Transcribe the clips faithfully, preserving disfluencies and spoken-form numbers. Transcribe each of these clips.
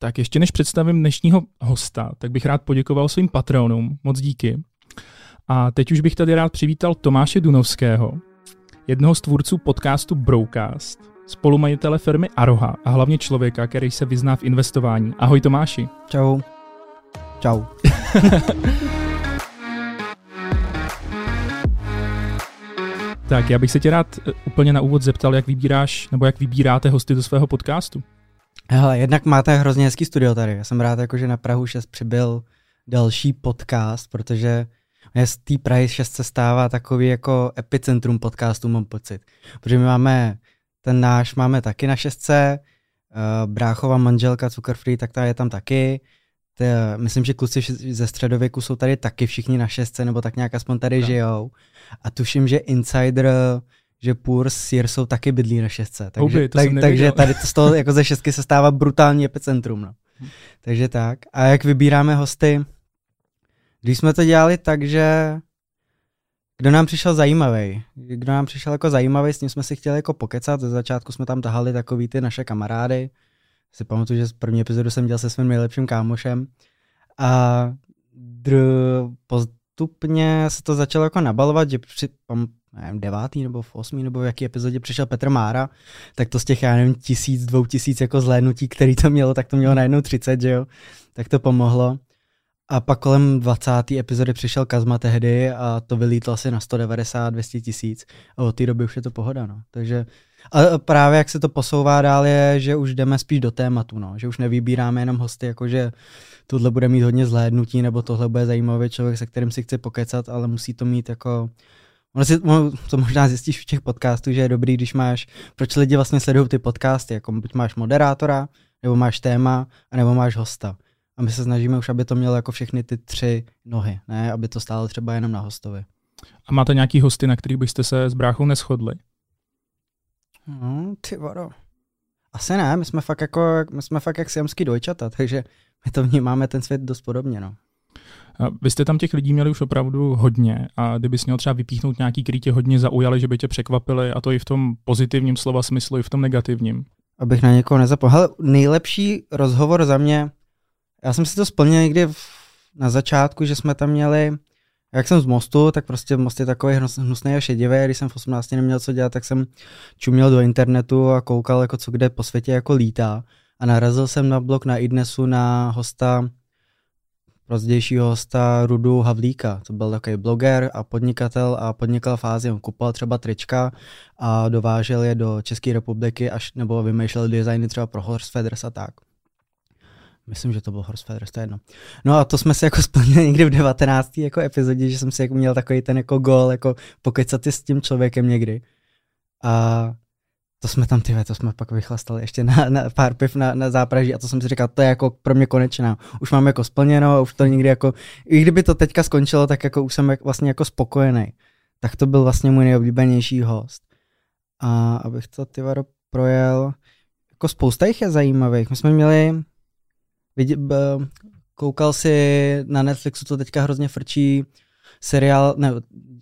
Tak ještě než představím dnešního hosta, tak bych rád poděkoval svým patronům, moc díky. A teď už bych tady rád přivítal Tomáše Dunovského, jednoho z tvůrců podcastu Brocast, spolumajitele firmy Aroha a hlavně člověka, který se vyzná v investování. Ahoj Tomáši. Čau. Čau. Tak já bych se tě rád úplně na úvod zeptal, jak vybíráš, nebo jak vybíráte hosty do svého podcastu. Hele, jednak máte hrozně hezký studio tady. Já jsem rád, jako, že na Prahu šest přibyl další podcast, protože z té Prahy šest se stává takový jako epicentrum podcastů, mám pocit. Protože my máme, ten náš máme taky na šestce, uh, bráchova manželka Cukrfree, tak ta je tam taky. Te, myslím, že kluci ze středověku jsou tady taky všichni na šestce, nebo tak nějak aspoň tady no. žijou. A tuším, že Insider, že Purs, Sir jsou taky bydlí na šestce. Takže, Uby, to tak, takže tady to z toho jako ze šestky se stává brutální epicentrum. No. Hm. Takže tak. A jak vybíráme hosty? Když jsme to dělali tak, že kdo nám přišel zajímavý, kdo nám přišel jako zajímavý, s ním jsme si chtěli jako pokecat. Ze začátku jsme tam tahali takový ty naše kamarády. Si pamatuju, že z první epizodu jsem dělal se svým nejlepším kámošem. A dr- postupně se to začalo jako nabalovat, že při nevím, devátý nebo v osmý nebo v jaký epizodě přišel Petr Mára, tak to z těch, já nevím, tisíc, dvou tisíc jako zhlédnutí, který to mělo, tak to mělo najednou třicet, že jo. Tak to pomohlo. A pak kolem dvacáté epizody přišel Kazma tehdy a to vylítlo asi na sto devadesát, dvě stě tisíc a od té doby už je to pohoda, no. Takže a právě jak se to posouvá dál je, že už jdeme spíš do tématu, no. Že už nevybíráme jenom hosty, jakože tohle bude mít hodně zhlédnutí nebo tohle bude zajímavý člověk, se kterým si chci pokecat, ale musí to mít jako ono si, to možná zjistíš v těch podcastů, že je dobrý, když máš, proč lidi vlastně sledují ty podcasty, jako buď máš moderátora, nebo máš téma, nebo máš hosta. A my se snažíme už, aby to mělo jako všechny ty tři nohy, ne, aby to stálo třeba jenom na hostovi. A máte nějaký hosty, na kterých byste se s bráchou neshodli? No, ty vado. Asi ne, my jsme fakt jako, my jsme fakt jak siamský dvojčata, takže my to vnímáme ten svět dost podobně, no. A vy jste tam těch lidí měli už opravdu hodně a kdybys měl třeba vypíchnout nějaký, který tě hodně zaujali, že by tě překvapili, a to i v tom pozitivním slova smyslu, i v tom negativním. Abych na někoho nezapomněl. nejlepší rozhovor za mě, já jsem si to splnil někdy v, na začátku, že jsme tam měli, jak jsem z Mostu, tak prostě Most je takový hnusný a šedivý, když jsem v osmnácti neměl co dělat, tak jsem čuměl do internetu a koukal, jako co kde po světě jako lítá. A narazil jsem na blog na iDnesu na hosta, pozdějšího hosta Rudu Havlíka. To byl takový bloger a podnikatel a podnikal v Ázii. On kupoval třeba trička a dovážel je do České republiky, až, nebo vymýšlel designy třeba pro Horse Feathers a tak. Myslím, že to byl Horse Feathers, to je jedno. No a to jsme si jako splnili někdy v devatenácté jako epizodě, že jsem si jako měl takový ten jako gól, jako pokecat s tím člověkem někdy. A to jsme tam, tyhle, to jsme pak vychlastali ještě na, na pár piv na, na zápraží a to jsem si říkal, to je jako pro mě konečná. Už mám jako splněno, už to nikdy jako, i kdyby to teďka skončilo, tak jako už jsem vlastně jako spokojený. Tak to byl vlastně můj nejoblíbenější host. A abych to, tyvaro, projel, jako spousta jich je zajímavých. My jsme měli, vidě, b, koukal si na Netflixu, to teďka hrozně frčí, seriál, ne,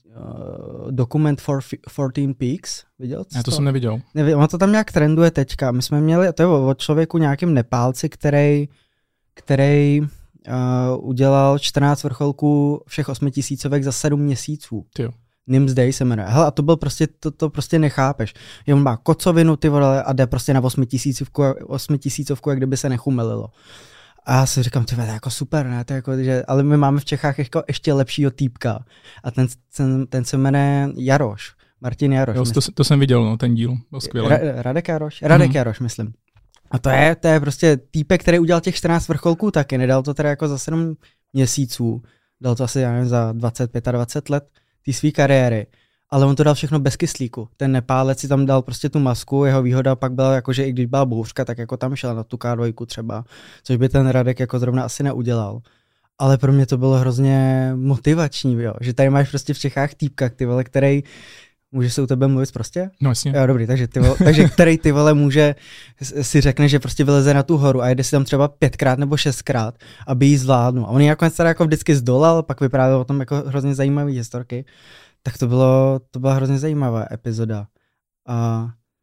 Uh, dokument for fourteen Peaks, viděl? Já to, to jsem neviděl. Nevím, ono to tam nějak trenduje teďka. My jsme měli, to je od člověku nějakým Nepálci, který, který uh, udělal čtrnáct vrcholků všech osmitisícovek za sedm měsíců. Tyjo. Nims Day se jmenuje. Hele, a to byl prostě, to, to prostě nechápeš. Je on má kocovinu, ty vole, a jde prostě na osmitisícovku, osmitisícovku, jak kdyby se nechumelilo. A já si říkám, to je jako super, ne? To je jako, že, ale my máme v Čechách jako ještě lepšího týpka. A ten, ten, ten se jmenuje Jaroš. Martin Jaroš. Jo, to, to jsem viděl, no, ten díl. Byl skvělý. Ra, Radek Jaroš? Radek hmm. Jaroš, myslím. A to je, to je prostě týpek, který udělal těch čtrnáct vrcholků taky. Nedal to teda jako za sedm měsíců. Dal to asi, já nevím, za dvacet, dvacet pět let té své kariéry. Ale on to dal všechno bez kyslíku. Ten Nepálec si tam dal prostě tu masku, jeho výhoda pak byla jako, že i když byla bouřka, tak jako tam šel na tu ká dva třeba, což by ten Radek jako zrovna asi neudělal. Ale pro mě to bylo hrozně motivační, jo? Že tady máš prostě v Čechách týpka, ty vole, který může se u tebe mluvit prostě? No jasně. Jo, dobrý, takže, ty vole, takže který ty vole může si řekne, že prostě vyleze na tu horu a jede si tam třeba pětkrát nebo šestkrát, aby jí zvládnu. A on ji nakonec teda jako vždycky zdolal, pak vyprávěl o tom jako hrozně zajímavý historky. Tak to bylo, to byla hrozně zajímavá epizoda. A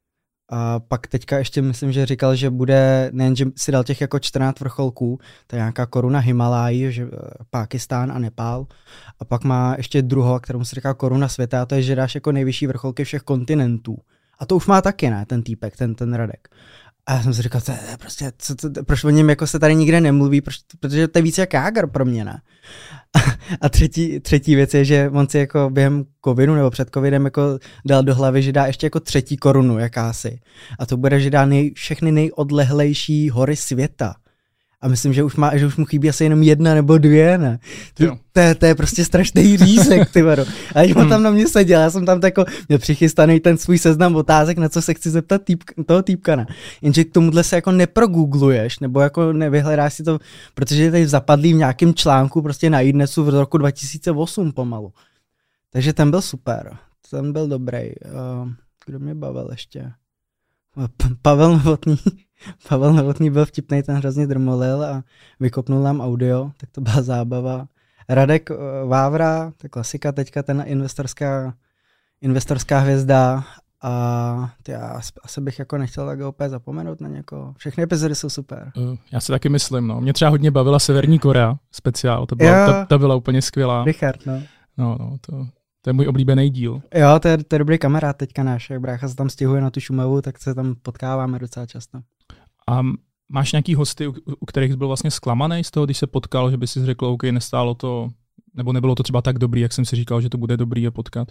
A pak teďka ještě myslím, že říkal, že bude, nejen, že si dal těch jako čtrnáct vrcholků, to je nějaká koruna Himalájí, že Pákistán a Nepál. A pak má ještě druhou, kterou se říká koruna světa, a to je, že dáš jako nejvyšší vrcholky všech kontinentů. A to už má taky, ne, ten týpek, ten, ten Radek. A já jsem si říkal, to je prostě, co to, proč o něm jako se tady nikde nemluví, proč, protože to je víc jak Jágr pro mě, ne? A třetí, třetí věc je, že on si jako během covidu nebo před covidem jako dal do hlavy, že dá ještě jako třetí korunu jakási. A to bude, že dá nej, všechny nejodlehlejší hory světa. A myslím, že už, má, že už mu chybí asi jenom jedna nebo dvě, ne? To, to, je, to je prostě strašný řízek, ty vado. A když on tam na mě seděl, já jsem tam tako, měl přichystaný ten svůj seznam otázek, na co se chci zeptat týp, toho týpka, ne? Jenže k tomuhle se jako neprogoogluješ, nebo jako nevyhledáš si to, protože je tady zapadlý v nějakém článku prostě na iDnesu v roku dva tisíce osm pomalu. Takže ten byl super, ten byl dobrý. Kdo mě bavil ještě? Pavel Novotný. Pavel Novotný byl vtipnej, ten hrozně drmolil a vykopnul nám audio, tak to byla zábava. Radek Vávra, to je klasika, teďka ten investorská, investorská hvězda a já asi bych jako nechtěl tak úplně zapomenout na někoho. Všechny epizody jsou super. Já si taky myslím, no. Mě třeba hodně bavila Severní Korea speciál, ta byla, ta, ta byla úplně skvělá. Richard, no. No, no, to... To je můj oblíbený díl. Jo, to je, to je dobrý kamarád teďka náš. Jak brácha se tam stěhuje na tu Šumavu, tak se tam potkáváme docela často. A máš nějaký hosty, u, u kterých jsi byl vlastně zklamaný z toho, když se potkal, že by si řekl, OK, nestálo to, nebo nebylo to třeba tak dobrý, jak jsem si říkal, že to bude dobrý je potkat?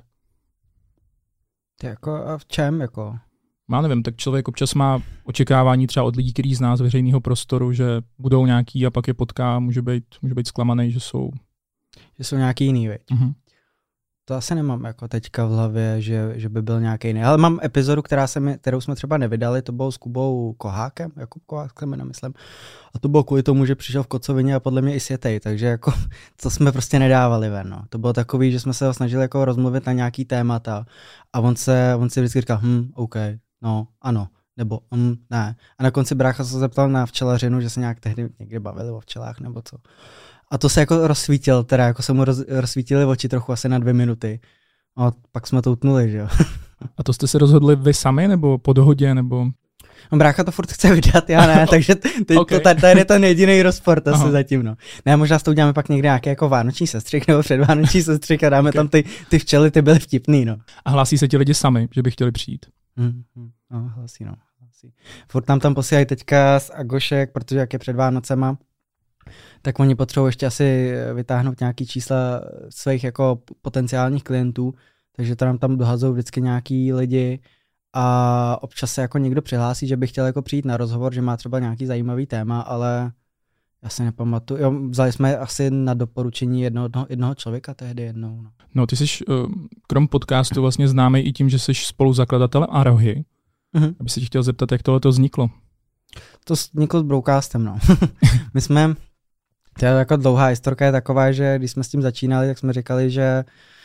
Ty jako a v čem? Jako? Já nevím, tak člověk občas má očekávání třeba od lidí, kteří zná z veřejného prostoru, že budou nějaký a pak je potká, může být, může být zklamaný, že jsou... Že jsou nějaký jiný, veď? Uh-huh. To asi nemám jako teďka v hlavě, že, že by byl nějaký jiný. Ale mám epizodu, která se mi, kterou jsme třeba nevydali, to bylo s Kubou Kohákem, Jakub Kohák se mi nemyslím. A to bylo kvůli tomu, že přišel v kocovině a podle mě i světej, takže jako to jsme prostě nedávali ven. No. To bylo takový, že jsme se ho snažili jako rozmluvit na nějaký témata a on se, on si vždycky říkal, hm, OK, no, ano, nebo hm, ne. A na konci brácha se zeptal na včelařinu, že se nějak tehdy někde bavili o včelách nebo co. A to se jako rozsvítil, teda jako se mu roz, rozsvítily oči trochu asi na dvě minuty. A pak jsme to utnuli, že jo. A to jste se rozhodli vy sami, nebo po dohodě, nebo... No brácha to furt chce vydat, já ne, takže teď okay. to, tady je ten jediný rozpor, to se zatím, no. Ne, možná s to uděláme pak někde nějaký jako vánoční sestřih nebo předvánoční sestřih a dáme okay. tam ty, ty včely, ty byly vtipný, no. A hlásí se ti lidi sami, že by chtěli přijít? Mm, mm, no, hlásí, no. Hlásí. Furt tam tam posílají teďka z Agošek, protože jak je před Vánocema, tak oni potřebují ještě asi vytáhnout nějaký čísla svých jako potenciálních klientů, takže to nám tam dohazují vždycky nějaký lidi a občas se jako někdo přihlásí, že by chtěl jako přijít na rozhovor, že má třeba nějaký zajímavý téma, ale já si nepamatuju. Jo, vzali jsme asi na doporučení jednoho, jednoho člověka tehdy jednou. No, no ty jsi krom podcastu vlastně známý i tím, že jsi spoluzakladatelem Arohy. Uh-huh. Aby se ti chtěl zeptat, jak tohle to vzniklo. To vzniklo s Brocastem, no. My jsme To je jako dlouhá historka je taková, že když jsme s tím začínali, tak jsme říkali, že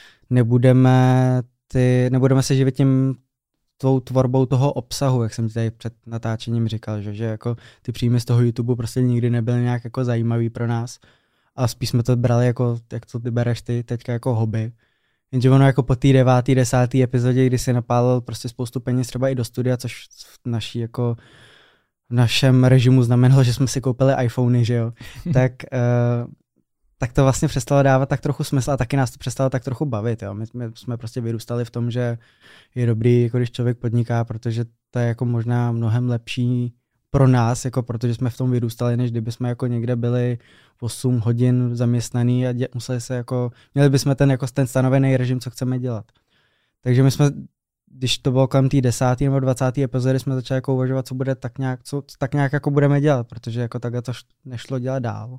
nebudeme, ty, nebudeme se živit tím tvou tvorbou toho obsahu, jak jsem ti tady před natáčením říkal, že, že jako ty příjmy z toho YouTube prostě nikdy nebyly nějak jako zajímavý pro nás a spíš jsme to brali jako, jak to ty bereš ty teďka jako hobby. Jenže ono jako po té devátý, desátý epizodě, kdy si napálil prostě spoustu peněz třeba i do studia, což v naší jako v našem režimu znamenalo, že jsme si koupili iPhony, že jo, tak, uh, tak to vlastně přestalo dávat tak trochu smysl a taky nás to přestalo tak trochu bavit, jo. My, my jsme prostě vyrůstali v tom, že je dobrý, jako když člověk podniká, protože to je jako možná mnohem lepší pro nás, jako protože jsme v tom vyrůstali, než kdyby jsme jako někde byli osm hodin zaměstnaný a dě, museli se jako, měli bychom ten jako ten stanovený režim, co chceme dělat. Takže my jsme, když to bylo kolem té desáté nebo dvacáté epizody, jsme začali jako uvažovat, co bude tak nějak, co tak nějak jako budeme dělat, protože jako takhle to nešlo dělat dál.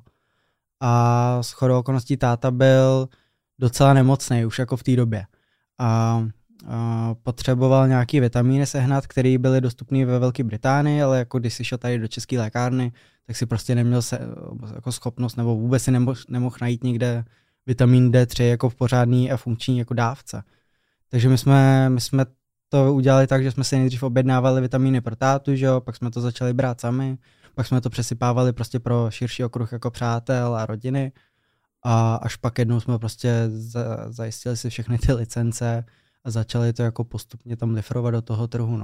A shodou okolností táta byl docela nemocný už jako v té době. A, a potřeboval nějaký vitamíny sehnat, které byly dostupné ve Velké Británii, ale jako když si šel tady do české lékárny, tak si prostě neměl se, jako schopnost nebo vůbec si nemohl, nemohl najít nikde vitamin D tři jako v pořádný a funkční jako dávce. Takže my jsme, my jsme to udělali tak, že jsme si nejdřív objednávali vitamíny pro tátu, že jo, pak jsme to začali brát sami, pak jsme to přesypávali prostě pro širší okruh jako přátel a rodiny a až pak jednou jsme prostě za, zajistili si všechny ty licence a začali to jako postupně tam lifrovat do toho trhu, no.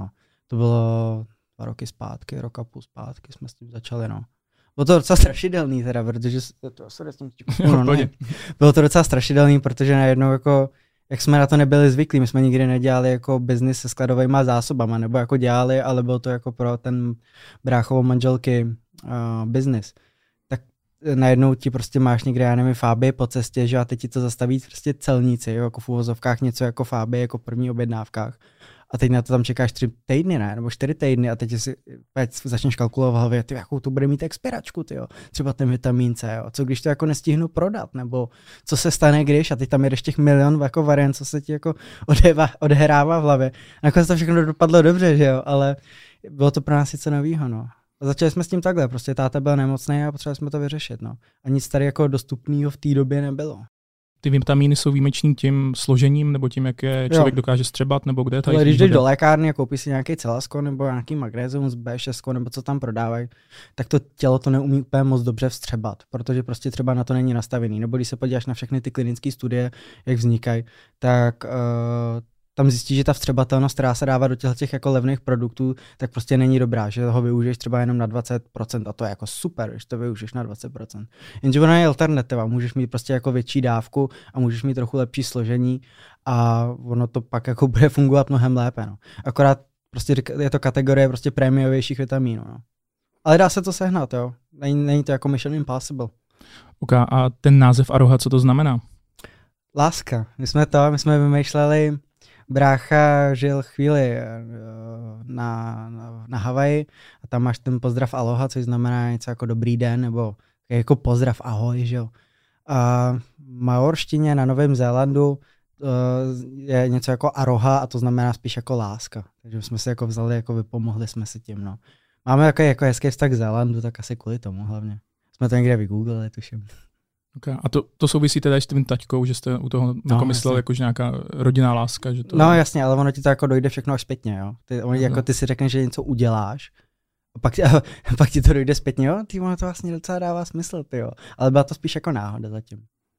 To bylo dva roky zpátky, rok a půl zpátky jsme s tím začali, no. Bylo to docela strašidelný teda, protože to, sorry, tím no, no, bylo to docela strašidelný, protože najednou jako, jak jsme na to nebyli zvyklí, my jsme nikdy nedělali jako biznis se skladovými zásobama, nebo jako dělali, ale bylo to jako pro ten bráchovo manželky uh, biznis. Tak najednou ti prostě máš někde, já nevím, fáby po cestě, že a teď ti to zastaví prostě celníci, jo, jako v uvozovkách něco jako fáby, jako v první objednávkách. A teď na to tam čekáš tři týdny, ne? Nebo čtyři týdny a teď si začneš kalkulovat v hlavě, ty, jakou to bude mít expiračku, ty jo. Třeba ten vitamin C, jo. Co když to jako nestihnu prodat, nebo co se stane, když, a teď tam jedeš těch milion jako variant, co se ti jako odehává, odehrává v hlavě. Nakonec to všechno dopadlo dobře, že jo, ale bylo to pro nás něco novýho, no. A začali jsme s tím takhle, prostě táta byl nemocný a potřebovali jsme to vyřešit, no. A nic tady jako dostupného v té době nebylo. Ty vitamíny jsou výjimečný tím složením, nebo tím, jak je člověk jo. dokáže střebat, nebo kde je tady. Ale když jdeš do lékárny a koupíš si nějaký celasko nebo nějaký magnézium z bé šest, nebo co tam prodávají, tak to tělo to neumí úplně moc dobře vstřebat, protože prostě třeba na to není nastavený. Nebo když se podíváš na všechny ty klinické studie, jak vznikají, tak uh, tam zjistíš, že ta vstřebatelnost, která se dává do těch jako levných produktů, tak prostě není dobrá, že ho využiješ třeba jenom na dvacet procent a to je jako super, když to využiješ na dvacet procent. Jenže ona je alternativa, můžeš mít prostě jako větší dávku a můžeš mít trochu lepší složení a ono to pak jako bude fungovat mnohem lépe, no. Akorát prostě je to kategorie prostě prémiovějších vitamínů, no. Ale dá se to sehnat, jo. Není, není to jako Mission Impossible. Ok, a ten název Aroha, co to znamená? Láska. My jsme to, my jsme vymýšleli. Brácha žil chvíli na, na, na Havaji a tam máš ten pozdrav aloha, což znamená něco jako dobrý den, nebo jako pozdrav ahoj, že jo. A v maorštině na Novém Zélandu je něco jako aroha a to znamená spíš jako láska. Takže jsme si jako vzali, jako vypomohli jsme si tím, no. Máme jako, jako hezký vztah k Zélandu, tak asi kvůli tomu hlavně. Jsme to někde vygooglili, tuším. Okay. A to, to souvisí teda s tím taťkou, že jste u toho no, jako myslel jakož nějaká rodinná láska? Že to... No jasně, ale ono ti to jako dojde všechno až zpětně, jo. Ty, on, jako ty si řekneš, že něco uděláš a pak, a, a pak ti to dojde zpětně, jo, ty ono to vlastně docela dává smysl, ty jo. Ale byla to spíš jako náhoda zatím.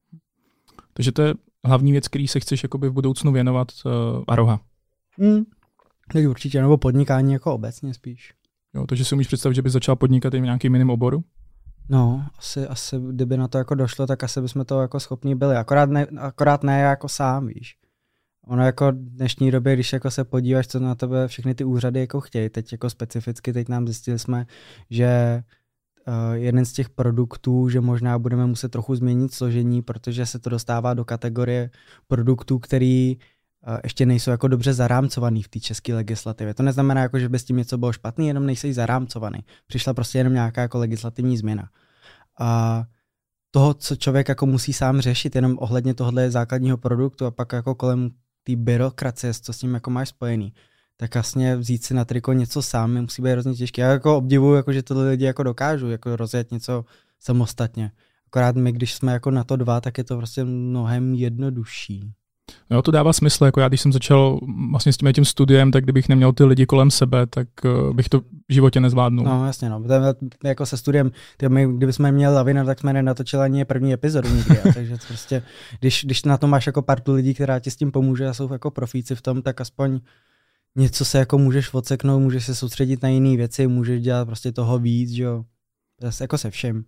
Takže to je hlavní věc, který se chceš jakoby v budoucnu věnovat, uh, Aroha. Hmm. Tak určitě, nebo podnikání jako obecně spíš. Jo, takže si umíš představit, že bys začal podnikat i v nějakým jiném oboru? No, asi, asi kdyby na to jako došlo, tak asi bychom to jako schopní byli. Akorát ne, akorát ne jako sám, víš. Ono jako v dnešní době, když jako se podíváš, co na tebe všechny ty úřady jako chtějí, teď jako specificky, teď nám zjistili jsme, že uh, jeden z těch produktů, že možná budeme muset trochu změnit složení, protože se to dostává do kategorie produktů, který uh, ještě nejsou jako dobře zarámcovaný v té české legislativě. To neznamená, jako, že by s tím něco bylo špatný, jenom nejsou zarámcovaný. Přišla prostě jenom nějaká jako legislativní změna. A toho, co člověk jako musí sám řešit, jenom ohledně tohohle základního produktu a pak jako kolem té byrokracie, co s tím jako máš spojený, tak vlastně vzít si na triko něco sám musí být hrozně těžké. Já jako obdivuju, jako, že tyhle lidi jako dokážou jako rozjet něco samostatně. Akorát my, když jsme jako na to dva, tak je to prostě mnohem jednodušší. Jo, to dává smysl, jako já když jsem začal vlastně s tím, tím studiem, tak kdybych neměl ty lidi kolem sebe, tak uh, bych to v životě nezvládnul. No jasně, no. Jako se studiem, my, kdybychom měli Lavina, tak jsme nenatočili ani první epizodu nikdy, jo. Takže prostě, když, když na to máš jako partu lidí, která ti s tím pomůže a jsou jako profíci v tom, tak aspoň něco se jako můžeš odseknout, můžeš se soustředit na jiné věci, můžeš dělat prostě toho víc, že jo. Jako se všem.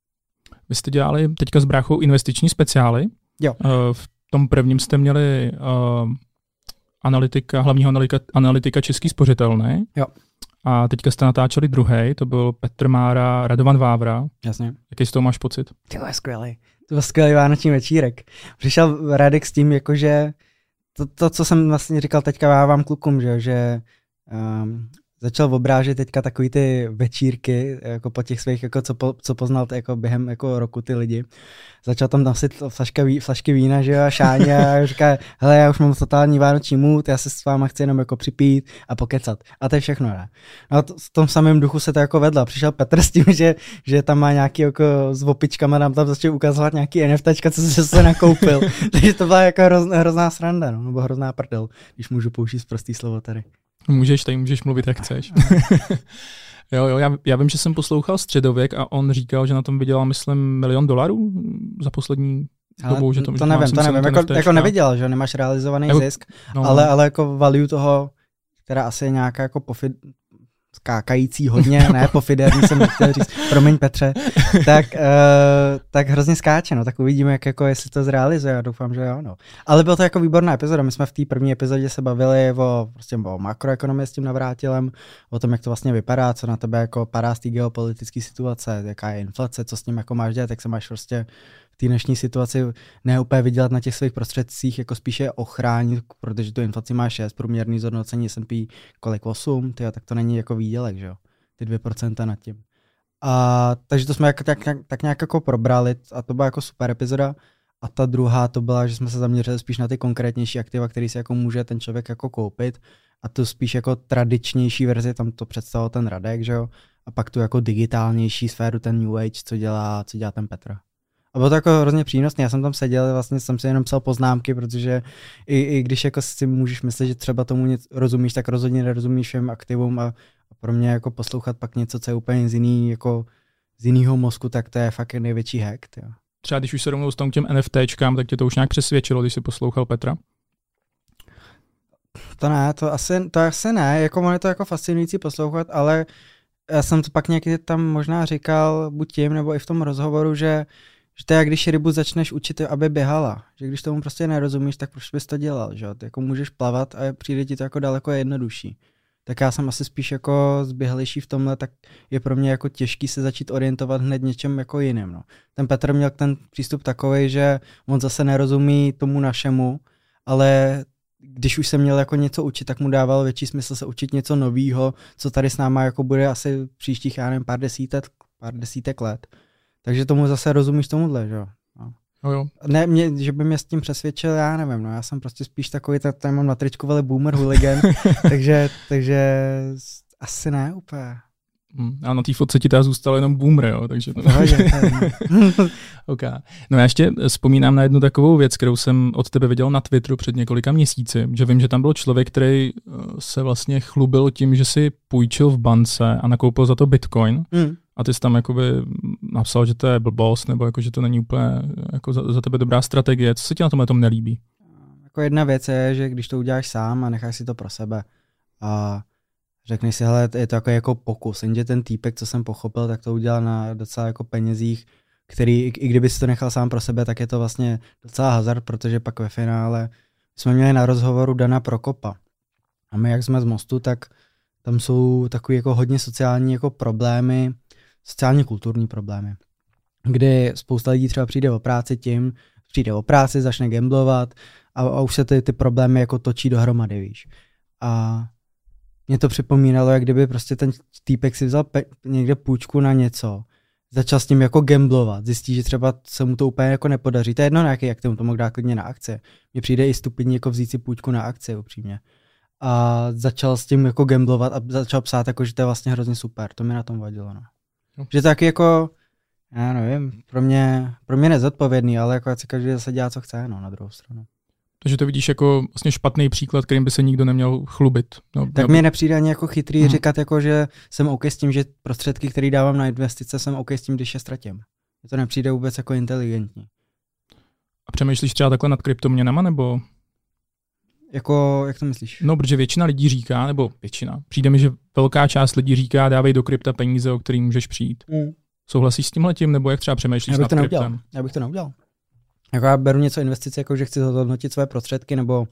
Vy jste dělali teďka s bráchou investiční speciály. Jo. Uh, v tom prvním jste měli uh, analytika, hlavního analytika, analytika Český spořitelny. Jo. A teďka jste natáčeli druhý, to byl Petr Mára, Radovan Vávra. Jasně. Jaký z toho máš pocit? To je skvělý. To byl skvělý vánoční večírek. Přišel Radek s tím, jakože to, to, co jsem vlastně říkal teďka vám klukům, že, že um, začal obrážet teďka takový ty večírky, jako po těch svých, jako co, po, co poznal jako během jako roku ty lidi. Začal tam nosit flaška ví, flašky vína, že jo, a Šáně a říká, hele, já už mám totální vánoční mood, já se s váma chci jenom jako připít a pokecat. A to je všechno, ne? No a to, v tom samém duchu se to jako vedlo. Přišel Petr s tím, že, že tam má nějaký jako s opičkama, nám tam začal ukazovat nějaký NFTčka, co se se nakoupil. Takže to byla jako hroz, hrozná sranda, no, nebo hrozná prdel, když můžu použít prostý slovo tady. Můžeš, tady můžeš mluvit, jak chceš. jo, jo, já, já vím, že jsem poslouchal Středověk a on říkal, že na tom vydělal, myslím, milion dolarů za poslední ale dobou. Že to, to že nevím, to nevím, jako, jako nevydělal, že nemáš realizovaný jako, zisk, no, ale, ale jako value toho, která asi je nějaká jako pofid, skákající hodně, ne pofiderní jsem chtěl říct, promiň Petře, tak, uh, tak hrozně skáče, no, tak uvidíme, jak jako, jestli to zrealizuje, já doufám, že jo, no. Ale bylo to jako výborná epizoda, my jsme v té první epizodě se bavili o, prostě o makroekonomii s tím Navrátilem, o tom, jak to vlastně vypadá, co na tebe jako padá z té geopolitické situace, jaká je inflace, co s ním jako máš dělat, jak se máš prostě v té dnešní situaci ne úplně vydělat na těch svých prostředcích, jako spíše ochránit, protože tu inflaci má šest, průměrný zhodnocení S and P kolik osm, tyjo, tak to není jako výdělek, že jo, ty dvě procenta nad tím. A, takže to jsme jako, tak, tak, tak nějak jako probrali a to byla jako super epizoda. A ta druhá to byla, že jsme se zaměřili spíš na ty konkrétnější aktiva, který si jako může ten člověk jako koupit a to spíš jako tradičnější verzi, tam to představil ten Radek, že jo, a pak tu jako digitálnější sféru, ten New Age, co dělá, co dělá ten Petr. A bylo to jako hrozně přínosné, já jsem tam seděl, vlastně jsem si jenom psal poznámky, protože i, i když jako si můžeš myslet, že třeba tomu něco rozumíš, tak rozhodně nerozumíš všem aktivům a, a pro mě jako poslouchat pak něco, co je úplně z jiný, jako z jiného mozku, tak to je fakt největší hack. Tyjo. Třeba když už se rovnou stanu k těm NFTčkám, tak tě to už nějak přesvědčilo, když jsi poslouchal Petra? To ne, to asi, to asi ne, jako on je to jako fascinující poslouchat, ale já jsem to pak někdy tam možná říkal, buď tím, nebo i v tom rozhovoru, že že to je, když rybu začneš učit, aby běhala. Že když tomu prostě nerozumíš, tak proč bys to dělal, že? Ty jako můžeš plavat a přijde ti to jako daleko jednodušší. Tak já jsem asi spíš jako zběhlejší v tomhle, tak je pro mě jako těžký se začít orientovat hned něčem jako jiným. No. Ten Petr měl ten přístup takovej, že on zase nerozumí tomu našemu, ale když už jsem měl jako něco učit, tak mu dával větší smysl se učit něco novýho, co tady s náma jako bude asi příštích, já nevím, pár desítek, pár desítek let. Takže tomu zase rozumíš tomuhle, že jo. No. No jo. Ne, mě, že by mě s tím přesvědčil, já nevím, no já jsem prostě spíš takový, tady mám na tričku vele boomer hooligan, takže, takže asi ne úplně. Hmm, a na té fotce ti teda zůstalo jenom boomer, jo, takže to... Okay. No já ještě vzpomínám na jednu takovou věc, kterou jsem od tebe viděl na Twitteru před několika měsíci, že vím, že tam byl člověk, který se vlastně chlubil tím, že si půjčil v bance a nakoupil za to bitcoin. Mm. A ty jsi tam jakoby napsal, že to je blbost, nebo jako, že to není úplně jako za, za tebe dobrá strategie. Co se ti na tomhle tom nelíbí? Jako jedna věc je, že když to uděláš sám a necháš si to pro sebe a řekneš si, hele, je to jako, jako pokus. Jenže ten týpek, co jsem pochopil, tak to udělal na docela jako penězích, který, i, i kdyby si to nechal sám pro sebe, tak je to vlastně docela hazard, protože pak ve finále jsme měli na rozhovoru Dana Prokopa. A my, jak jsme z Mostu, tak tam jsou takový jako hodně sociální jako problémy, sociálně kulturní problémy, kdy spousta lidí třeba přijde o práci tím, přijde o práci, začne gamblovat a, a už se ty, ty problémy jako točí dohromady, víš. A mě to připomínalo, jak kdyby prostě ten týpek si vzal pe- někde půjčku na něco, začal s tím jako gamblovat, zjistí, že třeba se mu to úplně jako nepodaří. To je jedno nějaký, jak tomu to mohl dát klidně na akcie. Mně přijde i stupidní jako vzít si půjčku na akcie, upřímně. A začal s tím jako gamblovat a začal psát jako, že to je vlastně hrozně super. To mi na tom vadilo, no. no. Že taky jako, já nevím, pro mě, pro mě nezodpovědný, ale jako si každý zase dělá, co chce, no, na druhou stranu. Takže to vidíš jako vlastně špatný příklad, kterým by se nikdo neměl chlubit. No, tak mi nepřijde ani jako chytrý hmm. říkat, jako, že jsem OK s tím, že prostředky, které dávám na investice, jsem OK s tím, když je ztratím. Mně to nepřijde vůbec jako inteligentní. A přemýšlíš třeba takhle nad kryptoměnama, nebo... Jako, jak to myslíš? No, protože většina lidí říká, nebo většina, přijde mi, že velká část lidí říká, dávej do krypta peníze, o který můžeš přijít. Hmm. Souhlasíš s tímhletím, nebo jak třeba přemýšlíš nad kryptem? Já bych to neudělal. Jako já beru něco investice, jako že chci zhodnotit své prostředky, nebo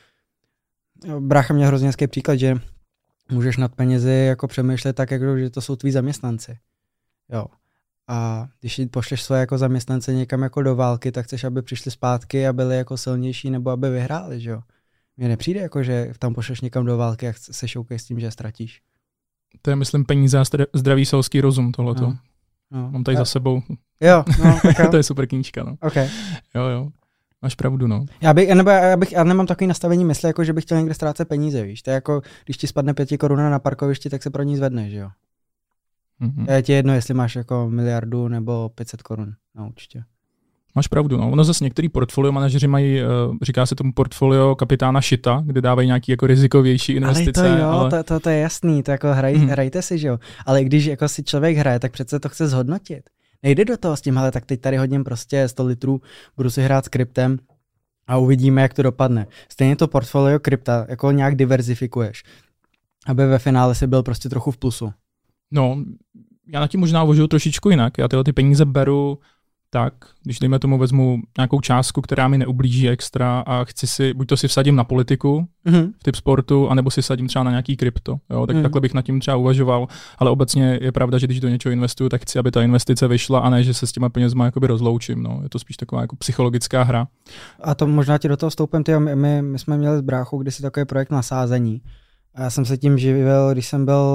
brácha měl hrozně hezký příklad, že můžeš nad penězi jako přemýšlet tak, jako, že to jsou tví zaměstnanci. Jo. A když pošleš své jako zaměstnance někam jako do války, tak chceš, aby přišli zpátky a byli jako silnější, nebo aby vyhráli, že jo. Mně nepřijde, jako, že tam pošleš někam do války a se šoukej s tím, že je ztratíš. To je, myslím, peníze a zdravý selský rozum, tohleto. No. No. Mám tady a... za sebou. Jo, no, tak jo. To je super knížka, no. Okay. Jo, jo. Máš pravdu, no. Já bych, nebo já, bych, já nemám takový nastavení mysli, jako že bych chtěl někde ztrácet peníze, víš. To je jako, když ti spadne pěti koruna na parkovišti, tak se pro ní zvedneš, že jo. Mm-hmm. Je ti jedno, jestli máš jako miliardu nebo pět set korun, no určitě. Máš pravdu, no. Ono zase některý portfolio manažeři mají, říká se tomu portfolio kapitána Šita, kde dávají nějaký jako rizikovější investice. Ale to jo, ale... To, to, to je jasný, to jako hraj, mm. hrajte si, že jo. Ale když jako si člověk hraje, tak přece to chce zhodnotit. Nejde do toho s tím, ale tak teď tady hodím prostě sto litrů, budu si hrát s kryptem a uvidíme, jak to dopadne. Stejně to portfolio krypta jako nějak diverzifikuješ. aby ve finále si byl prostě trochu v plusu. No, já na tím možná uvažuji trošičku jinak. Já tyhle ty peníze beru tak, když dejme tomu vezmu nějakou částku, která mi neublíží extra a chci si, buď to si vsadím na politiku mm-hmm. v typ sportu, anebo si vsadím třeba na nějaký krypto. Jo? Tak mm. takhle bych nad tím třeba uvažoval, ale obecně je pravda, že když do něčeho investuju, tak chci, aby ta investice vyšla a ne, že se s těma penězma jakoby rozloučím. No. Je to spíš taková jako psychologická hra. A to možná ti do toho vstoupím, ty, my, my jsme měli s bráchou kdysi takový projekt na sázení. A já jsem se tím živil, když jsem byl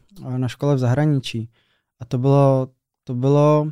na škole v zahraničí. A to bylo, to bylo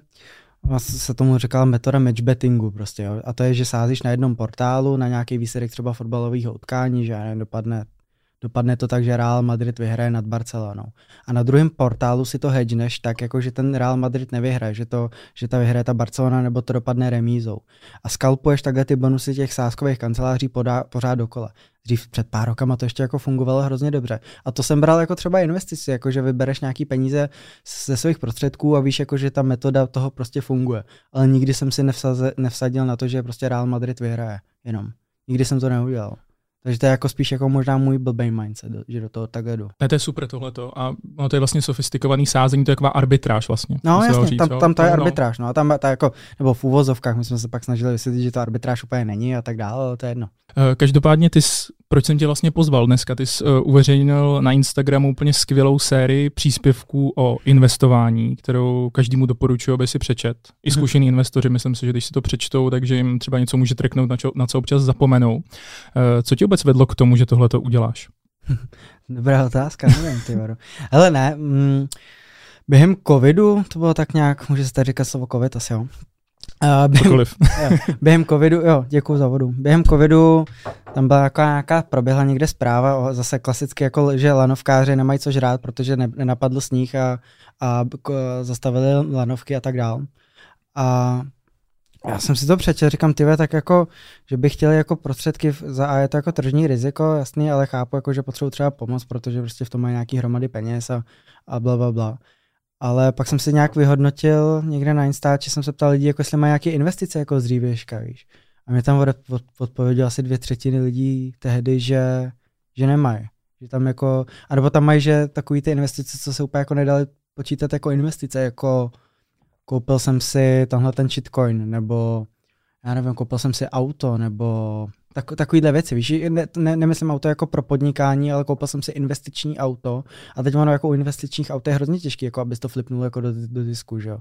se tomu říkala metoda matchbettingu prostě, jo. A to je, že sázíš na jednom portálu na nějaký výsledek třeba fotbalového utkání, že nevím, dopadne, dopadne to tak, že Real Madrid vyhraje nad Barcelonou. A na druhém portálu si to hedgeneš tak, jako že ten Real Madrid nevyhraje, že, to, že ta vyhraje ta Barcelona nebo to dopadne remízou. A skalpuješ takhle ty bonusy těch sázkových kanceláří podá, pořád dokola. Dřív před pár rokama to ještě jako fungovalo hrozně dobře. A to jsem bral jako třeba investici, jako že vybereš nějaký peníze ze svých prostředků a víš, jako že ta metoda toho prostě funguje. Ale nikdy jsem si nevsaze, nevsadil na to, že prostě Real Madrid vyhraje. Jenom. Nikdy jsem to neudělal. Takže to je jako spíš jako možná můj blbej mindset, že do toho takhle jdu. Ne, to je super tohleto. A no, to je vlastně sofistikovaný sázení, to je taková arbitráž vlastně. No jasně, říct, tam, tam to je arbitráž. No. A tam ta jako, nebo v úvozovkách, my jsme se pak snažili vysvětlit, že to arbitráž úplně není a tak dále, ale to je jedno. Každopádně ty jsi, proč jsem tě vlastně pozval dneska? Ty jsi uh, uveřejnil na Instagramu úplně skvělou sérii příspěvků o investování, kterou každému doporučuji, aby si přečet. I zkušený hmm. investoři, myslím si, že když si to přečtou, takže jim třeba něco může trknout, na, čo, na co občas zapomenou. Uh, co tě vůbec vedlo k tomu, že tohle to uděláš? Dobrá otázka, nevím, ty varu. Hele ne, mm, během covidu, to bylo tak nějak, může se tady říkat slovo covid, asi jo. Uh, během, jo, během covidu, jo, děkuju za vodu. Během covidu tam byla jako nějaká, proběhla někde zpráva, o, zase klasicky jako, že lanovkáři nemají co žrát, protože ne, nenapadl sníh a, a k, zastavili lanovky a tak dál. A já jsem si to přečetl, říkám, tyve, tak jako, že bych chtěl jako prostředky, za a je to jako tržní riziko, jasný, ale chápu, jako, že potřebuji třeba pomoc, protože prostě v tom mají nějaký hromady peněz a, a bla, bla, bla. Ale pak jsem si nějak vyhodnotil někde na Instači, jsem se ptal lidí, jako jestli mají nějaké investice jako z dřívějška, víš. A mě tam od, od, odpověděl asi dvě třetiny lidí tehdy, že, že nemají. Že tam jako, anebo tam mají, že takový ty investice, co se úplně jako nedali počítat jako investice, jako koupil jsem si tenhle ten shitcoin, nebo já nevím, koupil jsem si auto, nebo tak, takovýhle věci, víš, ne, ne, nemyslím auto jako pro podnikání, ale koupil jsem si investiční auto a teď ono jako u investičních aut je hrozně těžký, jako abys to flipnul jako do, do disku, že jo.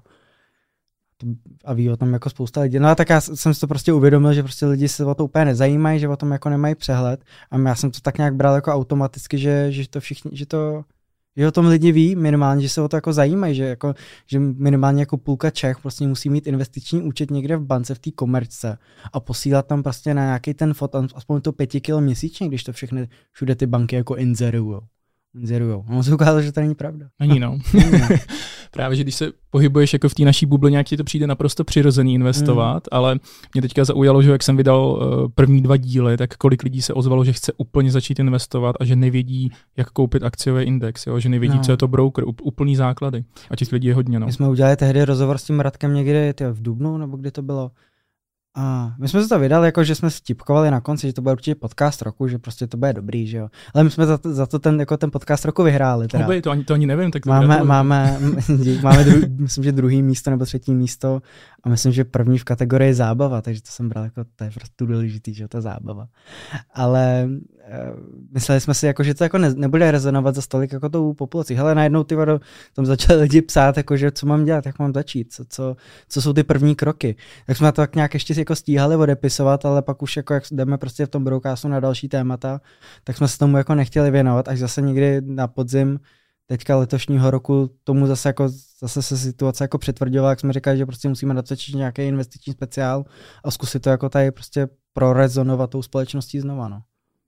A ví o tom jako spousta lidí. No a tak já jsem si to prostě uvědomil, že prostě lidi se o to úplně nezajímají, že o tom jako nemají přehled a já jsem to tak nějak bral jako automaticky, že, že to všichni, že to že o tom lidi ví minimálně, že se o to jako zajímají, že, jako, že minimálně jako půlka Čech prostě musí mít investiční účet někde v bance, v té komerčce a posílat tam prostě na nějaký ten fot, aspoň to pěti kilo měsíčně, když to všechny, všude ty banky jako inzerujou. Inzerujou. No se ukázalo, že to není pravda. Ani no. Právě, že když se pohybuješ jako v té naší bublině, jak ti to přijde naprosto přirozený investovat, mm. ale mě teďka zaujalo, že jak jsem vydal uh, první dva díly, tak kolik lidí se ozvalo, že chce úplně začít investovat a že nevědí, jak koupit akciový index, jo? Že nevědí, no. co je to broker, up, úplný základy. A těch lidí je hodně. No. My jsme udělali tehdy rozhovor s tím Radkem někdy tyjo, v dubnu, nebo kdy to bylo. A my jsme se to vydali, jako že jsme vtipkovali na konci, že to bude určitě podcast roku, že prostě to bude dobrý, že jo. Ale my jsme za to, za to ten, jako ten podcast roku vyhráli. Teda. Obej, to, ani, to ani nevím, tak to máme, máme, máme dru, myslím, že druhý místo nebo třetí místo a myslím, že první v kategorii zábava, takže to jsem bral jako, to je prostě důležitý, že to je zábava. Ale uh, mysleli jsme si, jako, že to jako ne, nebude rezonovat za stolik jako tou populací. Hele, najednou ty vado, tam začali lidi psát, jako, že co mám dělat, jak mám začít, co, co, co jsou ty první kroky. Tak jsme to tak nějak ještě jako stíhali odepisovat, ale pak už jako jak jdeme prostě v tom broadcastu na další témata, tak jsme se tomu jako nechtěli věnovat, až zase někdy na podzim teďka letošního roku tomu zase jako zase se situace jako přitvrdila, jak jsme říkali, že prostě musíme natočit nějaký investiční speciál a zkusit to jako tady prostě prorezonovat tou společností znova, no.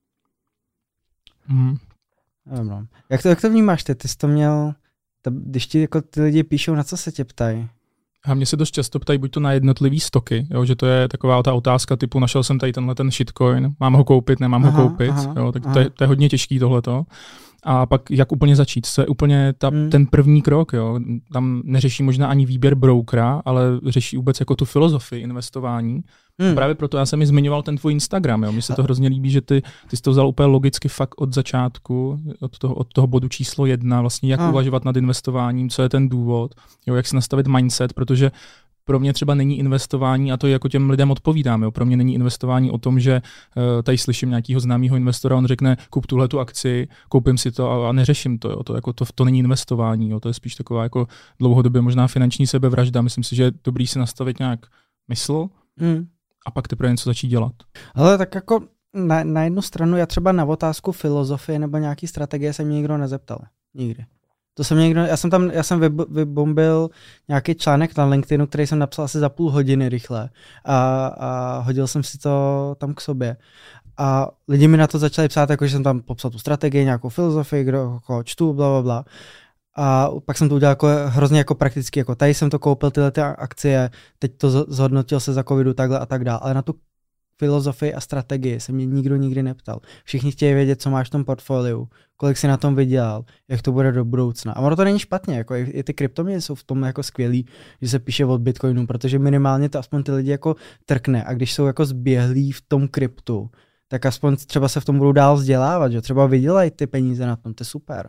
Mm. Nevím, no. Jak to, jak to vnímáš ty? Ty jsi to měl, ta, když ti jako ty lidi píšou, na co se tě ptají? A mě se dost často ptají buď to na jednotlivý stoky, jo, že to je taková ta otázka typu našel jsem tady tenhle ten shitcoin, mám ho koupit, nemám aha, ho koupit, aha, jo, tak to je, to je hodně těžký tohleto. A pak jak úplně začít? To je úplně ta, hmm. ten první krok. Jo? Tam neřeší možná ani výběr brokera, ale řeší vůbec jako tu filozofii investování. Hmm. Právě proto já jsem mi zmiňoval ten tvůj Instagram. Jo? Mně se to hrozně líbí, že ty, ty jsi to vzal úplně logicky fakt od začátku, od toho, od toho bodu číslo jedna, vlastně jak hmm. uvažovat nad investováním, co je ten důvod, jo? Jak si nastavit mindset, protože pro mě třeba není investování, a to jako těm lidem odpovídám, jo. Pro mě není investování o tom, že uh, tady slyším nějakého známého investora, on řekne, kup tuhle tu akci, koupím si to a, a neřeším to, jo. To, jako to, to není investování, jo. To je spíš taková jako dlouhodobě možná finanční sebevražda. Myslím si, že je dobrý si nastavit nějak mysl hmm. a pak teprve něco začít dělat. Ale tak jako na, na jednu stranu já třeba na otázku filozofie nebo nějaký strategie se mě nikdo nezeptal. Nikdy. To jsem někdo, já jsem tam, já jsem vybombil nějaký článek na LinkedInu, který jsem napsal asi za půl hodiny rychle a, a hodil jsem si to tam k sobě. A lidi mi na to začali psát, jako, že jsem tam popsal tu strategii, nějakou filozofii, kdo koho čtu, bla, bla, bla. A pak jsem to udělal jako, hrozně jako prakticky, jako tady jsem to koupil, tyhle ty akcie, teď to zhodnotil se za covidu, takhle a tak dále. Ale na tu filozofii a strategii se mě nikdo nikdy neptal. Všichni chtějí vědět, co máš v tom portfoliu, kolik si na tom vydělal, jak to bude do budoucna. A ono to není špatně, jako i, i ty kryptoměny jsou v tom jako skvělý, že se píše od Bitcoinu, protože minimálně to aspoň ty lidi jako trkne. A když jsou jako zběhlí v tom kryptu, tak aspoň třeba se v tom budou dál vzdělávat, že třeba vydělají ty peníze na tom, to je super.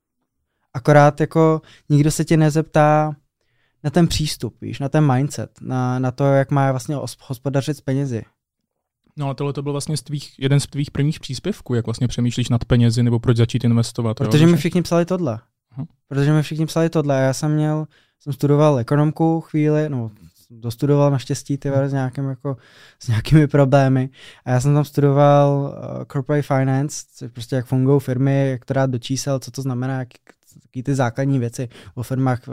Akorát jako nikdo se tě nezeptá na ten přístup, víš, na ten mindset, na, na to, jak má vlastně hospodařit s penězi. No ale tohle to byl vlastně z tvých, jeden z tvých prvních příspěvků, jak vlastně přemýšlíš nad penězi nebo proč začít investovat. Protože jo? mi všichni psali tohle. Aha. Protože mi všichni psali tohle. Já jsem měl, jsem studoval ekonomku chvíli, no dostudoval naštěstí ty s, nějakým, jako, s nějakými problémy. A já jsem tam studoval uh, corporate finance, což prostě jak fungují firmy, jak to dát do čísel, co to znamená, jak, jaký ty základní věci o firmách uh,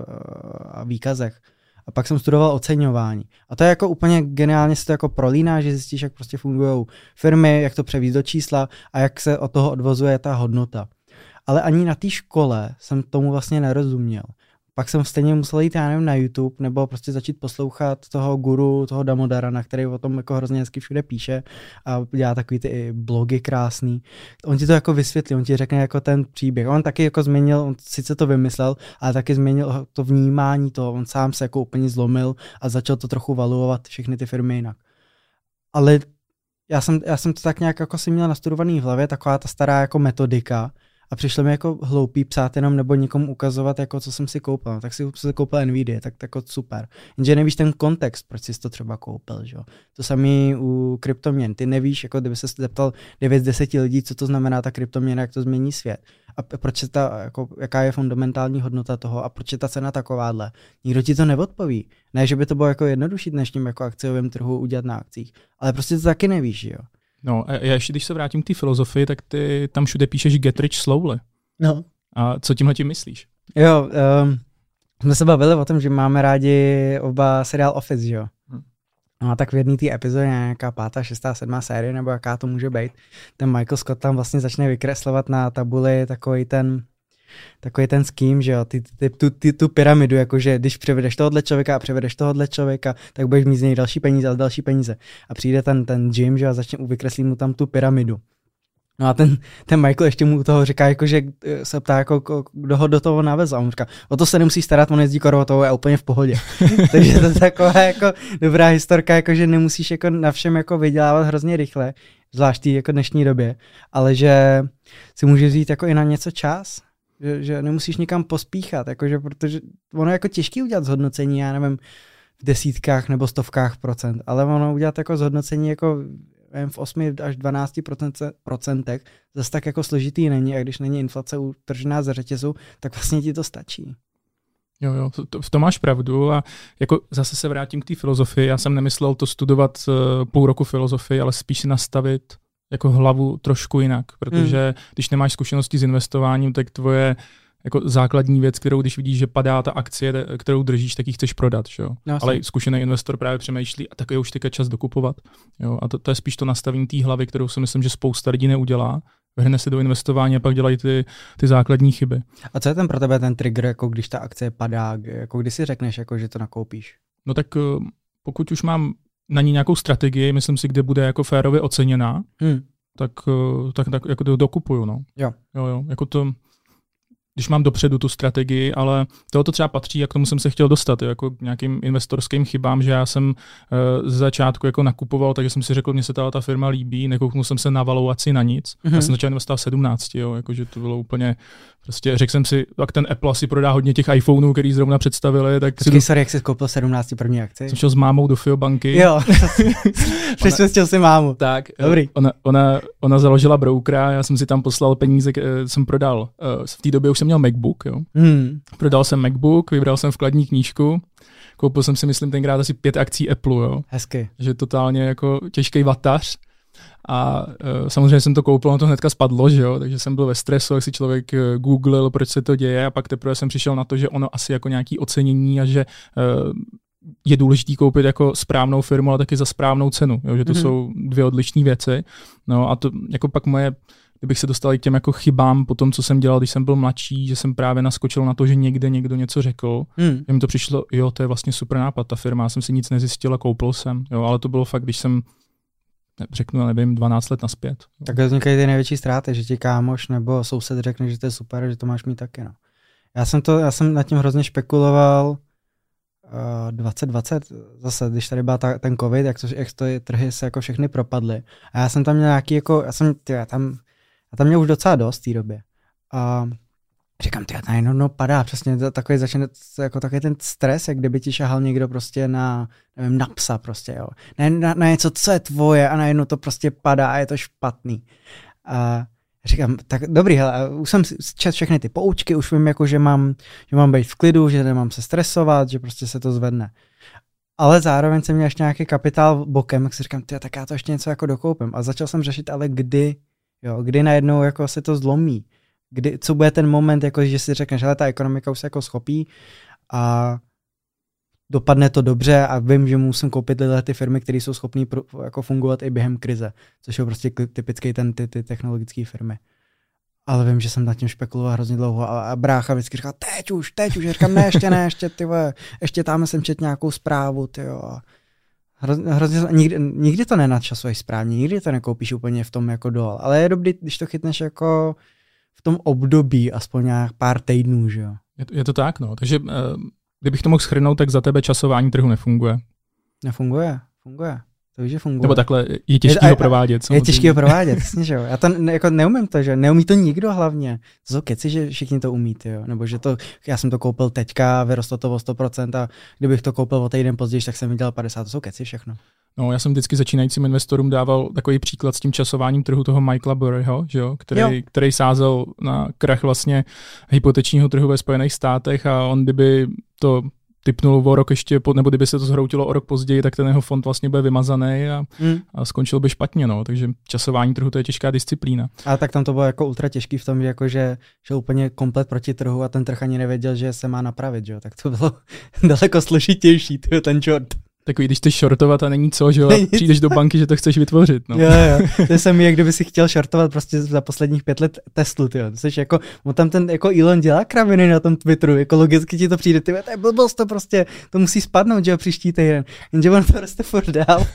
a výkazech. A pak jsem studoval oceňování. A to je jako úplně geniálně se to jako prolíná, že zjistíš, jak prostě fungují firmy, jak to převíst do čísla a jak se od toho odvozuje ta hodnota. Ale ani na té škole jsem tomu vlastně nerozuměl. Pak jsem stejně musel jít, já nevím, na YouTube nebo prostě začít poslouchat toho guru, toho Damodarana, který o tom jako hrozně hezky všude píše a dělá takový ty blogy krásný. On ti to jako vysvětlí, on ti řekne jako ten příběh. On taky jako změnil, on sice to vymyslel, ale taky změnil to vnímání toho. On sám se jako úplně zlomil a začal to trochu valuovat všechny ty firmy jinak. Ale já jsem, já jsem to tak nějak jako si měl nastudovaný v hlavě, taková ta stará jako metodika. A přišlo mi jako hloupý psát jenom nebo někomu ukazovat, jako co jsem si koupil. Tak si, si koupil Nvidia, tak jako super. Jenže nevíš ten kontext, proč jsi to třeba koupil. Že? To samé u kryptoměn. Ty nevíš, jako kdyby se zeptal devět z deseti lidí, co to znamená ta kryptoměna, jak to změní svět. A proč je ta, jako, jaká je fundamentální hodnota toho a proč je ta cena takováhle. Nikdo ti to neodpoví. Ne, že by to bylo jako jednodušší dnešním jako akciovém trhu udělat na akcích. Ale prostě to taky nevíš, jo. No a já ještě, když se vrátím k té filozofii, tak ty tam všude píšeš get rich slowly. No. A co tímhle tím myslíš? Jo, um, jsme se bavili o tom, že máme rádi oba seriál Office, že jo? Hmm. No a tak v jedné té epizodě nějaká pátá, šestá, sedmá série, nebo jaká to může být, ten Michael Scott tam vlastně začne vykreslovat na tabuli takový ten takový ten scheme, že jo, ty, ty, tu, ty, tu pyramidu, jakože když převedeš tohohle člověka a převedeš tohohle člověka, tak budeš mít z něj další peníze a další peníze. A přijde ten, ten Jim, že jo, a začne vykreslit mu tam tu pyramidu. No a ten, ten Michael ještě mu toho říká, jako, že se ptá, jako, kdo ho do toho navezl. A on říká, o to se nemusí starat, on jezdí korvotou a je úplně v pohodě. Takže to je taková jako dobrá historka, jako, že nemusíš jako na všem jako vydělávat hrozně rychle, zvlášť jako dnešní době, ale že si můžeš vzít jako i na něco čas. Že, že nemusíš nikam pospíchat, jakože, protože ono je jako těžký udělat zhodnocení, já nevím, v desítkách nebo stovkách procent, ale ono udělat jako zhodnocení jako nevím, v osmi až dvanácti procentech zase tak jako složitý není a když není inflace utržená ze řetězu, tak vlastně ti to stačí. Jo, jo, to, v tom máš pravdu a jako zase se vrátím k té filozofii, já jsem nemyslel to studovat uh, půl roku filozofii, ale spíš si nastavit jako hlavu trošku jinak, protože hmm. když nemáš zkušenosti s investováním, tak tvoje jako základní věc, kterou když vidíš, že padá ta akcie, kterou držíš, tak ji chceš prodat. Jo? No, ale zkušený investor právě přemýšlí a takový už teďka čas dokupovat. Jo? A to, to je spíš to nastavení té hlavy, kterou si myslím, že spousta lidí neudělá. Vrhne se do investování a pak dělají ty, ty základní chyby. A co je ten pro tebe ten trigger, jako když ta akcie padá, jako kdy si řekneš, jako, že to nakoupíš? No tak pokud už mám na ní nějakou strategii, myslím si, kde bude jako férově oceněná, hmm. tak, tak, tak jako to dokupuju. No. Jo. Jo, jo. Jako to, když mám dopředu tu strategii, ale tohoto třeba patří a k tomu jsem se chtěl dostat, jo, jako k nějakým investorským chybám, že já jsem uh, z začátku jako nakupoval, takže jsem si řekl, mně se ta, ta firma líbí, nekouknul jsem se na valuaci na nic. Mm-hmm. Já jsem začal investovat v sedmnácti, jo, jakože to bylo úplně, prostě řekl jsem si, tak ten Apple asi prodá hodně těch iPhoneů, který zrovna představili. Tak Počkej, sorry, jak jsi koupil sedmnáct první akci? Jsem šel s mámou do FIObanky. Jo, přesvědčil si mámu. Tak, dobrý. Ona, ona, ona založila broukera, já jsem si tam poslal peníze, jsem prodal. V té době už jsem měl MacBook, jo. Hmm. Prodal jsem MacBook, vybral jsem vkladní knížku, koupil jsem si, myslím, tenkrát asi pět akcí Apple, jo. Hezky. Že totálně jako těžký vatař. A uh, samozřejmě jsem to koupil, ono to hnedka spadlo, že jo, takže jsem byl ve stresu, jak si člověk uh, googlil, proč se to děje, a pak teprve jsem přišel na to, že ono asi jako nějaký ocenění a že uh, je důležitý koupit jako správnou firmu, ale taky za správnou cenu, jo, že to mm-hmm. jsou dvě odlišné věci. No a to jako pak moje, kdybych se dostal k těm jako chybám po tom, co jsem dělal, když jsem byl mladší, že jsem právě naskočil na to, že někde někdo něco řekl, mm. že mi to přišlo, jo, to je vlastně super nápad, ta firma, já jsem si nic nezjistil a koupil jsem, jo, ale to bylo fakt, když jsem řeknu, nevím, dvanáct let naspět. Tak vznikají ty největší ztráty, že ti kámoš nebo soused řekne, že to je super, že to máš mít taky, no. Já jsem to, já jsem nad tím hrozně špekuloval uh, dvacet dvacet, zase, když tady byl ta, ten covid, jak to, jak to trhy se jako všechny propadly. A já jsem tam měl nějaký, jako, já jsem, tyjo, já tam, já tam měl už docela dost v té době. A říkám, ty, tady no, no padá, přesně to, takový začne, jako takový ten stres, jak kdyby ti šahal někdo prostě na, nevím, na psa prostě, jo. Na, na, na něco, co je tvoje, a najednou to prostě padá a je to špatný. A říkám, tak dobrý, hele, už jsem četl všechny ty poučky, už vím, jako, že mám, že mám být v klidu, že nemám se stresovat, že prostě se to zvedne. Ale zároveň jsem měl ještě nějaký kapitál bokem, jak si říkám, ty, tak já to ještě něco jako dokoupím. A začal jsem řešit, ale kdy, jo, kdy najednou jako se to zlomí. Kdy, co bude ten moment, jako, že si řekneš, že ta ekonomika už se jako schopí a dopadne to dobře a vím, že musím koupit tyhle ty firmy, které jsou schopné jako fungovat i během krize, což je prostě typický ten ty, ty technologické firmy. Ale vím, že jsem nad tím špekuloval hrozně dlouho a, a brácha vždycky říkal, teď už, teď už, říkám, ne, ještě ne, ještě, ty vole, ještě tam jsem četl nějakou zprávu, ty jo. Hrozně, hrozně, nikdy, nikdy to nenadčasuješ správně, nikdy to nekoupíš úplně v tom jako dol, ale je dobrý, když to chytneš jako v tom období, aspoň nějak pár týdnů, že jo. Je to, je to tak, no. Takže uh, kdybych to mohl shrnout, tak za tebe časování trhu nefunguje. Nefunguje, funguje. To víš, že funguje. Nebo takhle je těžký ho provádět. Je těžký ho provádět, jasně, že jo. Já to ne, jako neumím to, že neumí to nikdo hlavně. To jsou keci, že všichni to umí, jo. Nebo že to, já jsem to koupil teďka, vyrostlo to o sto procent a kdybych to koupil o týden později, tak jsem viděl padesát, to jsou keci všechno. No, já jsem vždycky začínajícím investorům dával takový příklad s tím časováním trhu toho Michaela Burryho, že jo, který, jo. který sázel na krach vlastně hypotečního trhu ve Spojených státech a on kdyby to tipnul o rok ještě, nebo kdyby se to zhroutilo o rok později, tak ten jeho fond vlastně bude vymazaný a, hmm. a skončil by špatně, no, takže časování trhu to je těžká disciplína. A tak tam to bylo jako ultra těžký v tom, že jako, že šel úplně komplet proti trhu a ten trh ani nevěděl, že se má napravit, že jo, tak to bylo daleko složitější, ten short. Takový, když chceš shortovat a není co, že jo, a přijdeš do banky, že to chceš vytvořit. No. Jo, jo, to jsem jak kdyby si chtěl shortovat prostě za posledních pět let Teslu, tyjo. To jsi jako, on tam ten jako Elon dělá kraviny na tom Twitteru, jako logicky ti to přijde, ty to je blbost, to prostě, to musí spadnout, že jo, příští týden, jenže on to roste furt dál.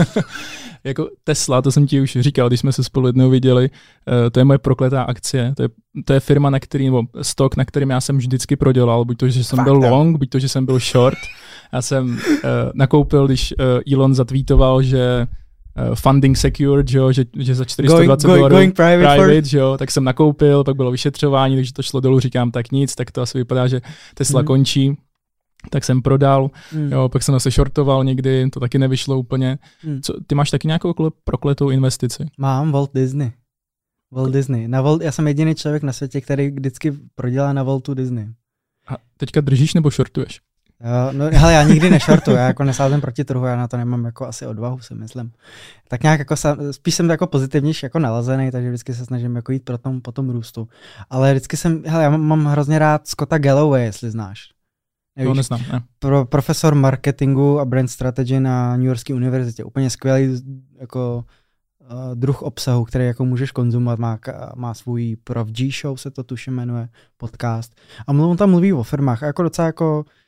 Jako Tesla, to jsem ti už říkal, když jsme se spolu jednou viděli, uh, to je moje prokletá akcie, to je, to je firma, na který, nebo stok, na kterým já jsem vždycky prodělal, buď to, že jsem Fakt, byl long, buď to, že jsem byl short. Já jsem uh, nakoupil, když uh, Elon zatweetoval, že uh, funding secured, že, že, že za čtyři sta dvacet dolarů going private, private že jo, tak jsem nakoupil, pak bylo vyšetřování, takže to šlo dolů, říkám, tak nic, tak to asi vypadá, že Tesla mm. končí. Tak jsem prodal, mm. jo, pak jsem se shortoval někdy, to taky nevyšlo úplně. Mm. Co, ty máš taky nějakou prokletou investici? Mám, Walt Disney. Walt Disney. Na Walt, já jsem jediný člověk na světě, který vždycky prodělá na Waltu Disney. A teďka držíš nebo shortuješ? Jo, no, hele, já nikdy nešortuju, já jako nesázím proti trhu, já na to nemám jako asi odvahu, si myslím. Tak nějak jako sam, spíš jsem jako pozitivnější jako nalazený, takže vždycky se snažím jako jít pro tom, po tom růstu. Ale vždycky jsem, hele, já mám, mám hrozně rád Scotta Galloway, jestli znáš. Nevíš, to neznám, ne. Pro, profesor marketingu a brand strategy na New Yorkské univerzitě. Úplně skvělý jako uh, druh obsahu, který jako můžeš konzumovat. Má, má svůj Prof G Show, se to tuším jmenuje, podcast. A on tam mluví o firmách. A jako docela jako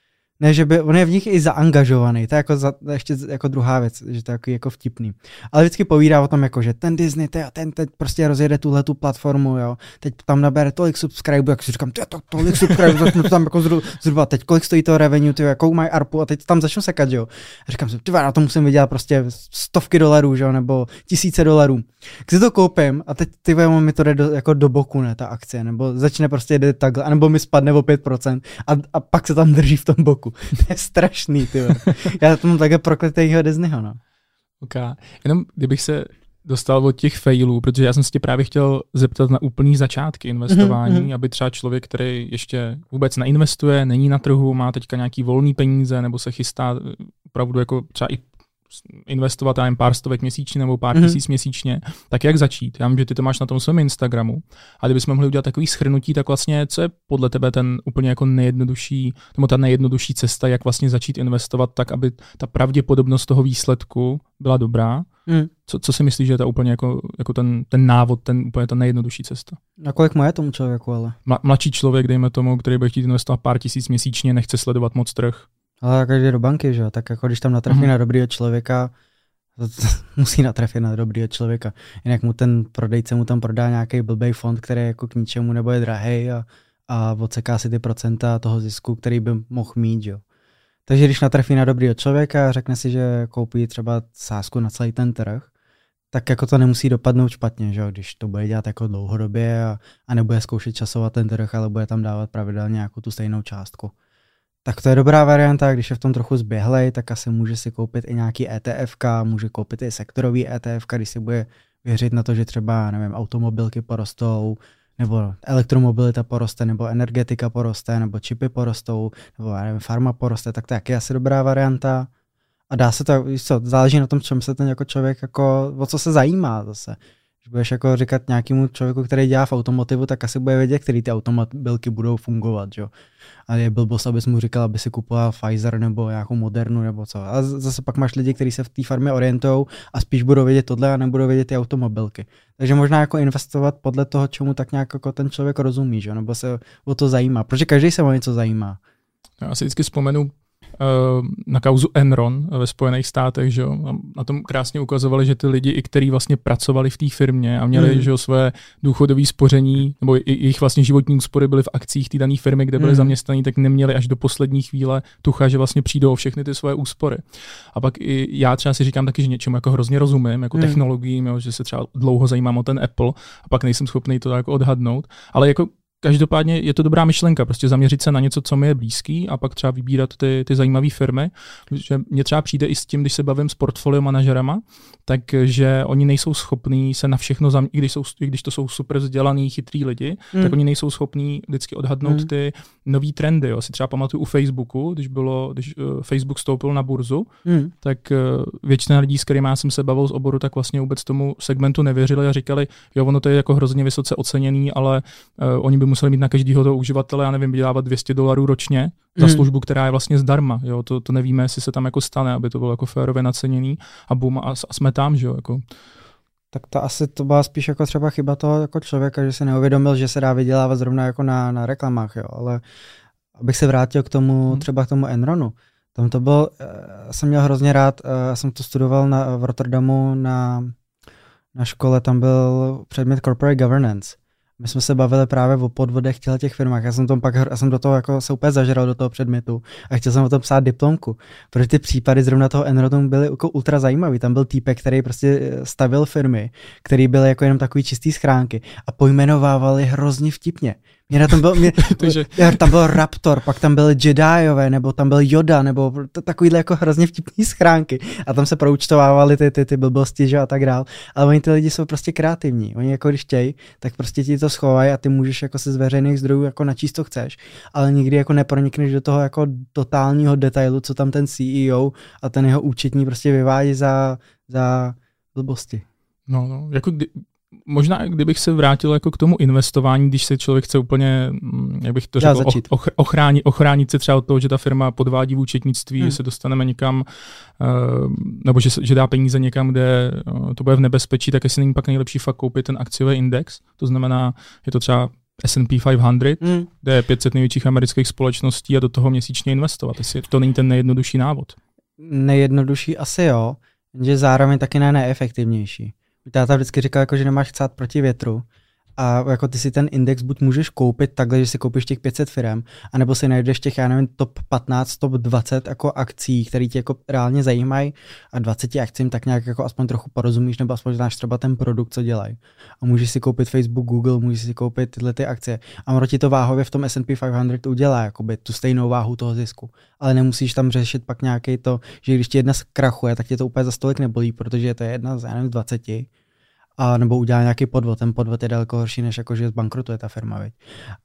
Ne, že by, on je v nich i zaangažovaný, to je jako za, ještě jako druhá věc, že to je jako, jako vtipný. Ale vždycky povídá o tom, jako, že ten Disney, ten, ten teď prostě rozjede tuhle tu platformu, jo, teď tam nabere tolik subscribe, jak si říkám, ty to tolik subscribe, začnu tam jako zhruba, teď kolik stojí to revenue, ty jakou mají arpu a teď tam začnu sekat, jo. A říkám si, ty na to musím vydělat prostě stovky dolarů, jo, nebo tisíce dolarů. Když to koupím a teď ty mi to jde do, jako do boku, ne, ta akcie, nebo začne prostě jde takhle, anebo mi spadne o pět procent a, a pak se tam drží v tom boku. To je strašný, ty. Já to mám také prokletýho Disneyho, no. Ok. Jenom kdybych se dostal od těch failů, protože já jsem se tě právě chtěl zeptat na úplný začátky investování, mm-hmm. aby třeba člověk, který ještě vůbec neinvestuje, není na trhu, má teďka nějaký volný peníze, nebo se chystá opravdu jako třeba i investovat jen pár stovek měsíčně nebo pár mm-hmm. tisíc měsíčně, tak jak začít? Já vím, že ty to máš na tom svém Instagramu, a kdybychom mohli udělat takový shrnutí, tak vlastně co je podle tebe ten úplně jako nejjednodušší, nebo ta nejjednodušší cesta, jak vlastně začít investovat tak, aby ta pravděpodobnost toho výsledku byla dobrá? Mm. Co, co si myslíš, že je to úplně jako, jako ten, ten návod, ten úplně ta nejjednodušší cesta? A kolik má je tomu člověku, ale? Mla, mladší člověk, dejme tomu, který bude chtít investovat pár tisíc měsíčně, nechce sledovat moc trh. Ale každý do banky, že? Tak jako když tam natrefí mm. na dobrýho člověka, to, to, musí natrefit na dobrýho člověka. Jinak mu ten prodejce mu tam prodá nějaký blbej fond, který je jako k ničemu nebo je drahej a, a odseká si ty procenta toho zisku, který by mohl mít, jo. Takže když natrefí na dobrýho člověka a řekne si, že koupí třeba sázku na celý ten trh, tak jako to nemusí dopadnout špatně, že? Když to bude dělat jako dlouhodobě a, a nebude zkoušet časovat ten trh, ale bude tam dávat pravidelně nějakou tu stejnou částku. Tak to je dobrá varianta, když je v tom trochu zběhlej, tak asi může si koupit i nějaký E T F ka, může koupit i sektorový E T F ka, když si bude věřit na to, že třeba, nevím, automobilky porostou, nebo elektromobilita poroste, nebo energetika poroste, nebo čipy porostou, nebo nevím, farma poroste, tak to je taky asi dobrá varianta. A dá se to, víš co, záleží na tom, čem se ten jako člověk, jako, o co se zajímá zase. Když budeš jako říkat nějakému člověku, který dělá v automotivu, tak asi bude vědět, který ty automobilky budou fungovat, jo. A je blbost, abys mu říkal, aby si kupoval Pfizer nebo nějakou Modernu nebo co. A zase pak máš lidi, kteří se v té farmě orientujou a spíš budou vědět tohle a nebudou vědět ty automobilky. Takže možná jako investovat podle toho, čemu tak nějak jako ten člověk rozumí, že? Nebo se o to zajímá. Protože každý se o něco zajímá. Já si vždycky vzpomenu na kauzu Enron ve Spojených státech, že jo. Na tom krásně ukazovali, že ty lidi, i kteří vlastně pracovali v té firmě a měli mm. že jo, své důchodové spoření, nebo i jejich vlastně životní úspory byly v akcích té dané firmy, kde byli mm. zaměstnaní, tak neměli až do poslední chvíle tucha, že vlastně přijdou o všechny ty svoje úspory. A pak i já třeba si říkám taky, že něčemu jako hrozně rozumím, jako mm. technologiím, jo, že se třeba dlouho zajímám o ten Apple a pak nejsem schopný to jako odhadnout, ale jako každopádně je to dobrá myšlenka, prostě zaměřit se na něco, co mi je blízký a pak třeba vybírat ty, ty zajímavé firmy. Že mně třeba přijde i s tím, když se bavím s portfolio manažerama, takže oni nejsou schopní se na všechno zaměřit, i když, jsou, i když to jsou super vzdělaný, chytrý lidi, mm. tak oni nejsou schopní vždycky odhadnout mm. ty nový trendy. Jo. Si třeba pamatuju u Facebooku, když, bylo, když uh, Facebook vstoupil na burzu, mm. tak uh, většina lidí, s kterými jsem se bavil z oboru, tak vlastně vůbec tomu segmentu nevěřili a říkali, jo, ono to je jako hrozně vysoce oceněný, ale uh, oni by museli mít na každého toho uživatele, já nevím, vydělávat dvě stě dolarů ročně za službu, která je vlastně zdarma. Jo, to, to nevíme, jestli se tam jako stane, aby to bylo jako férově naceněný a bum, a, a jsme tam, že jo. Jako. Tak to asi to byla spíš jako třeba chyba toho jako člověka, že se neuvědomil, že se dá vydělávat zrovna jako na, na reklamách, jo, ale abych se vrátil k tomu, hmm. třeba k tomu Enronu. Tam to byl, já jsem měl hrozně rád, já jsem to studoval na, v Rotterdamu na, na škole, tam byl předmět Corporate Governance. My jsme se bavili právě o podvodech v těch firmách. Já jsem, tom pak, já jsem do toho jako se úplně zažral do toho předmětu a chtěl jsem o tom psát diplomku, protože ty případy zrovna toho Enronu byly jako ultra zajímavý. Tam byl týpek, který prostě stavil firmy, který byly jako jenom takový čistý schránky a pojmenovávali hrozně vtipně. Mě na tom byl, mě, Takže... tam byl Raptor, pak tam byly Jediové, nebo tam byl Yoda, nebo takovýhle jako hrozně vtipný schránky. A tam se proučtovávaly ty, ty, ty blbosti, že a tak dál. Ale oni ty lidi jsou prostě kreativní. Oni jako když chtějí, tak prostě ti to schovají a ty můžeš jako se z veřejných zdrojů jako načíst, co chceš. Ale nikdy jako nepronikneš do toho jako totálního detailu, co tam ten C E O a ten jeho účetní prostě vyvádí za, za blbosti. No, no, jako kdy... Možná, kdybych se vrátil jako k tomu investování, když se člověk chce úplně, jak bych to řekl, och, ochránit, ochránit se třeba od toho, že ta firma podvádí v účetnictví, hmm. že se dostaneme někam, nebo že, že dá peníze někam, kde to bude v nebezpečí, tak jestli není pak nejlepší fakt koupit ten akciový index. To znamená, je to třeba S and P pět set, Mm. kde je pět set největších amerických společností a do toho měsíčně investovat. Jestli to není ten nejjednodušší návod. Nejjednodušší asi jo, že zároveň taky ne neefektivnější. Táta vždycky říkal, jako, že nemáš chcát proti větru a jako ty si ten index buď můžeš koupit takhle, že si koupíš těch pět set firem, anebo si najdeš těch, já nevím, top patnáct, top dvacet jako akcí, které tě jako reálně zajímají a dvacet akcím tak nějak jako aspoň trochu porozumíš, nebo aspoň znáš třeba ten produkt, co dělají. A můžeš si koupit Facebook, Google, můžeš si koupit tyhle ty akcie. A ono ti to váhově v tom S and P pět set udělá jakoby tu stejnou váhu toho zisku. Ale nemusíš tam řešit pak nějaký to, že když ti jedna zkrachuje, tak tě to úplně za stolik nebolí, protože to je jedna z, já nevím, z dvaceti. A nebo udělá nějaký podvod. Ten podvod je daleko horší, než jako, že zbankrotuje ta firma. Viď?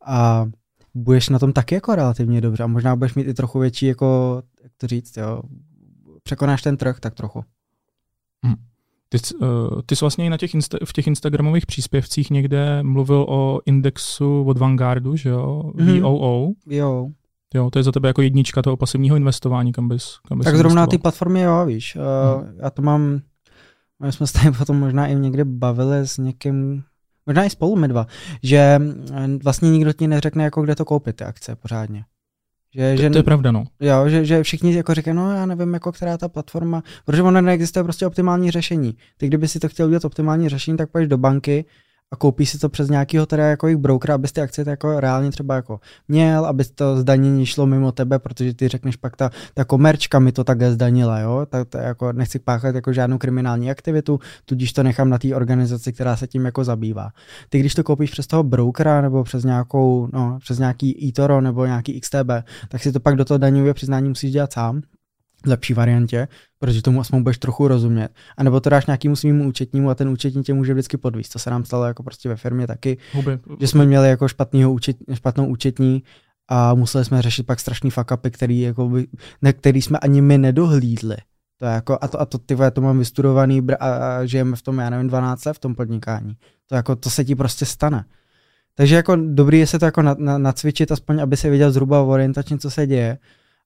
A budeš na tom taky jako relativně dobře. A možná budeš mít i trochu větší, jako, jak to říct, jo, překonáš ten trh tak trochu. Hmm. Ty, uh, ty jsi vlastně i na těch insta- v těch instagramových příspěvcích někde mluvil o indexu od Vanguardu, že jo? Mm-hmm. V O O. Jo. Jo, to je za tebe jako jednička toho pasivního investování, kam bys, kam bys Tak zrovna na investoval. té platformě jo, víš. Uh, hmm. Já to mám, my jsme se tady potom možná i někde bavili s někým, možná i spolu my dva, že vlastně nikdo ti neřekne, jako kde to koupit, ty akce pořádně. Že, to, že, to je pravda, no. Jo, že, že všichni jako říkají, no já nevím, jako která ta platforma, protože ono neexistuje prostě optimální řešení. Ty kdyby si to chtěl udělat optimální řešení, tak půjdeš do banky a koupíš si to přes nějakého teda jako jejich brokera, abys ty akcie jako reálně třeba jako měl, aby to zdanění šlo mimo tebe, protože ty řekneš pak ta, ta komerčka mi to takhle zdanila, jo, tak to jako nechci páchat jako žádnou kriminální aktivitu, tudíž to nechám na té organizaci, která se tím jako zabývá. Ty když to koupíš přes toho brokera nebo přes nějakou, no, přes nějaký eToro nebo nějaký X T B, tak si to pak do toho daňového přiznání musíš dělat sám. V lepší variantě, protože tomu aspoň budeš trochu rozumět. A nebo to dáš nějakému svýmu účetnímu a ten účetní tě může vždycky podvíst. To se nám stalo jako prostě ve firmě taky, Huby. že jsme měli jako špatnýho účet, špatnou účetní a museli jsme řešit pak strašný fuck upy, který, jako, ne, který jsme ani my nedohlídli. To je jako, a to, a to, ty vole, to mám vystudovaný a, a žijeme v tom, já nevím, dvanáct let v tom podnikání. To, jako, to se ti prostě stane. Takže jako dobrý je se to jako na, na, nacvičit, aspoň aby se věděl zhruba orientačně, co se děje.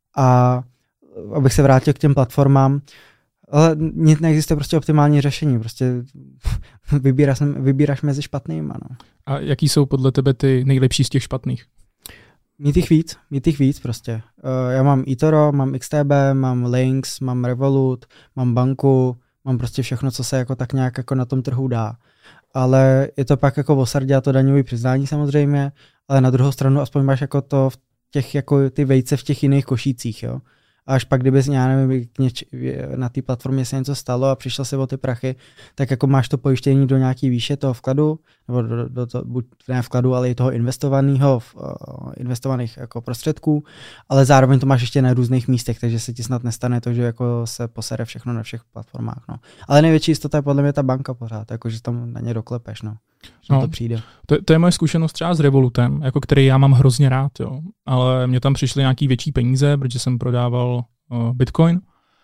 A abych se vrátil k těm platformám, ale nic neexistuje prostě optimální řešení, prostě vybíráš, vybíráš mezi špatnýma. No. A jaký jsou podle tebe ty nejlepší z těch špatných? Mít jich víc, mít jich víc prostě. Uh, já mám eToro, mám X T B, mám Lynx, mám Revolut, mám banku, mám prostě všechno, co se jako tak nějak jako na tom trhu dá. Ale je to pak jako osardě a to daňové přiznání samozřejmě, ale na druhou stranu aspoň máš jako to v těch jako ty vejce v těch jiných košících, jo. A až pak, kdyby já nevím, něč, na té platformě se něco stalo a přišlo se o ty prachy, tak jako máš to pojištění do nějaký výše toho vkladu, nebo do, do, do buď ne vkladu, ale i toho investovaného, uh, investovaných jako prostředků, ale zároveň to máš ještě na různých místech, takže se ti snad nestane to, že jako se posere všechno na všech platformách. No. Ale největší jistota je podle mě ta banka pořád, jako že tam na ně doklepeš. No. No, to přijde. To, to je moje zkušenost třeba s Revolutem, jako který já mám hrozně rád, jo. Ale mě tam přišly nějaký větší peníze, protože jsem prodával uh, Bitcoin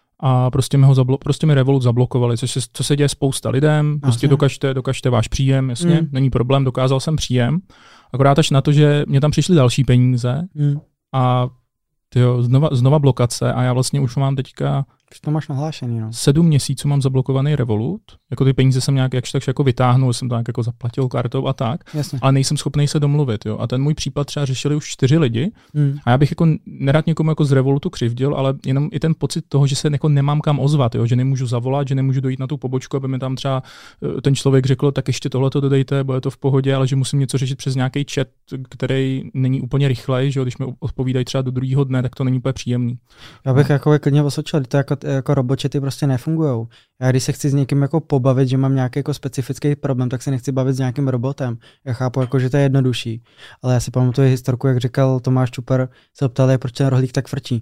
a prostě mi, ho zablo- prostě mi Revolut zablokovali, což se, co se děje spousta lidem, prostě jasně. dokažte, dokažte váš příjem, jasně, mm. není problém, dokázal jsem příjem, akorát až na to, že mě tam přišly další peníze mm. a tyjo, znova, znova blokace a já vlastně už mám teďka Už to máš nahlášený, no. Sedm měsíců mám zablokovaný Revolut, jako ty peníze jsem nějak jakž tak jako vytáhnul, jsem to nějak jako zaplatil kartou a tak, jasně. ale nejsem schopný se domluvit, jo. A ten můj případ třeba řešili už čtyři lidi hmm. a já bych jako nerad někomu jako z Revolutu křivdil, ale jenom i ten pocit toho, že se jako nemám kam ozvat, jo, že nemůžu zavolat, že nemůžu dojít na tu pobočku, aby mi tam třeba ten člověk řekl, tak ještě tohle to dodejte, bude to v pohodě, ale že musím něco řešit přes nějaký chat, který není úplně rychlej, že jo, když mi odpovídají třeba do druhého dne, tak to není úplně příjemný. Já bych jako klidně osočil, to jako, jako robočety prostě nefungujou. Já když se chci s někým jako pobavit, že mám nějaký jako specifický problém, tak se nechci bavit s nějakým robotem. Já chápu, jako, že to je jednodušší. Ale já si pamatuju historku, jak říkal Tomáš Čupar, se ptal, proč ten rohlík tak frčí.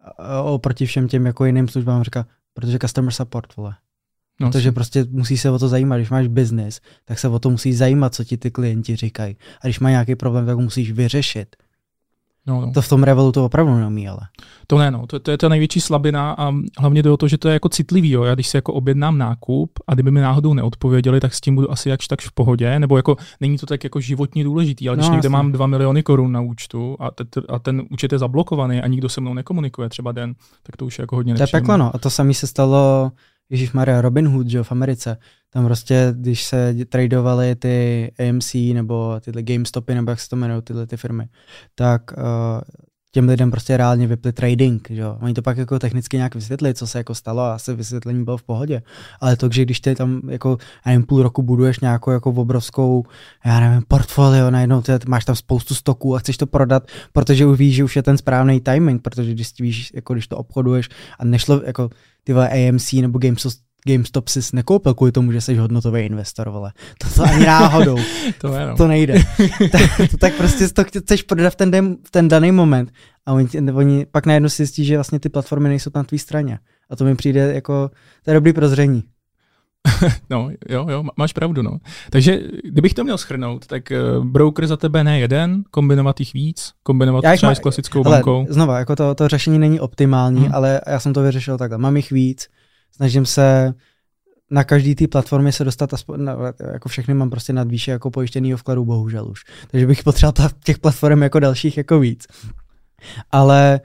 Oproti všem těm jako jiným službám říká, protože customer support, vole. No, protože prostě musí se o to zajímat. Když máš business, tak se o to musí zajímat, co ti ty klienti říkají. A když má nějaký problém, tak ho musíš vyřešit. No, no. To v tom Revolutu opravdu neumí, ale. To ne, no. To, to je ta největší slabina a hlavně jde o to, že to je jako citlivý, jo. Já když si jako objednám nákup a kdyby mi náhodou neodpověděli, tak s tím budu asi jakž tak v pohodě, nebo jako není to tak jako životně důležitý, ale když no, někde mám dva miliony korun na účtu a, te, a ten účet je zablokovaný a nikdo se mnou nekomunikuje třeba den, tak to už je jako hodně nepříjemné. To je peklo, no. A to samé se stalo ježišmarja, Robinhood, že jo, v Americe, tam prostě, když se tradovaly ty A M C nebo tyhle GameStopy, nebo jak se to jmenují, tyhle ty firmy, tak uh, těm lidem prostě reálně vypli trading, že jo. Oni to pak jako technicky nějak vysvětlili, co se jako stalo a asi vysvětlení bylo v pohodě. Ale to, že když ty tam jako, já nevím, půl roku buduješ nějakou jako obrovskou, já nevím, portfolio, najednou ty, ty máš tam spoustu stoků a chceš to prodat, protože už víš, že už je ten správný timing, protože když víš, jako když to obchoduješ a nešlo jako ty A M C nebo GameStop, GameStop si nekoupil kvůli tomu, že jsi hodnotový investor, vole. To, to ani náhodou. to, je, no. to nejde. tak, to, tak prostě to chceš prodat v ten, den, v ten daný moment a oni, oni pak najednou si zjistí, že vlastně ty platformy nejsou na tvý straně. A to mi přijde jako, to je dobrý prozření. No, jo, jo, máš pravdu, no. Takže, kdybych to měl shrnout, tak uh, broker za tebe ne jeden, kombinovat jich víc, kombinovat třeba má, s klasickou ale bankou. Znova, jako to, to řešení není optimální, hmm. ale já jsem to vyřešil takhle. Mám jich víc, snažím se na každý té platformě se dostat, aspoň, na, jako všechny mám prostě nad výše jako pojištěnýho vkladu, bohužel už. Takže bych potřeboval těch platform jako dalších jako víc. Ale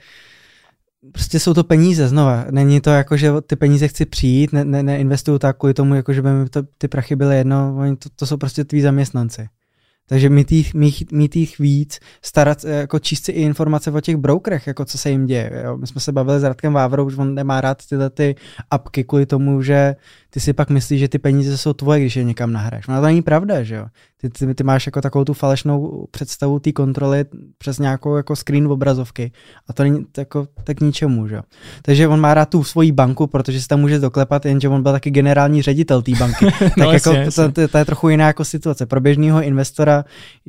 prostě jsou to peníze, znova. Není to jako, že ty peníze chci přijít, ne, ne, neinvestuju tak kvůli tomu, jako, že by mi to, ty prachy byly jedno, oni to, to jsou prostě tví zaměstnanci. Takže mít jich, mít, mít jich víc, starat, jako číst si i informace o těch brokerech, jako co se jim děje. Jo. My jsme se bavili s Radkem Vávrou, že on nemá rád tyhle ty apky kvůli tomu, že ty si pak myslíš, že ty peníze jsou tvoje, když je někam nahraješ. No to není pravda, že jo. Ty, ty, ty máš jako takovou tu falešnou představu té kontroly přes nějakou jako screen obrazovky a to není jako, tak k ničemu, že jo. Takže on má rád tu svoji banku, protože si tam může doklepat, jenže on byl taky generální ředitel té banky. no, tak jasně, jako jasně. To, to, to je trochu jiná jako situace. Pro běžného investora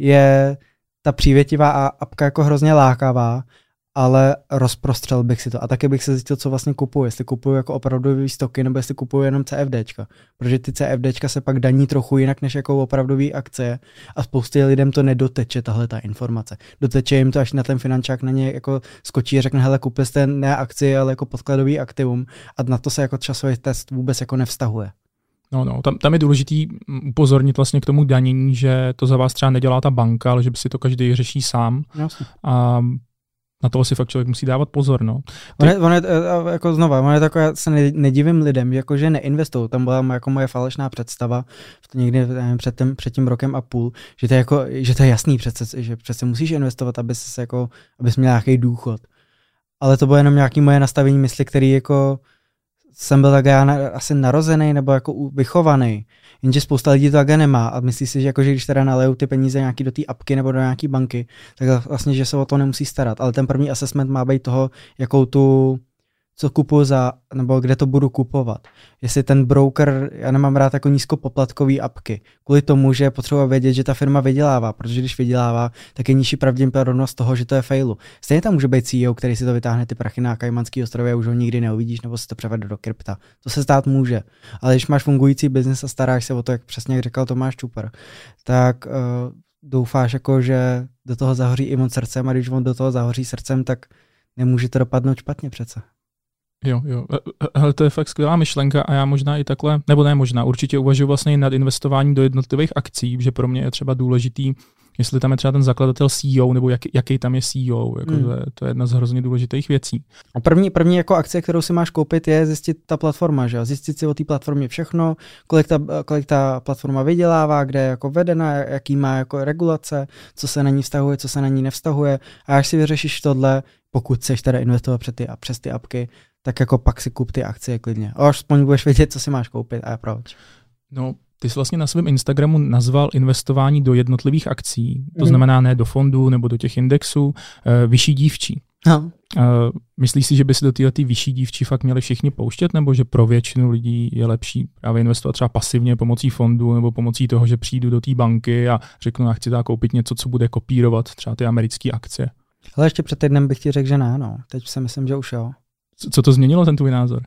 je ta přívětivá apka jako hrozně lákavá, ale rozprostřel bych si to. A taky bych se zjistil, co vlastně kupuju. Jestli kupuju jako opravdový stoky, nebo jestli kupuju jenom CFDčka. Protože ty CFDčka se pak daní trochu jinak, než jako opravdový akcie. A spoustě lidem to nedoteče, tahle ta informace. Doteče jim to, až na ten finančák na ně jako skočí a řekne, hele, kupi jste ne akcie, ale jako podkladový aktivum. A na to se jako časový test vůbec jako nevztahuje. No, no, tam, tam je důležitý upozornit vlastně k tomu danění, že to za vás třeba nedělá ta banka, ale že by si to každý řeší sám. Jasně. A na to asi fakt člověk musí dávat pozor, no. Ty... On je, on je, jako znova, on je takové, já se nedivím lidem, jako že neinvestují, tam byla jako moje falešná představa někdy nevím, před, tím, před tím rokem a půl, že to je, jako, že to je jasný přece, že přece musíš investovat, aby jsi jako, abys měl nějaký důchod. Ale to bylo jenom nějaký moje nastavení mysli, který jako jsem byl tak já na, asi narozený nebo jako vychovaný, jenže spousta lidí to takhle nemá a myslí si, že, jako, že když teda nalejou ty peníze nějaký do té apky nebo do nějaký banky, tak vlastně, že se o to nemusí starat. Ale ten první assessment má být toho, jakou tu, co kupuju za, nebo kde to budu kupovat. Jestli ten broker, já nemám rád jako nízkopoplatkový apky, kvůli tomu, že je potřeba vědět, že ta firma vydělává, protože když vydělává, tak je nižší pravděpodobnost toho, že to je failu. Stejně tam může být C E O, který si to vytáhne ty prachy na Kajmanský ostrově a už ho nikdy neuvidíš, nebo si to převede do krypta. To se stát může. Ale když máš fungující biznis a staráš se o to, jak přesně jak říkal Tomáš Čupar, tak uh, doufáš, jako, že do toho zahoří i moc srdcem a když on do toho zahoří srdcem, tak nemůže to dopadnout špatně přece. Jo, jo. Hele, to je fakt skvělá myšlenka a já možná i takhle, nebo ne možná, určitě uvažuji vlastně nad investováním do jednotlivých akcí, že pro mě je třeba důležitý, jestli tam je třeba ten zakladatel C E O, nebo jak, jaký tam je C E O, jako hmm. to, je, to je jedna z hrozně důležitých věcí. A první, první jako akce, kterou si máš koupit, je zjistit ta platforma, že? Zjistit si o té platformě všechno, kolik ta, kolik ta platforma vydělává, kde je jako vedena, jaký má jako regulace, co se na ní vztahuje, co se na ní nevztahuje. A až si vyřešíš tohle, pokud chceš teda investovat přes ty, přes ty apky, tak jako pak si kup ty akcie klidně. A aspoň budeš vědět, co si máš koupit a proč. No, ty jsi vlastně na svém Instagramu nazval investování do jednotlivých akcí, to mm. znamená ne do fondů nebo do těch indexů, uh, vyšší dívčí. No. Uh, myslíš si, že by si do této vyšší dívčí fakt měli všichni pouštět, nebo že pro většinu lidí je lepší právě investovat třeba pasivně pomocí fondů nebo pomocí toho, že přijdu do té banky a řeknu, já chci koupit něco, co bude kopírovat třeba ty americké akcie? Ale ještě před týdnem bych ti řekl, že ne, no. Teď si myslím, že už jo. Co to změnilo, ten tvůj názor?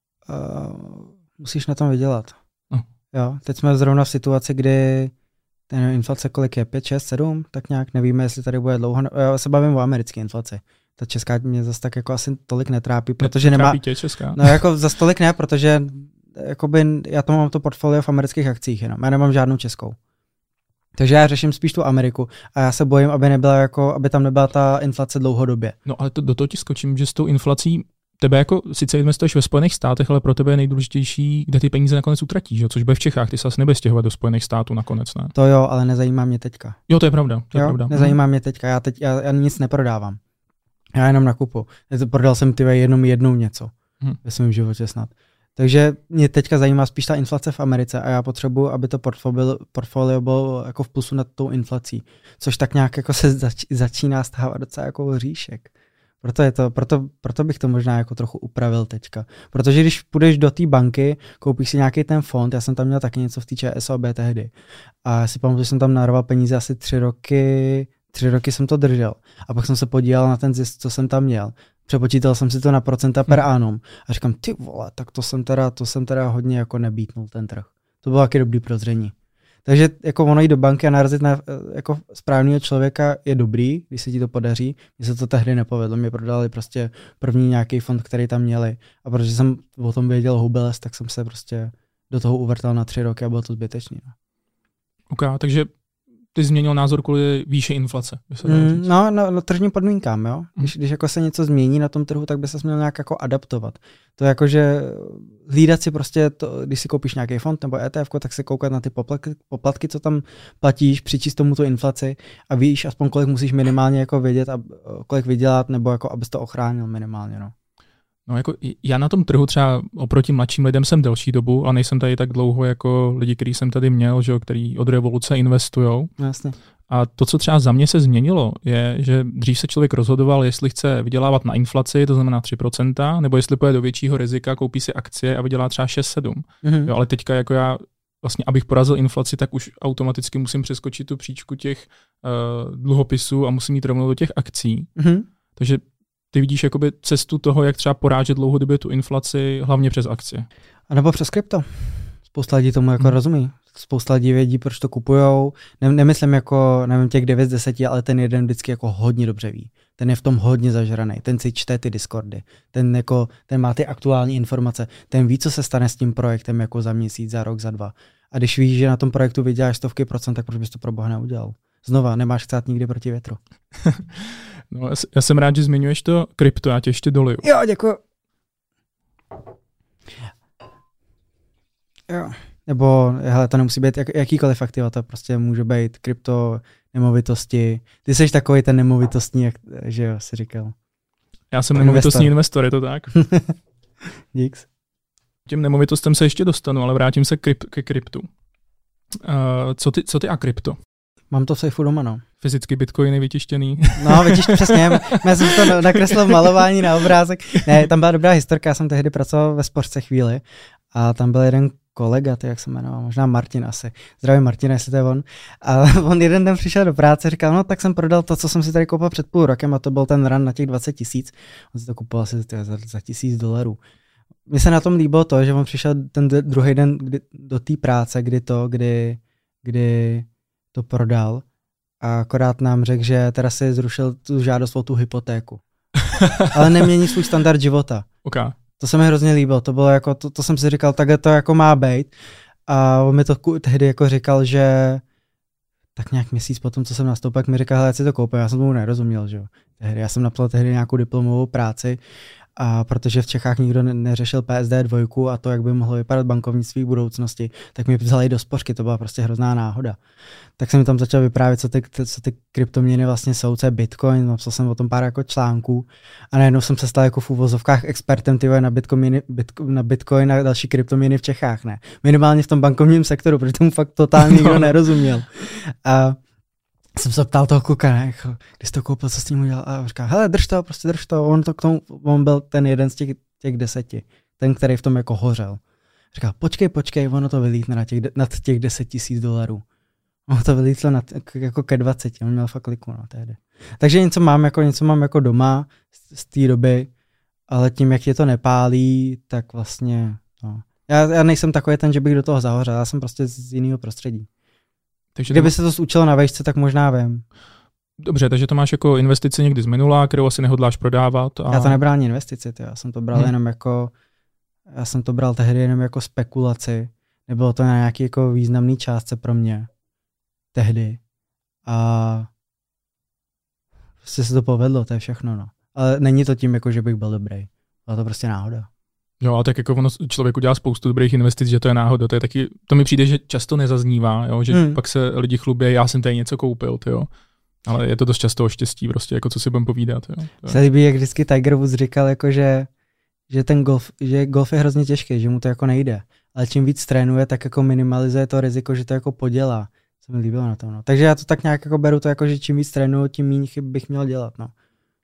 Uh, musíš na tom vydělat. No. Jo, teď jsme zrovna v situaci, kdy ten inflace kolik je, pět, šest, sedm, tak nějak nevíme, jestli tady bude dlouho. Já se bavím o americké inflaci. Ta česká mě zase tak jako asi tolik netrápí, protože nemá... Netrápí tě česká? No jako zase tolik ne, protože jakoby, já to mám to portfolio v amerických akcích jenom. Já nemám žádnou českou. Takže já řeším spíš tu Ameriku a já se bojím, aby nebyla jako, aby tam nebyla ta inflace dlouhodobě. No ale to, do toho ti skočím, že s tou inflací tebe jako sice investuješ ve Spojených státech, ale pro tebe je nejdůležitější, kde ty peníze nakonec utratíš, jo? Což bude v Čechách, ty se asi nebudeš stěhovat do Spojených států nakonec, ne? To jo, ale nezajímá mě teďka. Jo, to je pravda. To je jo, pravda. Nezajímá mě teďka, já, teď, já, já nic neprodávám. Já jenom nakupu. Prodal jsem ty jenom jednou něco hmm. ve svém životě snad. Takže mě teďka zajímá spíš ta inflace v Americe a já potřebuji, aby to portfolio, portfolio bylo jako v plusu nad tou inflací, což tak nějak jako se zač, začíná stávat docela jako hříšek. Proto, je to, proto, proto bych to možná jako trochu upravil teďka. Protože když půjdeš do té banky, koupíš si nějaký ten fond, já jsem tam měl taky něco v té ČSOB tehdy a já si pamatuju, že jsem tam naroval peníze asi tři roky, tři roky jsem to držel a pak jsem se podíval na ten zisk, co jsem tam měl. Přepočítal jsem si to na procenta per annum a říkám, ty vole, tak to jsem teda, to jsem teda hodně jako nebítnul ten trh. To bylo taky dobrý prozření. Takže jako ono jít do banky a narazit na jako správného člověka je dobrý, když se ti to podaří. Mně se to tehdy nepovedlo, mě prodali prostě první nějaký fond, který tam měli a protože jsem o tom věděl houbeles, tak jsem se prostě do toho uvrtal na tři roky a bylo to zbytečný. No. Ok, takže ty změnil názor kvůli výše inflace. Mm, no, no, no, tržním podmínkám, jo. Když, když jako se něco změní na tom trhu, tak by se měl nějak jako adaptovat. To je jako, že hlídat si prostě, to, když si koupíš nějaký fond nebo E T F, tak se koukat na ty poplatky, poplatky, co tam platíš, přičíst tomu tu inflaci a víš aspoň kolik musíš minimálně jako vědět a kolik vydělat, nebo jako abys to ochránil minimálně, no. No jako já na tom trhu třeba oproti mladším lidem jsem delší dobu, ale nejsem tady tak dlouho jako lidi, kteří jsem tady měl, že jo, který od revoluce investujou. Jasně. A to, co třeba za mě se změnilo, je, že dřív se člověk rozhodoval, jestli chce vydělávat na inflaci, to znamená tři procenta, nebo jestli půjde do většího rizika, koupí si akcie a vydělá třeba šest sedm. Mm-hmm. Jo, ale teďka jako já vlastně, abych porazil inflaci, tak už automaticky musím přeskočit tu příčku těch uh, dluhopisů a musím jít rovnou do těch akcí. Mm-hmm. Takže ty vidíš jakoby cestu toho, jak třeba porážet dlouhodobě tu inflaci, hlavně přes akcie. A nebo přes krypto. Spousta lidí tomu jako hmm. rozumí. Spousta lidí vědí, proč to kupujou. Ne, nemyslím jako, nevím, těch devět z deseti, ale ten jeden vždycky jako hodně dobře ví. Ten je v tom hodně zažraný. Ten si čte ty Discordy. Ten, jako, ten má ty aktuální informace. Ten ví, co se stane s tím projektem jako za měsíc, za rok, za dva. A když víš, že na tom projektu vyděláš stovky procent, tak proč bys to pro boha neudělal? Znova, nemáš chcát nikdy proti větru. No, já jsem rád, že zmiňuješ to krypto, já tě ještě doliju. Jo, děkuji. Jo. Nebo, hele, to nemusí být jak, jakýkoliv aktiva, to prostě může být krypto, nemovitosti. Ty jsi takový ten nemovitostní, jak, že jo, jsi říkal. Já jsem nemovitostní investor, je to tak? Díks. Těm nemovitostem se ještě dostanu, ale vrátím se kryp, ke kryptu. Uh, co, ty, co ty a krypto? Mám to v sejfu doma, no. Fyzicky bitcoiny vytištěný. No, vytištěný, přesně. Já jsem to nakreslil v malování na obrázek. Ne, tam byla dobrá historka, já jsem tehdy pracoval ve Spořce chvíli a tam byl jeden kolega, ty jak se jmenoval, možná Martin asi. Zdravím Martina, jestli to je on. A on jeden den přišel do práce, říkal, no tak jsem prodal to, co jsem si tady koupil před půl rokem a to byl ten run na těch dvacet tisíc. On si to kupoval asi za, za tisíc dolarů. Mně se na tom líbilo to, že on přišel ten druhý den kdy, do té práce, kdy to, kdy, kdy to prodal a akorát nám řekl, že teda si zrušil tu žádost o tu hypotéku. Ale nemění svůj standard života. Okay. To se mi hrozně líbilo, to bylo jako, to, to jsem si říkal, takhle to jako má být. A on mi to tehdy jako říkal, že tak nějak měsíc potom, co jsem nastoupil, mi říkal, hele, já si to koupím, já jsem tomu nerozuměl, že jo. Tehdy, já jsem napsal tehdy nějakou diplomovou práci, a protože v Čechách nikdo neřešil P S D dva a to, jak by mohlo vypadat bankovnictví v budoucnosti, tak mi vzali do spořky, to byla prostě hrozná náhoda. Tak jsem mi tam začal vyprávět, co ty, co ty kryptoměny vlastně jsou, co je Bitcoin, napsal jsem o tom pár jako článků a najednou jsem se stal jako v úvozovkách expertem tyhle na Bitcoin, na Bitcoin a další kryptoměny v Čechách, ne. Minimálně v tom bankovním sektoru, protože tomu fakt totálně nikdo nerozuměl. A jsem se ptal toho kluka, ne, jako, když to koupil, co s tím udělal, a říká, hele, drž to, prostě drž to, on to k tomu, on byl ten jeden z těch, těch deseti, ten, který v tom jako hořel. Říká, počkej, počkej, ono to vylítne na těch, nad těch deset tisíc dolarů. Ono to vylítlo nad, jako ke dvaceti, on měl fakt kliku, no, tehdy. Takže něco mám jako, něco mám jako doma z, z té doby, ale tím, jak je to nepálí, tak vlastně, no. Já, já nejsem takový ten, že bych do toho zahořel, já jsem prostě z jiného prostředí. Takže kdyby se to učilo na vejšce, tak možná vím. Dobře, takže to máš jako investici někdy z minula, kterou asi nehodláš prodávat. A... Já to nebral ani investici, tyjo. Já jsem to bral hmm. jenom jako, já jsem to bral tehdy jenom jako spekulaci. Nebylo to na nějaký jako významný částce pro mě tehdy. A prostě se to povedlo, to je všechno, no. Ale není to tím, jako, že bych byl dobrý. Byla to prostě náhoda. Jo, a tak jako ono člověk udělá spoustu dobrých investic, že to je náhoda. To je taky, to mi přijde, že často nezaznívá, jo, že hmm. pak se lidi chlubí, já jsem tady něco koupil, tyjo. Ale je to dost často o štěstí, prostě, jako co si budem povídat. Jo. Se líbí, jak vždycky Tiger Woods říkal, jako že, že ten golf, že golf je hrozně těžký, že mu to jako nejde. Ale čím víc trénuje, tak jako minimalizuje to riziko, že to jako podělá. Co mi líbilo na tom. No. Takže já to tak nějak jako beru to jako, že čím víc trénuju, tím méně chyb bych měl dělat. No.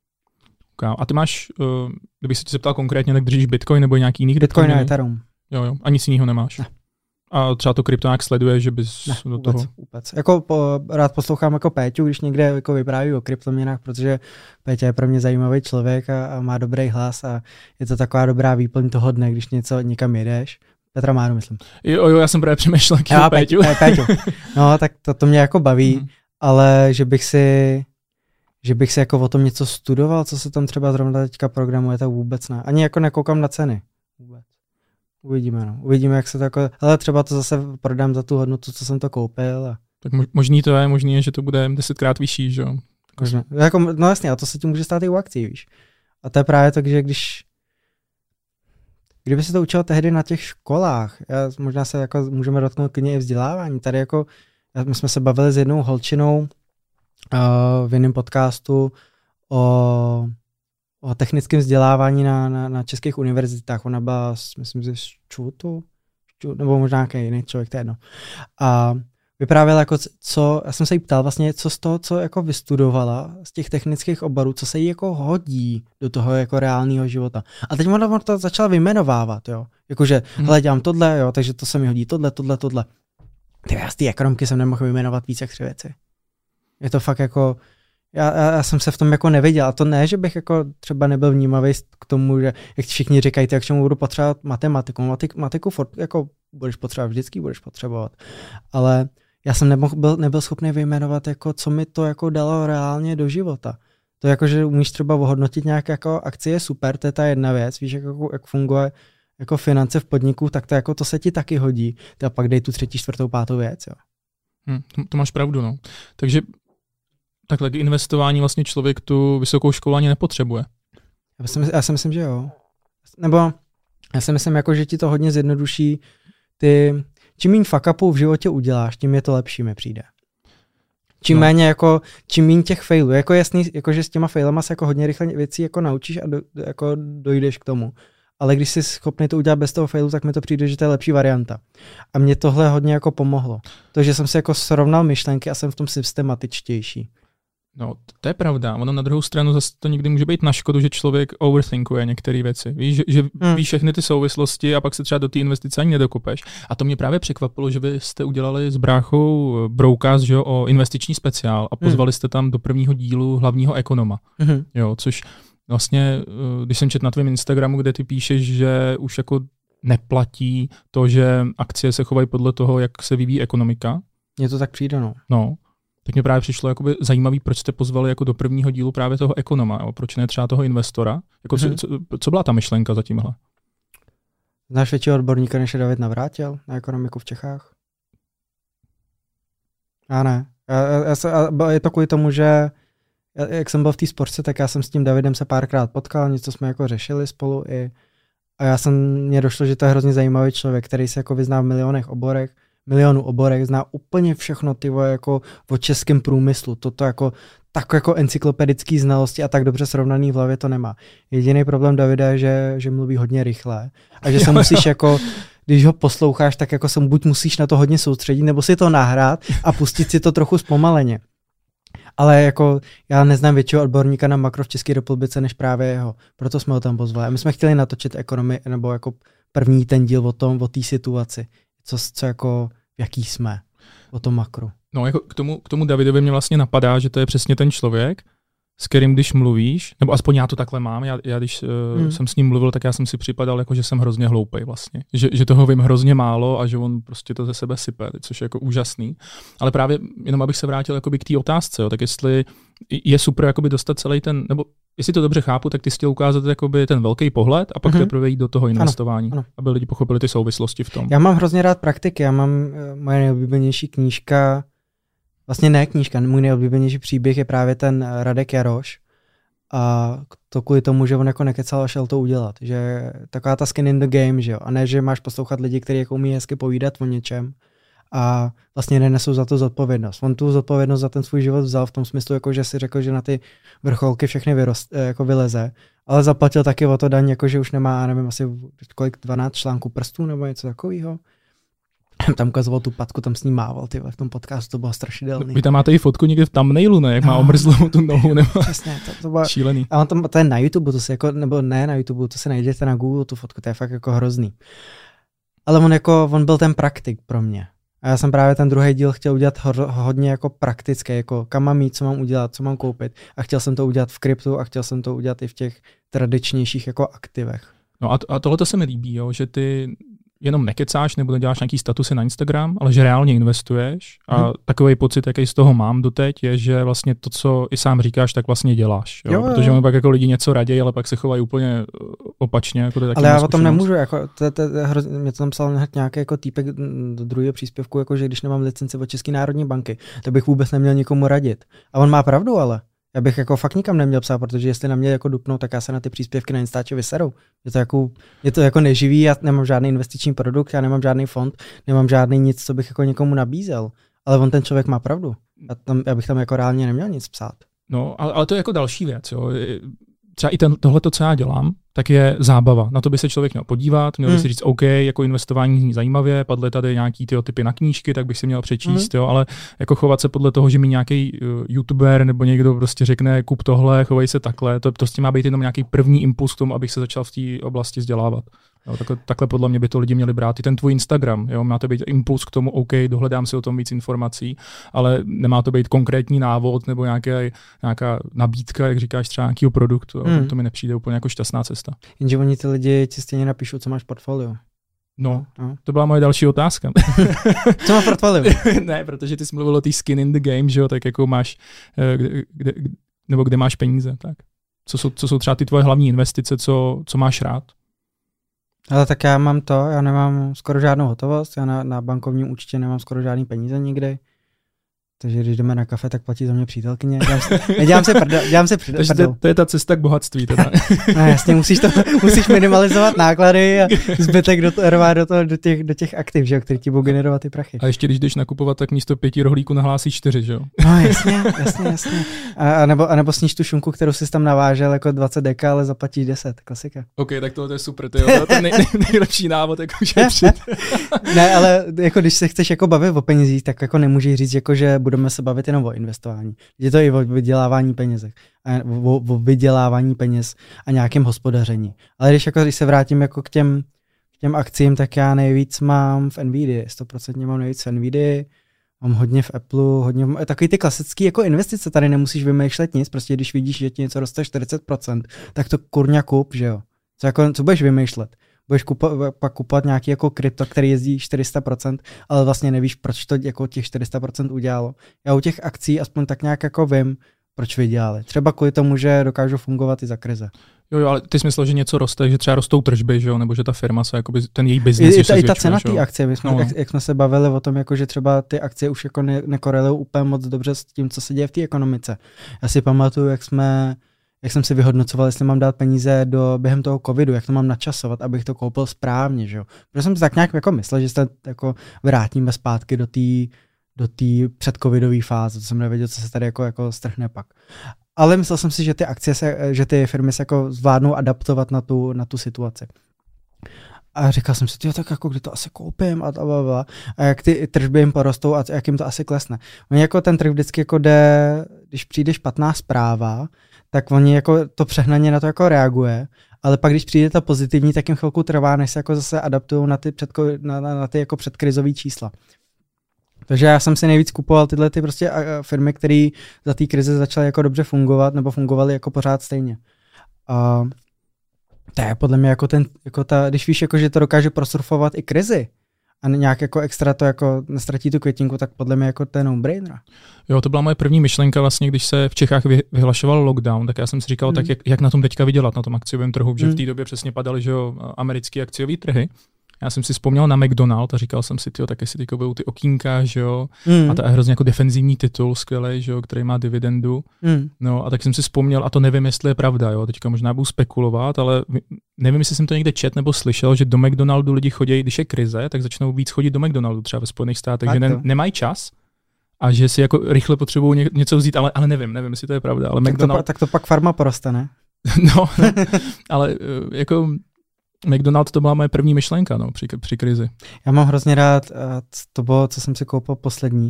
A ty máš, uh, kdybych se tě zeptal konkrétně, tak držíš Bitcoin nebo nějaký jiný? Bitcoin a Ethereum. Jo, jo. A nic jiného nemáš? Ne. A třeba to krypto nějak sleduješ, že bys ne, do vůbec, toho... vůbec. Jako po, rád poslouchám jako Péťu, když někde jako vypráví o kryptoměnách, protože Péťa je pro mě zajímavý člověk a, a má dobrý hlas a je to taková dobrá výplň toho dne, když něco někam jedeš. Petra Máru, myslím. Jo, jo, já jsem právě přemýšlel o Péťu. Péťu. No, tak to, to mě jako baví, mm. ale že bych si že bych si jako o tom něco studoval, co se tam třeba zrovna teďka programuje, to vůbec ne. Ani jako nekoukám na ceny. Vůbec. Uvidíme, no. Uvidíme, jak se to jako... Hele, třeba to zase prodám za tu hodnotu, co jsem to koupil. A... Tak možný to je, možný je, že to bude desetkrát vyšší, že jo? Možná. Jako, no jasně, a to se ti může stát i u akcí, víš. A to je právě to, že když... Kdyby se to učilo tehdy na těch školách, já, možná se jako můžeme dotknout klidně i vzdělávání. Tady jako... My jsme se bavili s jednou holčinou uh, v jiném podcastu o... o technickém vzdělávání na, na, na českých univerzitách. Ona byla, myslím, že z ČÚTu, nebo možná nějaký jiný člověk, to je jedno. A vyprávěla, jako co, já jsem se jí ptal vlastně, co z toho, co jako vystudovala, z těch technických oborů, co se jí jako hodí do toho jako reálného života. A teď ona to začala vyjmenovávat, jo. Jakože, hmm. hele, dělám tohle, jo, takže to se mi hodí tohle, tohle, tohle. Ty, já z té ekonomky jsem nemohl vyjmenovat víc jak tři věci. Je to fakt jako... Já, já, já jsem se v tom jako neviděl. A to ne, že bych jako třeba nebyl vnímavý k tomu, že jak všichni říkají, jak čemu budu potřebovat matematiku. Matematiku furt, jako budeš potřebovat, vždycky budeš potřebovat. Ale já jsem nemohl, byl, nebyl schopný vyjmenovat, jako, co mi to jako dalo reálně do života. To jako, že umíš třeba ohodnotit nějaké jako akcie, super, to je ta jedna věc, víš, jak, jak funguje jako finance v podniku, tak to, jako, to se ti taky hodí. A pak dej tu třetí, čtvrtou, pátou věc. Jo. Hmm, to, to máš pravdu, no. Takže takhle k investování vlastně člověk tu vysokou školu ani nepotřebuje. Já si, já si myslím, že jo. Nebo já si myslím, jako, že ti to hodně zjednoduší. Ty, čím méně fuck upů v životě uděláš, tím je to lepší, mi přijde. Čím no. méně, jako, čím méně těch failů. Jako jasný, jako, že s těma failama se jako hodně rychle věcí jako naučíš a do, jako dojdeš k tomu. Ale když jsi schopný to udělat bez toho failu, tak mi to přijde, že to je lepší varianta. A mě tohle hodně jako pomohlo. To, že jsem si jako srovnal myšlenky a jsem v tom systematičtější. No, to je pravda. Ono na druhou stranu zase to někdy může být na škodu, že člověk overthinkuje některé věci. Víš, že, že hmm. víš všechny ty souvislosti a pak se třeba do té investice ani nedokopeš. A to mě právě překvapilo, že vy jste udělali s bráchou Broadcast, že, o investiční speciál a pozvali hmm. jste tam do prvního dílu hlavního ekonoma. Hmm. Jo, což vlastně, když jsem četl na tvém Instagramu, kde ty píšeš, že už jako neplatí to, že akcie se chovají podle toho, jak se vyvíjí ekonomika. Mně to tak přijde, no. No. Tak mě právě přišlo jakoby zajímavý, proč jste pozvali jako do prvního dílu právě toho ekonoma, jo? Proč ne třeba toho investora. Jako mm-hmm. co, co, co byla ta myšlenka za tímhle? Znáš většího odborníka, než je David Navrátil na ekonomiku v Čechách? Já ne. Já, já, já se, je to kvůli tomu, že já, jak jsem byl v té sportce, tak já jsem s tím Davidem se párkrát potkal, něco jsme jako řešili spolu i a já jsem, mně došlo, že to je hrozně zajímavý člověk, který se jako vyzná v milionech oborech, milionů oborech, zná úplně všechno ty jako o českém průmyslu. Toto jako tak jako encyklopedický znalosti a tak dobře srovnaný v hlavě to nemá. Jediný problém Davida je, že, že mluví hodně rychle a že se musíš jako, když ho posloucháš, tak jako se buď musíš na to hodně soustředit, nebo si to nahrát a pustit si to trochu zpomaleně. Ale jako já neznám většího odborníka na makro v České republice než právě jeho. Proto jsme ho tam pozvali. My jsme chtěli natočit ekonomii, nebo jako první ten díl o tom, o té situaci. Co, co jako, jaký jsme o tom makru. No jako k tomu, k tomu Davidovi mě vlastně napadá, že to je přesně ten člověk, s kterým když mluvíš, nebo aspoň já to takhle mám, já, já když uh, hmm. jsem s ním mluvil, tak já jsem si připadal jako, že jsem hrozně hloupej vlastně. Že, že toho vím hrozně málo a že on prostě to ze sebe sype, což je jako úžasný. Ale právě jenom abych se vrátil jakoby k té otázce, jo, tak jestli je super jakoby dostat celý ten, nebo jestli to dobře chápu, tak ty jsi chtěl ukázat jakoby ten velký pohled a pak mm-hmm. teprve jít do toho investování, ano, ano. aby lidi pochopili ty souvislosti v tom. Já mám hrozně rád praktiky, já mám moje nejoblíbenější knížka, vlastně ne knížka, můj nejoblíbenější příběh je právě ten Radek Jaroš A to kvůli tomu, že on jako nekecal a šel to udělat. Že taková ta skin in the game, že jo. A ne, že máš poslouchat lidi, kteří jako umí hezky povídat o něčem a vlastně nenesou za to zodpovědnost. On tu zodpovědnost za ten svůj život vzal v tom smyslu, jako že si řekl, že na ty vrcholky všechny vyrost, jako vyleze, ale zaplatil taky o to daň, jako že už nemá, nevím, asi kolik, dvanáct článků prstů nebo něco takového. Tam ukazoval tu patku, tam s ním mával, ty v tom podcastu, to bylo strašidelný. Vy tam máte i fotku někde v thumbnailu, ne? Jak no, má omrzlou tu nohu, nebo přesně, to, to bylo šílený. A on tam, to je na YouTube, to si jako, nebo ne na YouTube, to si najdete na Google, tu fotku, to je fakt jako hrozný. Ale on jako, on byl ten praktik pro mě. A já jsem právě ten druhý díl chtěl udělat ho, hodně jako praktický, jako kam mám jít, co mám udělat, co mám koupit. A chtěl jsem to udělat v kryptu a chtěl jsem to udělat i v těch tradičnějších jako aktivech. No a, a tohle to se mi líbí, jo, že ty jenom nekecáš nebo děláš nějaký statusy na Instagram, ale že reálně investuješ a hmm. takový pocit, jaký z toho mám doteď, je, že vlastně to, co i sám říkáš, tak vlastně děláš. Jo? Jo, jo. Protože mi pak jako lidi něco raději, ale pak se chovají úplně opačně. Jako to je taky ale já o tom nemůžu, jako, to, to, to, to, mě to tam psal nějaký jako týpek do druhého příspěvku, jako, že když nemám licenci od České národní banky, tak bych vůbec neměl nikomu radit. A on má pravdu, ale já bych jako fakt nikam neměl psát, protože jestli na mě jako dupnou, tak já se na ty příspěvky na Instači vyserou. Je to jako, je to jako neživý, já nemám žádný investiční produkt, já nemám žádný fond, nemám žádný nic, co bych jako někomu nabízel. Ale on ten člověk má pravdu. Já, tam, já bych tam jako reálně neměl nic psát. No, ale, ale to je jako další věc. Jo. Třeba i tohleto, co já dělám, tak je zábava. Na to by se člověk měl podívat, měl by hmm. si říct, OK, jako investování zní zajímavě, padly tady nějaký ty typy na knížky, tak bych si měl přečíst, hmm. jo, ale jako chovat se podle toho, že mi nějaký uh, youtuber nebo někdo prostě řekne, kup tohle, chovej se takhle, to prostě má být jenom nějaký první impuls k tomu, abych se začal v té oblasti vzdělávat. Jo, takhle, takhle podle mě by to lidi měli brát. I ten tvůj Instagram, jo, má to být impuls k tomu, OK, dohledám si o tom víc informací, ale nemá to být konkrétní návod nebo nějaké, nějaká nabídka, jak říkáš, třeba nějakého produktu. Hmm. To mi nepřijde úplně jako šťastná cesta. Jenže oni ty lidi ti stejně napíšou, co máš v portfoliu. No, no, to byla moje další otázka. Co máš v portfoliu? Ne, protože ty jsi mluvil o té skin in the game, že jo, tak jako máš, kde, kde, nebo kde máš peníze, tak. Co jsou, co jsou třeba ty tvoje hlavní investice, co, co máš rád? Ale tak já mám to, já nemám skoro žádnou hotovost, já na, na bankovním účtě nemám skoro žádný peníze nikdy. Takže když jdeme na kafe, tak platí za mě přítelkyně. Dělám si, nedělám se prdel, dělám se prdel. Takže to, to je ta cesta k bohatství teda. No jasně, musíš, to, musíš minimalizovat náklady a zbytek do, rvát do, toho, do, těch, do těch aktiv, že jo, který ti budou generovat ty prachy. A ještě když jdeš nakupovat, tak místo pěti rohlíků nahlásíš čtyři, že jo? No jasně, jasně, jasně. A, a, nebo, a nebo sníš tu šunku, kterou jsi tam navážel jako dvacet deka, ale zaplatíš deset, klasika. OK, tak to je super, to je ten nej, nej, nejlepší návod, jako šetřit. Ne, ale jako když se chceš jako bavit o penězích, tak jako nemůžeš říct, jako, že budeme se bavit jenom o investování. Je to i o vydělávání peněz, o, o vydělávání peněz a nějakém hospodaření. Ale když, jako, když se vrátím jako k těm, k těm akcím, tak já nejvíc mám v Nvidia, sto procent mám nejvíc v Nvidia, mám hodně v Apple, hodně v, takový ty klasický jako investice, tady nemusíš vymýšlet nic, prostě když vidíš, že ti něco roste čtyřicet procent, tak to kurňa kup, že jo. Co, jako, co budeš vymýšlet? Budeš kupo, pak kupovat nějaký jako krypto, který jezdí čtyři sta procent, ale vlastně nevíš, proč to jako těch čtyři sta procent udělalo. Já u těch akcí aspoň tak nějak jako vím, proč vydělali. Třeba kvůli tomu, že dokážou fungovat i za krize. Jo, jo, ale ty jsi myslel, že něco roste, že třeba rostou tržby, že jo, nebo že ta firma se jakoby ten její biznes I, i, i ta cena té akcie, my jsme, no. jak, jak jsme se bavili o tom, jako že třeba ty akcie už jako ne, nekorelují úplně moc dobře s tím, co se děje v té ekonomice. Já si pamatuju, jak jsme jak jsem si vyhodnocoval, jestli mám dát peníze do během toho covidu, jak to mám načasovat, abych to koupil správně, že jo. Protože jsem si tak nějak jako myslel, že se jako vrátíme zpátky do té do té předcovidové fáze, to jsem nevěděl, co se tady jako, jako strhne pak. Ale myslel jsem si, že ty akcie se, že ty firmy se jako zvládnou adaptovat na tu, na tu situaci. A říkal jsem si, tyjo, tak jako kdy to asi koupím a, a, a jak ty tržby jim porostou a jak jim to asi klesne. Oni jako ten trh vždycky jako jde, když přijde špatná zpráva, tak oni jako to přehnaně na to jako reaguje, ale pak když přijde ta pozitivní, tak jim chvilku trvá, než se jako zase adaptují na ty, předko, na, na, na ty jako předkrizové čísla. Takže já jsem si nejvíc kupoval tyhle ty prostě firmy, které za té krize začaly jako dobře fungovat nebo fungovaly jako pořád stejně. A to je podle mě jako ten, jako ta, když víš, jako, že to dokáže prosurfovat i krizi a nějak jako extra to jako nestratí tu květinku, tak podle mě jako to je no-brainer. Jo, to byla moje první myšlenka vlastně, když se v Čechách vyhlašoval lockdown, tak já jsem si říkal, hmm. tak jak, jak na tom teďka vydělat, na tom akciovém trhu, že hmm. v té době přesně padaly, že jo, americké akciové trhy. Já jsem si vzpomněl na McDonald a říkal jsem si, tyjo, tak jestli teďka budou ty okýnka, že jo, Mm. a to je hrozně jako defenzivní titul, skvělej, že jo, který má dividendu. Mm. No a tak jsem si vzpomněl, a to nevím, jestli je pravda, jo, teďka možná budu spekulovat, ale nevím, jestli jsem to někde čet nebo slyšel, že do McDonaldu lidi chodí, když je krize, tak začnou víc chodit do McDonaldu třeba ve Spojených státech, že ne, nemají čas a že si jako rychle potřebují ně, něco vzít, ale, ale nevím, nevím, jestli to je pravda. Ale tak, McDonald... to, tak to pak farma poroste, ne? no, no, ale jako McDonald to byla moje první myšlenka, no, při, při krizi. Já mám hrozně rád, to bylo, co jsem si koupil poslední,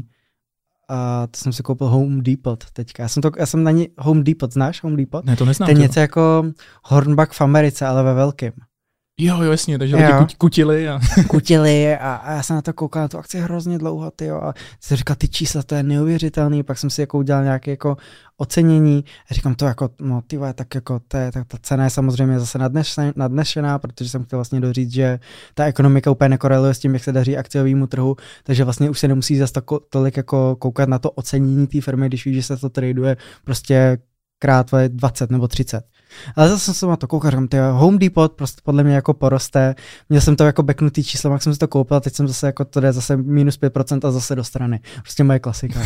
a to jsem si koupil Home Depot teďka. Já jsem, to, já jsem na ní, Home Depot, znáš Home Depot? Ne, to neznám. To je něco jako Hornbach v Americe, ale ve velkém. Jo, jo, jasně, takže lidi kut, kutili. A... kutili a, a já jsem na to koukal, na tu akci hrozně dlouho, tyjo, a jsem říkal, ty čísla, to je neuvěřitelný, pak jsem si jako udělal nějaké jako ocenění a říkám to jako, no ty vole, tak jako to je, tak ta cena je samozřejmě zase nadnešená, protože jsem chtěl vlastně doříct, že ta ekonomika úplně nekoreluje s tím, jak se daří akciovému trhu, takže vlastně už se nemusí zase to, tolik jako koukat na to ocenění té firmy, když víš, že se to traduje prostě krát dvacet nebo třicet. Ale zase jsem se na to koukal, říkám, ty Home Depot prostě podle mě jako poroste, měl jsem to jako backnutý číslo, jak jsem si to koupil a teď jsem zase jako to jde zase minus pět procent a zase do strany. Prostě moje klasika.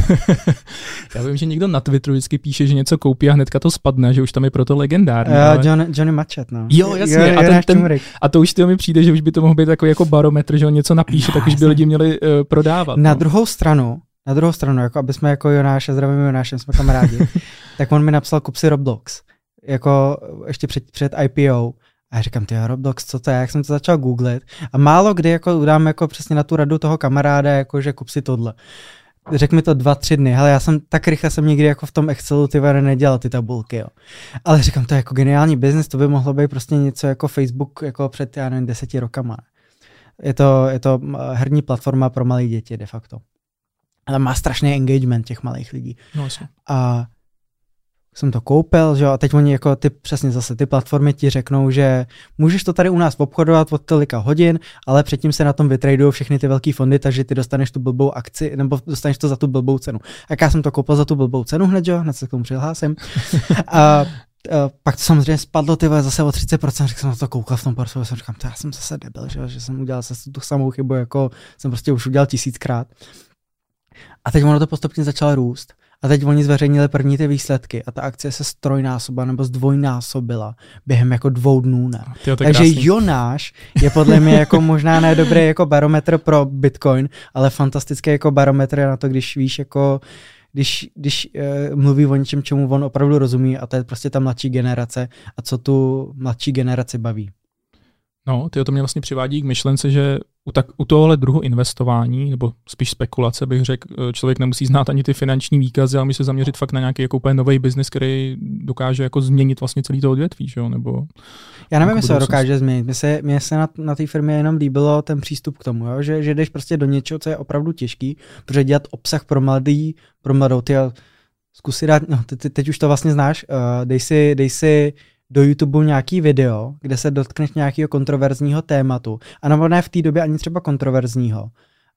Já vím, že někdo na Twitteru vždycky píše, že něco koupí a hnedka to spadne, že už tam je proto legendární. Uh, ale... John, Johnny Matchett, no. Jo, jasně. Jo, a, ten, ten, a to už to mi přijde, že už by to mohl být takový jako barometr, že on něco napíše, tak už by lidi měli uh, prodávat. Na no. druhou stranu, na druhou stranu, jako aby jsme jako Jonáš a zdravím Jonášem, jsme kamarádi, tak on mi napsal kup si Roblox. Jako ještě před, před I P O. A já říkám, ty Roblox, co to je? Jak jsem to začal googlit. A málo kdy jako udám jako přesně na tu radu toho kamaráda, jako že kup si tohle. Řekl mi to dva, tři dny. Hele, já jsem tak rychle jsem nikdy jako v tom Excelu ty vary nedělal ty tabulky, jo. Ale říkám, to je jako geniální biznis, to by mohlo být prostě něco jako Facebook jako před, já nevím, deseti rokama. Je to, je to herní platforma pro malé děti de facto. Ale má strašný engagement těch malých lidí. No, jasně. A jsem to koupil, že jo, a teď oni jako ty, přesně zase ty platformy ti řeknou, že můžeš to tady u nás obchodovat od tolika hodin, ale předtím se na tom vytradují všechny ty velký fondy, takže ty dostaneš tu blbou akci, nebo dostaneš to za tu blbou cenu. A já jsem to koupil za tu blbou cenu hned, jo, hned se k tomu přihlásím. A, a pak to samozřejmě spadlo ty zase o třicet procent, řekl jsem na to koukal v tom portfoliu, jsem říkám, to já jsem zase debil, že, že jsem udělal zase tu samou chybu, jako jsem prostě už udělal tisíckrát. A teď ono to postupně začalo růst. A teď oni zveřejnili první ty výsledky a ta akcie se strojnásobila nebo zdvojnásobila během jako dvou dnů. Ne? Tyjo, Takže krásný. Jonáš je podle mě jako možná ne dobrý jako barometr pro Bitcoin, ale fantastický jako barometr na to, když víš jako když, když uh, mluví o něčem, čemu on opravdu rozumí a to je prostě ta mladší generace a co tu mladší generaci baví. No, tyjo, to mě vlastně přivádí k myšlence, že u, tak, u tohohle druhu investování, nebo spíš spekulace bych řekl, člověk nemusí znát ani ty finanční výkazy, ale musí se zaměřit fakt na nějaký jako úplně nový biznis, který dokáže jako změnit vlastně celý to odvětví, že jo, nebo... Já nevím, jestli to dokáže změnit. Mně se, mně se na, na té firmě jenom líbilo ten přístup k tomu, jo? Že, že jdeš prostě do něčeho, co je opravdu těžký, protože dělat obsah pro mladý, pro mladou, ty zkus si dát, no, te, te, teď už to vlastně znáš, uh, dej si, dej si do YouTube nějaký video, kde se dotkneš nějakého kontroverzního tématu. A nebo ne v té době ani třeba kontroverzního.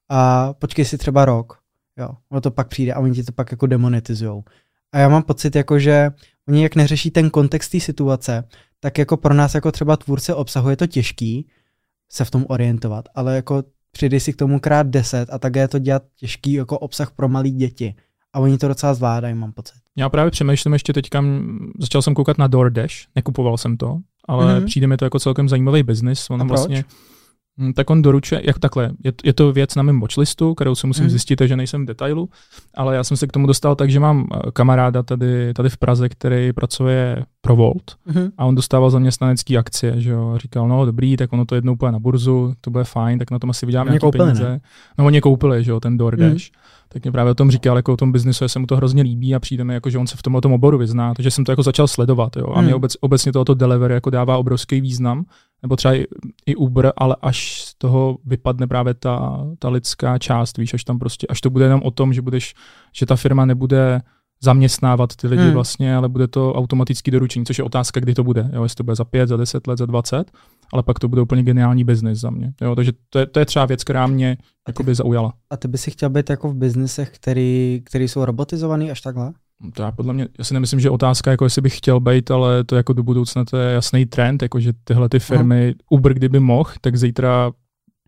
A počkej si třeba rok. Jo, ono to pak přijde a oni ti to pak jako demonetizujou. A já mám pocit, jako, že oni jak neřeší ten kontext té situace, tak jako pro nás jako třeba tvůrce obsahu je to těžký se v tom orientovat, ale jako přidej si k tomu krát deset a tak je to dělat těžký jako obsah pro malé děti. A oni to docela zvládají, mám pocit. Já právě přemýšlím ještě teďka, začal jsem koukat na DoorDash, nekupoval jsem to, ale mm-hmm. přijde mi to jako celkem zajímavý biznis. On vlastně, tak on doručuje, jak takhle, je, je to věc na mém watchlistu, kterou si musím mm. zjistit, že nejsem v detailu, ale já jsem se k tomu dostal tak, že mám kamaráda tady, tady v Praze, který pracuje pro Volt mm. a on dostával zaměstnanecký akcie, že jo, a říkal, no dobrý, tak ono to jednou půjde na burzu, to bude fajn, tak na tom asi vyděláme nějaké peníze. Ne? No oni koupili, že jo, ten DoorDash. Mm. Tak mě právě o tom říkal, jako o tom biznisu, že se mu to hrozně líbí a přijde mi, jako, že on se v tomhle oboru vyzná, takže jsem to jako začal sledovat. Jo. A mě obec, obecně tohoto delivery jako dává obrovský význam, nebo třeba i, i Uber, ale až z toho vypadne právě ta, ta lidská část, víš, až tam prostě, až to bude jenom o tom, že budeš, že ta firma nebude zaměstnávat ty lidi hmm. vlastně, ale bude to automatický doručení, což je otázka, kdy to bude. Jo, jestli to bude za pět, za deset let, za dvacet, ale pak to bude úplně geniální biznis za mě. Jo, takže to je, to je třeba věc, která mě jakoby zaujala. A ty by si chtěl být jako v biznisech, který, který jsou robotizovaný až takhle? To já podle mě, já si nemyslím, že otázka, jako jestli bych chtěl být, ale to jako do budoucna to je jasný trend, jako že tyhle ty firmy, Aha. Uber kdyby mohl, tak zítra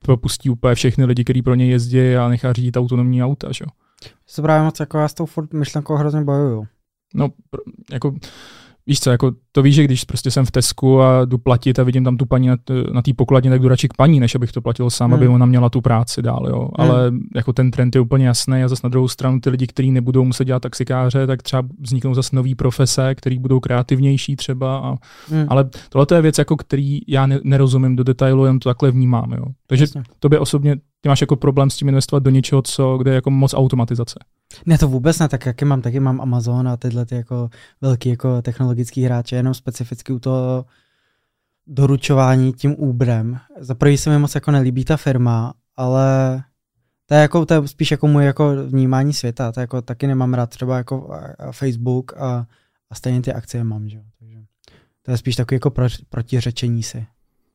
propustí úplně všechny lidi, kteří pro ně jezdí a nechá řídit autonomní auta, že? To právě moc jako já s tou furt myšlenkou hrozně bojuju. No, jako, víš co, jako to víš, že když prostě jsem v Tesku a jdu platit a vidím tam tu paní na, t- na té pokladně, tak jdu radši k paní, než abych to platil sám, hmm. aby ona měla tu práci dál, jo. Hmm. Ale jako ten trend je úplně jasný a zase na druhou stranu ty lidi, kteří nebudou muset dělat taxikáře, tak třeba vzniknou zase nový profese, který budou kreativnější třeba. A, hmm. Ale tohle je věc, jako který já ne- nerozumím do detailu, jen to takhle vnímám, jo. Takže Jasně. tobě osobně, ty máš jako problém s tím investovat do něčeho, co, kde je jako moc automatizace. Ne, to vůbec ne, tak jaký mám, taky mám Amazon a tyhle ty jako velký jako technologický hráče, jenom specificky u toho doručování tím Uberem. Za první se mi moc jako nelíbí ta firma, ale to je, jako, to je spíš jako můj jako vnímání světa, to jako taky nemám rád třeba jako Facebook a, a stejně ty akcie mám, že? Takže to je spíš takový jako pro, protiřečení si.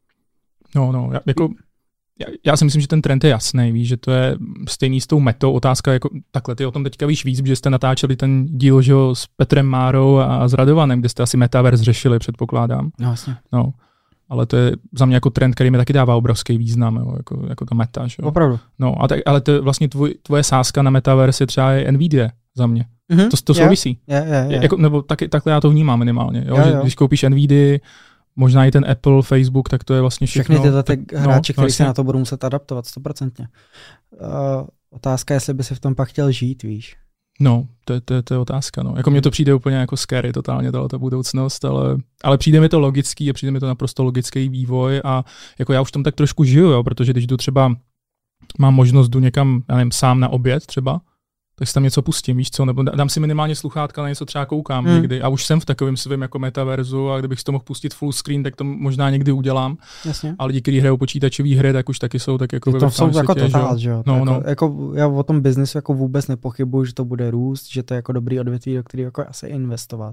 No, no, jako... Já, já si myslím, že ten trend je jasný, víš, že to je stejný s tou metou. Otázka jako takhle, ty o tom teďka víš víc, protože jste natáčeli ten díl, že jo, s Petrem Márou a s Radovanem, kde jste asi metaverse řešili, předpokládám. No, vlastně. No, ale to je za mě jako trend, který mi taky dává obrovský význam, jo, jako, jako ta meta, že jo. Opravdu. No, a tak, ale to vlastně tvoj, tvoje sázka na metaverse je třeba je Nvidia za mě. Mm-hmm. To, to souvisí. Je, je, je. Jako, nebo taky, takhle já to vnímám minimálně, jo, jo, že jo. když koupíš Nvidia, možná i ten Apple, Facebook, tak to je vlastně všechno. Všechny tyhle ty hráči, no, kteří vlastně. se na to budou muset adaptovat, stoprocentně. Uh, otázka je, jestli by si v tom pak chtěl žít, víš. No, to je, to, je, to je otázka. No. Jako mně to přijde úplně jako scary totálně, ta budoucnost, ale, ale přijde mi to logický a přijde mi to naprosto logický vývoj a jako já už tam tak trošku žiju, jo, protože když jdu třeba, mám možnost jdu někam, já nevím, sám na oběd třeba, tak si tam něco pustím, víš co, nebo dám si minimálně sluchátka, na něco třeba koukám hmm. někdy a už jsem v takovém svém jako metaverzu a kdybych si to mohl pustit full screen, tak to možná někdy udělám. Jasně. Ale lidi, kteří hrajou počítačové hry, tak už taky jsou tak jako to jsou jako světě, totál, že jo. No, jako, no. Jako, já o tom biznesu jako vůbec nepochybuji, že to bude růst, že to je jako dobrý odvětví, do kterého jako asi investovat.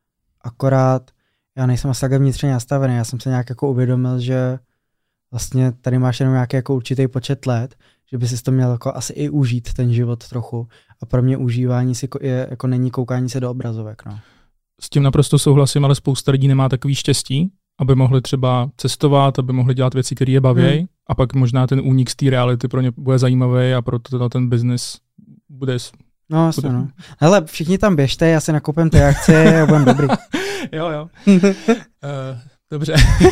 Akorát já nejsem asi tak vnitřně nastavený, já jsem se nějak jako uvědomil, že vlastně tady máš jenom nějaký jako určitý počet let, že by si to měl jako asi i užít ten život trochu. A pro mě užívání si je, jako není koukání se do obrazovek. No. S tím naprosto souhlasím, ale spousta lidí nemá takový štěstí, aby mohli třeba cestovat, aby mohli dělat věci, které je baví, hmm. a pak možná ten únik z té reality pro ně bude zajímavý a proto ten biznis bude... No jasně, no. Hele, všichni tam běžte, já si nakoupím ty akcie a budem dobrý. Jo, jo. uh, dobře. uh,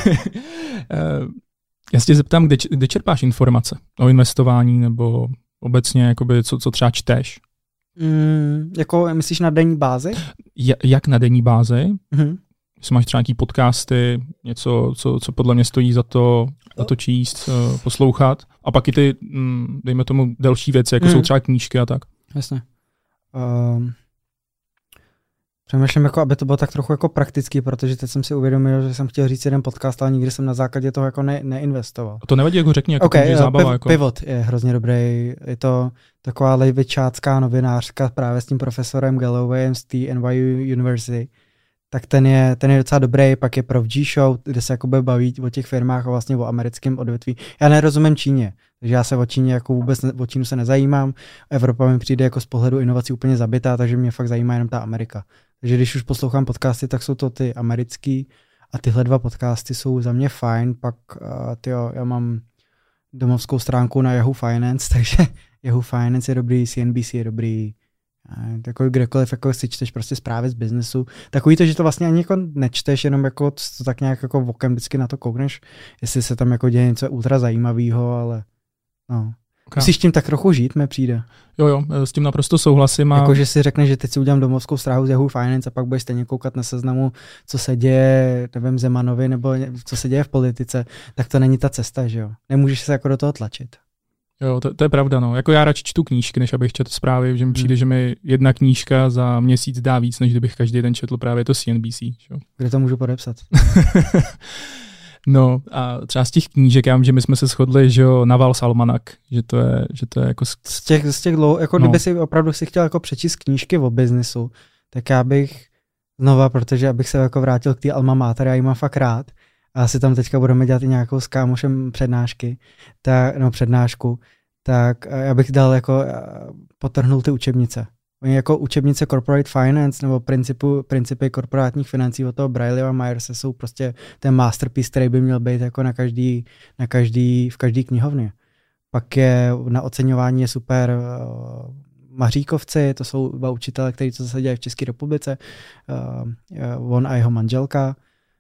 já se tě zeptám, kde, kde čerpáš informace o investování nebo obecně, jakoby, co, co třeba čteš? Mm, jako myslíš na denní bázi? J- jak na denní bázi? Mm-hmm. Jestli máš třeba nějaký podcasty, něco, co, co podle mě stojí za to, za to číst, uh, poslouchat. A pak i ty, mm, dejme tomu, delší věci, jako mm. jsou třeba knížky a tak. Jasně. Um, přemýšlím, jako, aby to bylo tak trochu jako praktický, protože teď jsem si uvědomil, že jsem chtěl říct jeden podcast, ale nikdy jsem na základě toho jako ne, neinvestoval. A to nevadí, jako řekni, jako okay, to, zábava. Piv, jako. Pivot je hrozně dobrý. Je to taková levičácká novinářka právě s tím profesorem Gallowayem z té N Y U University. Tak ten je, ten je docela dobrý, pak je Prof G Show, kde se jako baví o těch firmách a vlastně o americkém odvětví. Já nerozumím Číně, takže já se o Číně jako vůbec ne, o Čínu se nezajímám. Evropa mi přijde jako z pohledu inovací úplně zabitá, takže mě fakt zajímá jenom ta Amerika. Takže když už poslouchám podcasty, tak jsou to ty americký a tyhle dva podcasty jsou za mě fajn. Pak uh, tyjo, já mám domovskou stránku na Yahoo Finance, takže Yahoo Finance je dobrý, C N B C je dobrý, takový kdekoliv jako si čteš prostě zprávy z biznesu. Takový to, že to vlastně ani jako nečteš, jenom jako to tak nějak jako vokem vždycky na to koukneš, jestli se tam jako děje něco ultra zajímavého, ale no. Okay. Musíš tím tak trochu žít, mi přijde. Jo, jo, s tím naprosto souhlasím. A... Jako, že si řekneš, že teď si udělám domovskou stránku z Yahoo Finance a pak budeš stejně koukat na Seznamu, co se děje, nevím, Zemanovi, nebo co se děje v politice, tak to není ta cesta, že jo. Nemůžeš se jako do toho tlačit. Jo, to, to je pravda, no. Jako já radši čtu knížky, než abych četl zprávy, že mi přijde, hmm. že mi jedna knížka za měsíc dá víc, než kdybych každý den četl právě to C N B C. Že? Kde to můžu podepsat? No a třeba z těch knížek, já vím, že my jsme se shodli, že jo, Naval Salmanak, že to je, že to je jako... Z těch, z těch dlouho, jako no. Kdyby si opravdu si chtěl jako přečíst knížky o biznisu, tak já bych znova, protože abych se jako vrátil k té alma mater, já ji mám fakt rád, a asi tam teďka budeme dělat i nějakou s kámošem přednášky, tak, no přednášku, tak já bych dal jako, potrhnul ty učebnice. Oni jako učebnice Corporate Finance nebo principu, principy korporátních financí od toho Brailleya a Myerse jsou prostě ten masterpiece, který by měl být jako na každý, na každý, v každý knihovně. Pak je na oceňování je super uh, Maříkovci, to jsou dva učitele, kteří to zase dělají v České republice, uh, on a jeho manželka.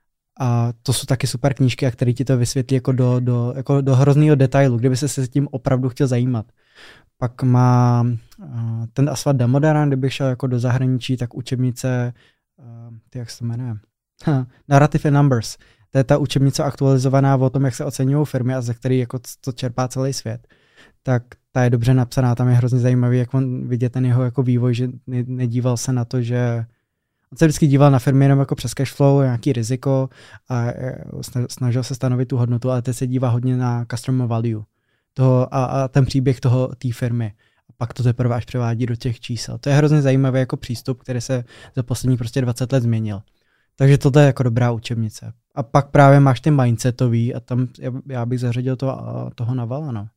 A to jsou taky super knížky, a které ti to vysvětlí jako do, do, jako do hrozného detailu, kdyby se se tím opravdu chtěl zajímat. Pak má uh, ten Asvat Damodaran, kdybych šel jako do zahraničí, tak učebnice, uh, ty jak se to jmenuje? Narrative and Numbers. To je ta učebnice aktualizovaná o tom, jak se oceňují firmy a ze který jako to čerpá celý svět. Tak ta je dobře napsaná, tam je hrozně zajímavý, jak on vidět ten jeho jako vývoj, že nedíval se na to, že on se vždycky díval na firmy jenom jako přes cashflow, nějaký riziko a snažil se stanovit tu hodnotu, ale teď se dívá hodně na customer value toho a, a ten příběh toho té firmy. A pak to teprve až převádí do těch čísel. To je hrozně zajímavý jako přístup, který se za poslední prostě dvacet let změnil. Takže tohle je jako dobrá učebnice. A pak právě máš ty mindsetový a tam já bych zařadil toho, toho Navala, no.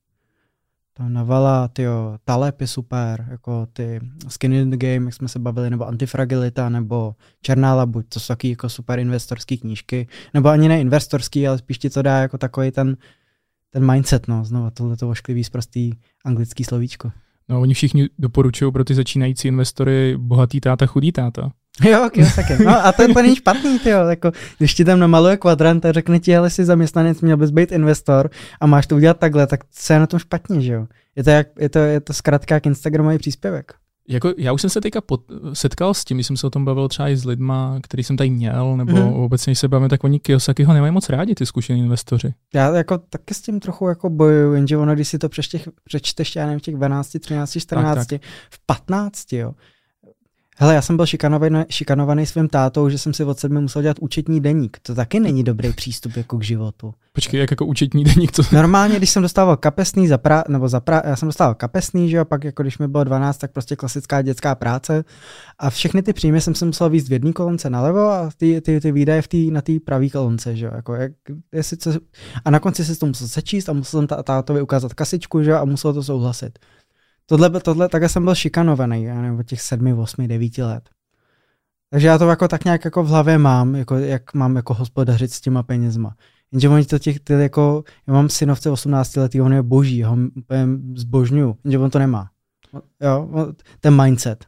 To Navala, tyjo, Taleb je super, jako ty Skin in the Game, jak jsme se bavili, nebo Antifragilita, nebo Černá labuť, to jsou taky jako super investorský knížky, nebo ani ne investorský, ale spíš ti to dá jako takový ten, ten mindset, no, znova tohleto ošklivý sprostý anglický slovíčko. No, oni všichni doporučují pro ty začínající investory bohatý táta, chudý táta. Jo, Kiyosaki. No a to, to není špatný, tyjo. Jako, když ti tam namaluje kvadrant a řekne ti, hele, jsi zaměstnanec, měl bys být investor a máš to udělat takhle, tak co je na tom špatně, že jo? Je to, jak, je to, je to zkrátka jak Instagramový příspěvek. Jako, já už jsem se teďka pot, setkal s tím, když jsem se o tom bavil třeba i s lidma, který jsem tady měl, nebo mm. obecně, když se bavíme, tak oni Kiyosakiho nemají moc rádi, ty zkušení investoři. Já jako taky s tím trochu jako bojuju, jenže ono, když si to přečteš, já nevím, v těch dvanáct, třináct, čtrnáct, tak, tak. v patnácti, jo. Hele, já jsem byl šikanovaný, šikanovaný svým tátou, že jsem si od sedmi musel dělat účetní deník. To taky není dobrý přístup jako k životu. Počkej, jak jako účetní deník? Co? Normálně, když jsem dostával kapesný, za pra, nebo za pra, já jsem dostával kapesný, že jo, pak jako když mi bylo dvanáct, tak prostě klasická dětská práce a všechny ty příjmy jsem se musel víct v jedné kolonce nalevo a ty, ty, ty výdaje v tý, na té pravé kolonce, že jo. Jako, jak, jestli co, a na konci si to musel sečíst a musel jsem tátovi ukázat kasičku, že jo, a musel to souhlasit. Tohle, tohle, takhle jsem byl šikanovaný, já nevím, od těch sedmi, osmi, devíti let. Takže já to jako tak nějak jako v hlavě mám, jako, jak mám jako hospodařit s těma penězma. Jenže oni to těch, ty jako, já mám synovce osmnáctiletý, on je boží, ho úplně zbožňuju, jenže on to nemá. Jo, ten mindset.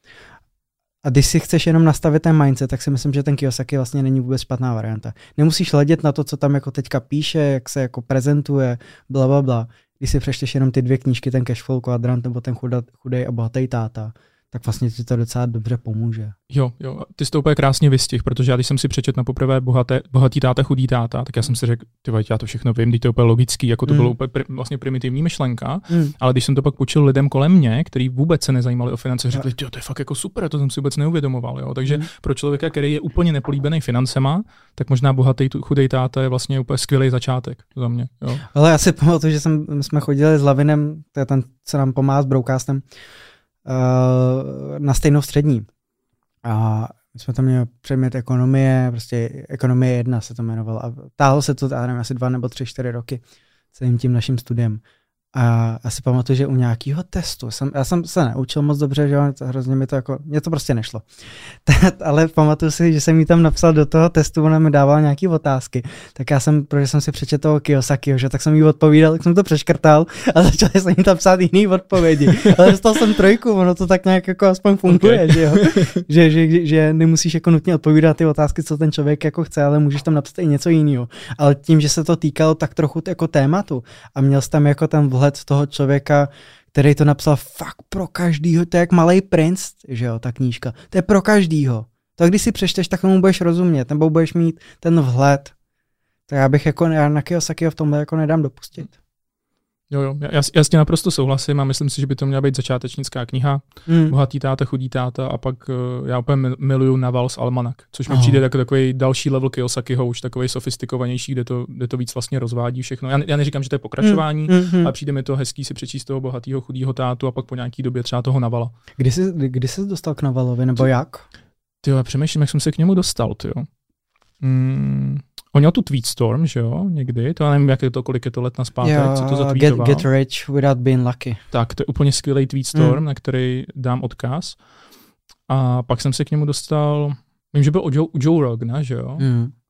A když si chceš jenom nastavit ten mindset, tak si myslím, že ten Kiyosaki vlastně není vůbec špatná varianta. Nemusíš hledět na to, co tam jako teďka píše, jak se jako prezentuje, bla, bla, bla. Když si přečteš jenom ty dvě knížky, ten Cashflow kvadrant nebo ten chudej a bohatý táta, tak vlastně ti to docela dobře pomůže. Jo, jo, ty jsi to úplně krásně vystih, protože já když jsem si přečet na poprvé bohaté, bohatý táta, chudý táta, tak já jsem si řekl, ty vole, já to všechno vím, teď to je úplně logický, jako to mm. bylo úplně pri, vlastně primitivní myšlenka, mm. ale když jsem to pak počul lidem kolem mě, kteří vůbec se nezajímali o finance, řekli, jo, to je fakt jako super, to jsem si vůbec neuvědomoval, jo. Takže mm. pro člověka, který je úplně nepolíbený financema, tak možná bohatý chudej táta je vlastně úplně skvělý začátek za mě, jo. Ale já si pamatuju, že jsem, jsme chodili s Lavinem, to je ten, co nám pomáhá s Broadcastem, na stejnou střední. A my jsme tam měli předmět ekonomie, prostě ekonomie jedna se to jmenovalo. A táhlo se to, já nevím, asi dva nebo tři, čtyři roky celým tím naším studiem. A já si pamatuju, že u nějakého testu, jsem, já jsem se neučil moc dobře, že hrozně mi to jako, mně to prostě nešlo. Ale pamatuju si, že jsem jí tam napsal do toho testu, ona mi dávala nějaké otázky. Tak já jsem, protože jsem si přečetl toho Kiyosakiho, že tak jsem jí odpovídal, tak jsem to přeškrtal a začal jsem jí tam psát jiný odpovědi. Ale dostal jsem trojku, ono to tak nějak jako aspoň funguje, okay. že jo. Že, že, že nemusíš jako nutně odpovídat ty otázky, co ten člověk jako chce, ale můžeš tam napsat i něco jiného. Ale tím, že se to týkalo tak trochu jako tématu a měl jsi tam jako ten vhled toho člověka, který to napsal fakt pro každýho, to je jak Malej princ, že jo, ta knížka, to je pro každýho. To když si přečteš, tak tomu budeš rozumět, nebo budeš mít ten vhled. Tak já bych jako, já na Kiyosakiho v tomhle jako nedám dopustit. Jo, jo, já, já s tím naprosto souhlasím a myslím si, že by to měla být začátečnická kniha, mm. bohatý táta, chudý táta a pak uh, já úplně miluju Naval's Almanak, což mi oh. přijde jako takový další level Kiyosakiho, už takový sofistikovanější, kde to, kde to víc vlastně rozvádí všechno. Já, já neříkám, že to je pokračování, mm. ale přijde mi to hezký si přečíst toho bohatýho, chudýho tátu a pak po nějaký době třeba toho Navala. Kdy jsi, kdy jsi dostal k Navalovi, nebo jak? Tyjo, já přemýšlím, jak jsem se k němu dostal, tyjo. Mm. On měl tu Tweetstorm, že jo, někdy, to já nevím, jak je to, kolik je to let nazpátek, jo, co to zatweetoval. Get, get rich without being lucky. Tak, to je úplně skvělý Tweetstorm, mm. na který dám odkaz. A pak jsem se k němu dostal, vím, že byl u Joe, u Joe Rogana, že jo. Mm.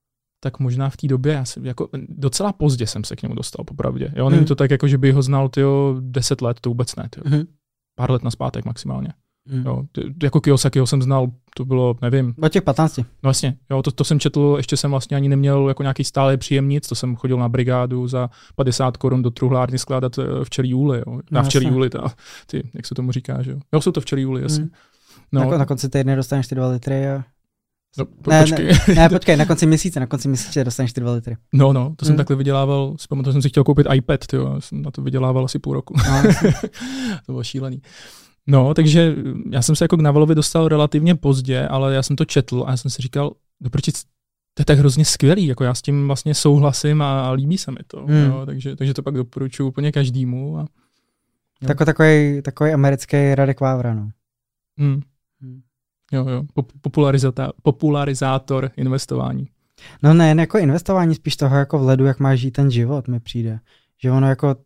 tak možná v té době, já jsem, jako docela pozdě jsem se k němu dostal, popravdě. Jo, není hmm. to tak, jako, že by ho znal tyjo, deset let, to vůbec ne. Tyjo. Hmm. Pár let nazpátek maximálně. Hmm. Jo, ty, jako Kiyosakiho jsem znal, to bylo, nevím. Od těch patnácti. No vlastně, jo, to, to jsem četl, ještě jsem vlastně ani neměl jako nějaký stálý příjem nic, to jsem chodil na brigádu za padesát korun do truhlárny skládat včelí úly, jo. Na no, včelí úly, ta, ty, jak se tomu říká, že jo. Jo, jsou to včelí úly, jasně. Hmm. No. Na, na konci týdne dostaneš ty dva litry a... No, po, ne, počkej. Ne, ne, počkej, na konci měsíce, na konci měsíce dostaneš ty dva litry. No, no, to jsem hmm. takhle vydělával, si pamatuju, jsem si chtěl koupit iPad, tyjo, jsem na to vydělával asi půl roku. No, to bylo šílený. No, takže já jsem se jako k Navalovi dostal relativně pozdě, ale já jsem to četl a já jsem si říkal, doprči, to je tak hrozně skvělý, jako já s tím vlastně souhlasím a, a líbí se mi to, hmm. jo, takže, takže to pak doporučuji úplně každému. A, Tako, takový, takový americký Radek Vávra, no. Hmm. Hmm. Jo, jo, popularizátor, popularizátor investování. No ne, jako investování, spíš toho jako vhledu, jak máš žít ten život, mi přijde. Že ono jako,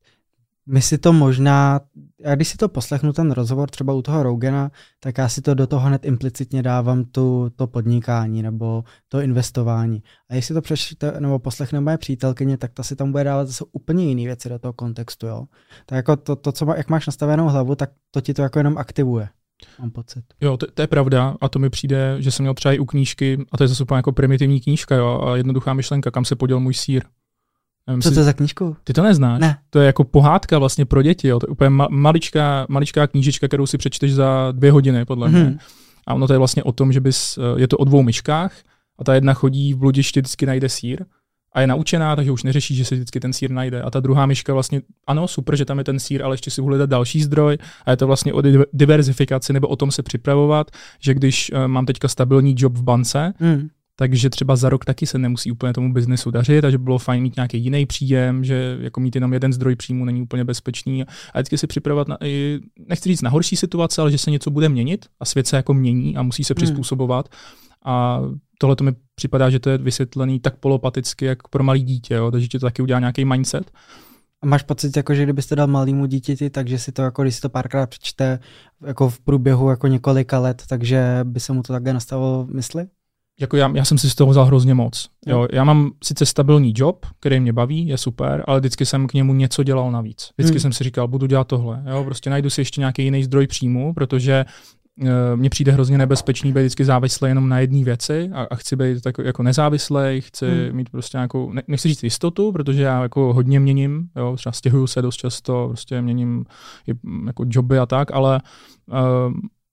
my si to možná, já když si to poslechnu ten rozhovor třeba u toho Rogana, tak já si to do toho hned implicitně dávám tu, to podnikání nebo to investování. A jestli to přečte, nebo poslechne moje přítelkyně, tak ta si tam bude dávat zase úplně jiné věci do toho kontextu. Jo? Tak jako to, to co má, jak máš nastavenou hlavu, tak to ti to jako jenom aktivuje. Mám pocit. Jo, to, to je pravda a to mi přijde, že jsem měl třeba i u knížky, a to je zase úplně jako primitivní knížka, jo, a jednoduchá myšlenka, kam se poděl můj sýr. Nevím, Co to je za knížku? Ty to neznáš? Ne. To je jako pohádka vlastně pro děti, jo, to je úplně ma- maličká, maličká knížička, kterou si přečteš za dvě hodiny, podle mě. Mm-hmm. A ono to je vlastně o tom, že bys, je to o dvou myškách a ta jedna chodí v bludišti, vždycky najde sýr a je naučená, takže už neřeší, že se vždycky ten sýr najde. A ta druhá myška vlastně, ano, super, že tam je ten sýr, ale ještě si hledat další zdroj a je to vlastně o diverzifikaci nebo o tom se připravovat, že když uh, mám teďka stabilní job v bance, mm. takže třeba za rok taky se nemusí úplně tomu biznesu dařit, takže bylo fajn mít nějaký jiný příjem, že jako mít jenom jeden zdroj příjmu není úplně bezpečný a vždycky si připravovat, na, nechci říct na horší situace, ale že se něco bude měnit a svět se jako mění a musí se přizpůsobovat. A tohle to mi připadá, že to je vysvětlený tak polopaticky, jak pro malý dítě, jo? Takže ti to taky udělá nějaký mindset. A máš pocit, jako, že kdybyste dal malému dítěti, takže si to, jako, když si to párkrát přečte jako v průběhu jako několika let, takže by se mu to takhle nastavilo v mysli? Jako já, já jsem si z toho vzal hrozně moc. Jo, já mám sice stabilní job, který mě baví, je super, ale vždycky jsem k němu něco dělal navíc. Vždycky hmm. jsem si říkal, budu dělat tohle. Jo, prostě najdu si ještě nějaký jiný zdroj příjmu, protože uh, mně přijde hrozně nebezpečný být vždycky závislý jenom na jedné věci a, a chci být tak jako nezávislý, chci hmm. mít prostě nějakou, ne, nechci říct jistotu, protože já jako hodně měním, jo, třeba stěhuju se dost často, prostě měním jako joby a tak, ale uh,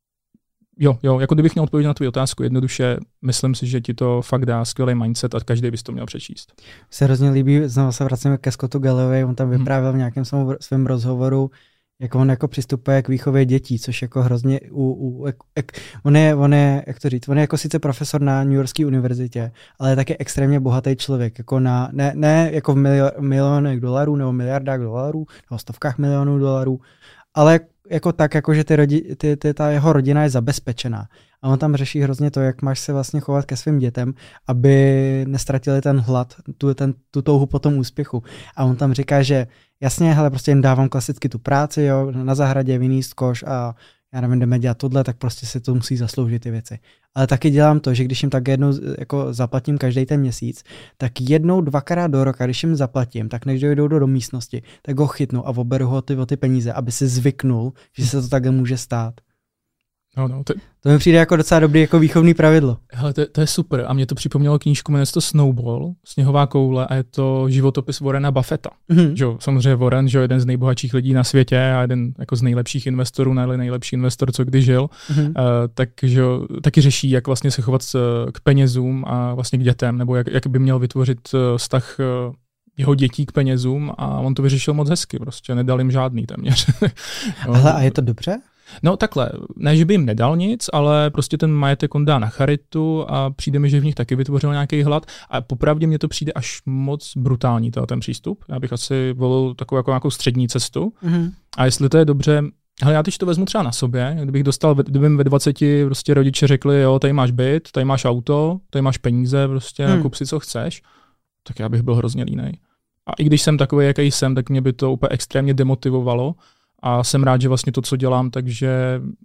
Jo, jo, jako kdybych měl odpovědět na tvou otázku, jednoduše myslím si, že ti to fakt dá skvělý mindset a každý bys to měl přečíst. Se hrozně líbí, znovu se vracíme ke Scottu Gallovi, on tam vyprávěl v nějakém svém rozhovoru, jak on jako přistupuje k výchově dětí, což jako hrozně, u, u, ek, on, je, on je, jak to říct, on je jako sice profesor na New Yorkské univerzitě, ale je taky extrémně bohatý člověk, jako na, ne, ne jako v milionech dolarů nebo miliardách dolarů, nebo stovkách milionů dolarů, ale jako tak, jako že ty rodi, ty, ty, ta jeho rodina je zabezpečená. A on tam řeší hrozně to, jak máš se vlastně chovat ke svým dětem, aby nestratili ten hlad, tu, ten, tu touhu po tom úspěchu. A on tam říká, že jasně, hele, prostě jim dávám klasicky tu práci, jo, na zahradě vyníst koš a já nevím, jdeme dělat tohle, tak prostě si to musí zasloužit ty věci. Ale taky dělám to, že když jim tak jednou jako zaplatím každý ten měsíc, tak jednou, dvakrát do roka, když jim zaplatím, tak než dojdou do, do místnosti, tak ho chytnu a oberu ho ty, o ty peníze, aby si zvyknul, že se to takhle může stát. No, no, to... to mi přijde jako docela dobrý jako výchovný pravidlo. Hele, to, to je super a mě to připomnělo knížku, jmenuje se to Snowball, Sněhová koule a je to životopis Warrena Buffetta. Mm-hmm. Že, samozřejmě Warren, že je jeden z nejbohatších lidí na světě a jeden jako z nejlepších investorů, ne nejlepší investor, co kdy žil, mm-hmm. uh, takže taky řeší, jak vlastně se chovat k penězům a vlastně k dětem, nebo jak, jak by měl vytvořit vztah uh, jeho dětí k penězům a on to vyřešil moc hezky, prostě nedal jim žádný téměř. Hele, a je to dobře? No takhle, ne, že by jim nedal nic, ale prostě ten majetek on dá na charitu a přijde mi, že v nich taky vytvořil nějaký hlad a popravdě mně to přijde až moc brutální ten přístup. Já bych asi volil takovou jako nějakou střední cestu mm-hmm. a jestli to je dobře, hele, já teď to vezmu třeba na sobě, kdybych dostal, kdyby mi ve dvaceti prostě rodiče řekli, jo, tady máš byt, tady máš auto, tady máš peníze, prostě mm. kup si co chceš, tak já bych byl hrozně línej. A i když jsem takový, jaký jsem, tak mě by to úplně extrémně demotivovalo. A jsem rád, že vlastně to, co dělám, takže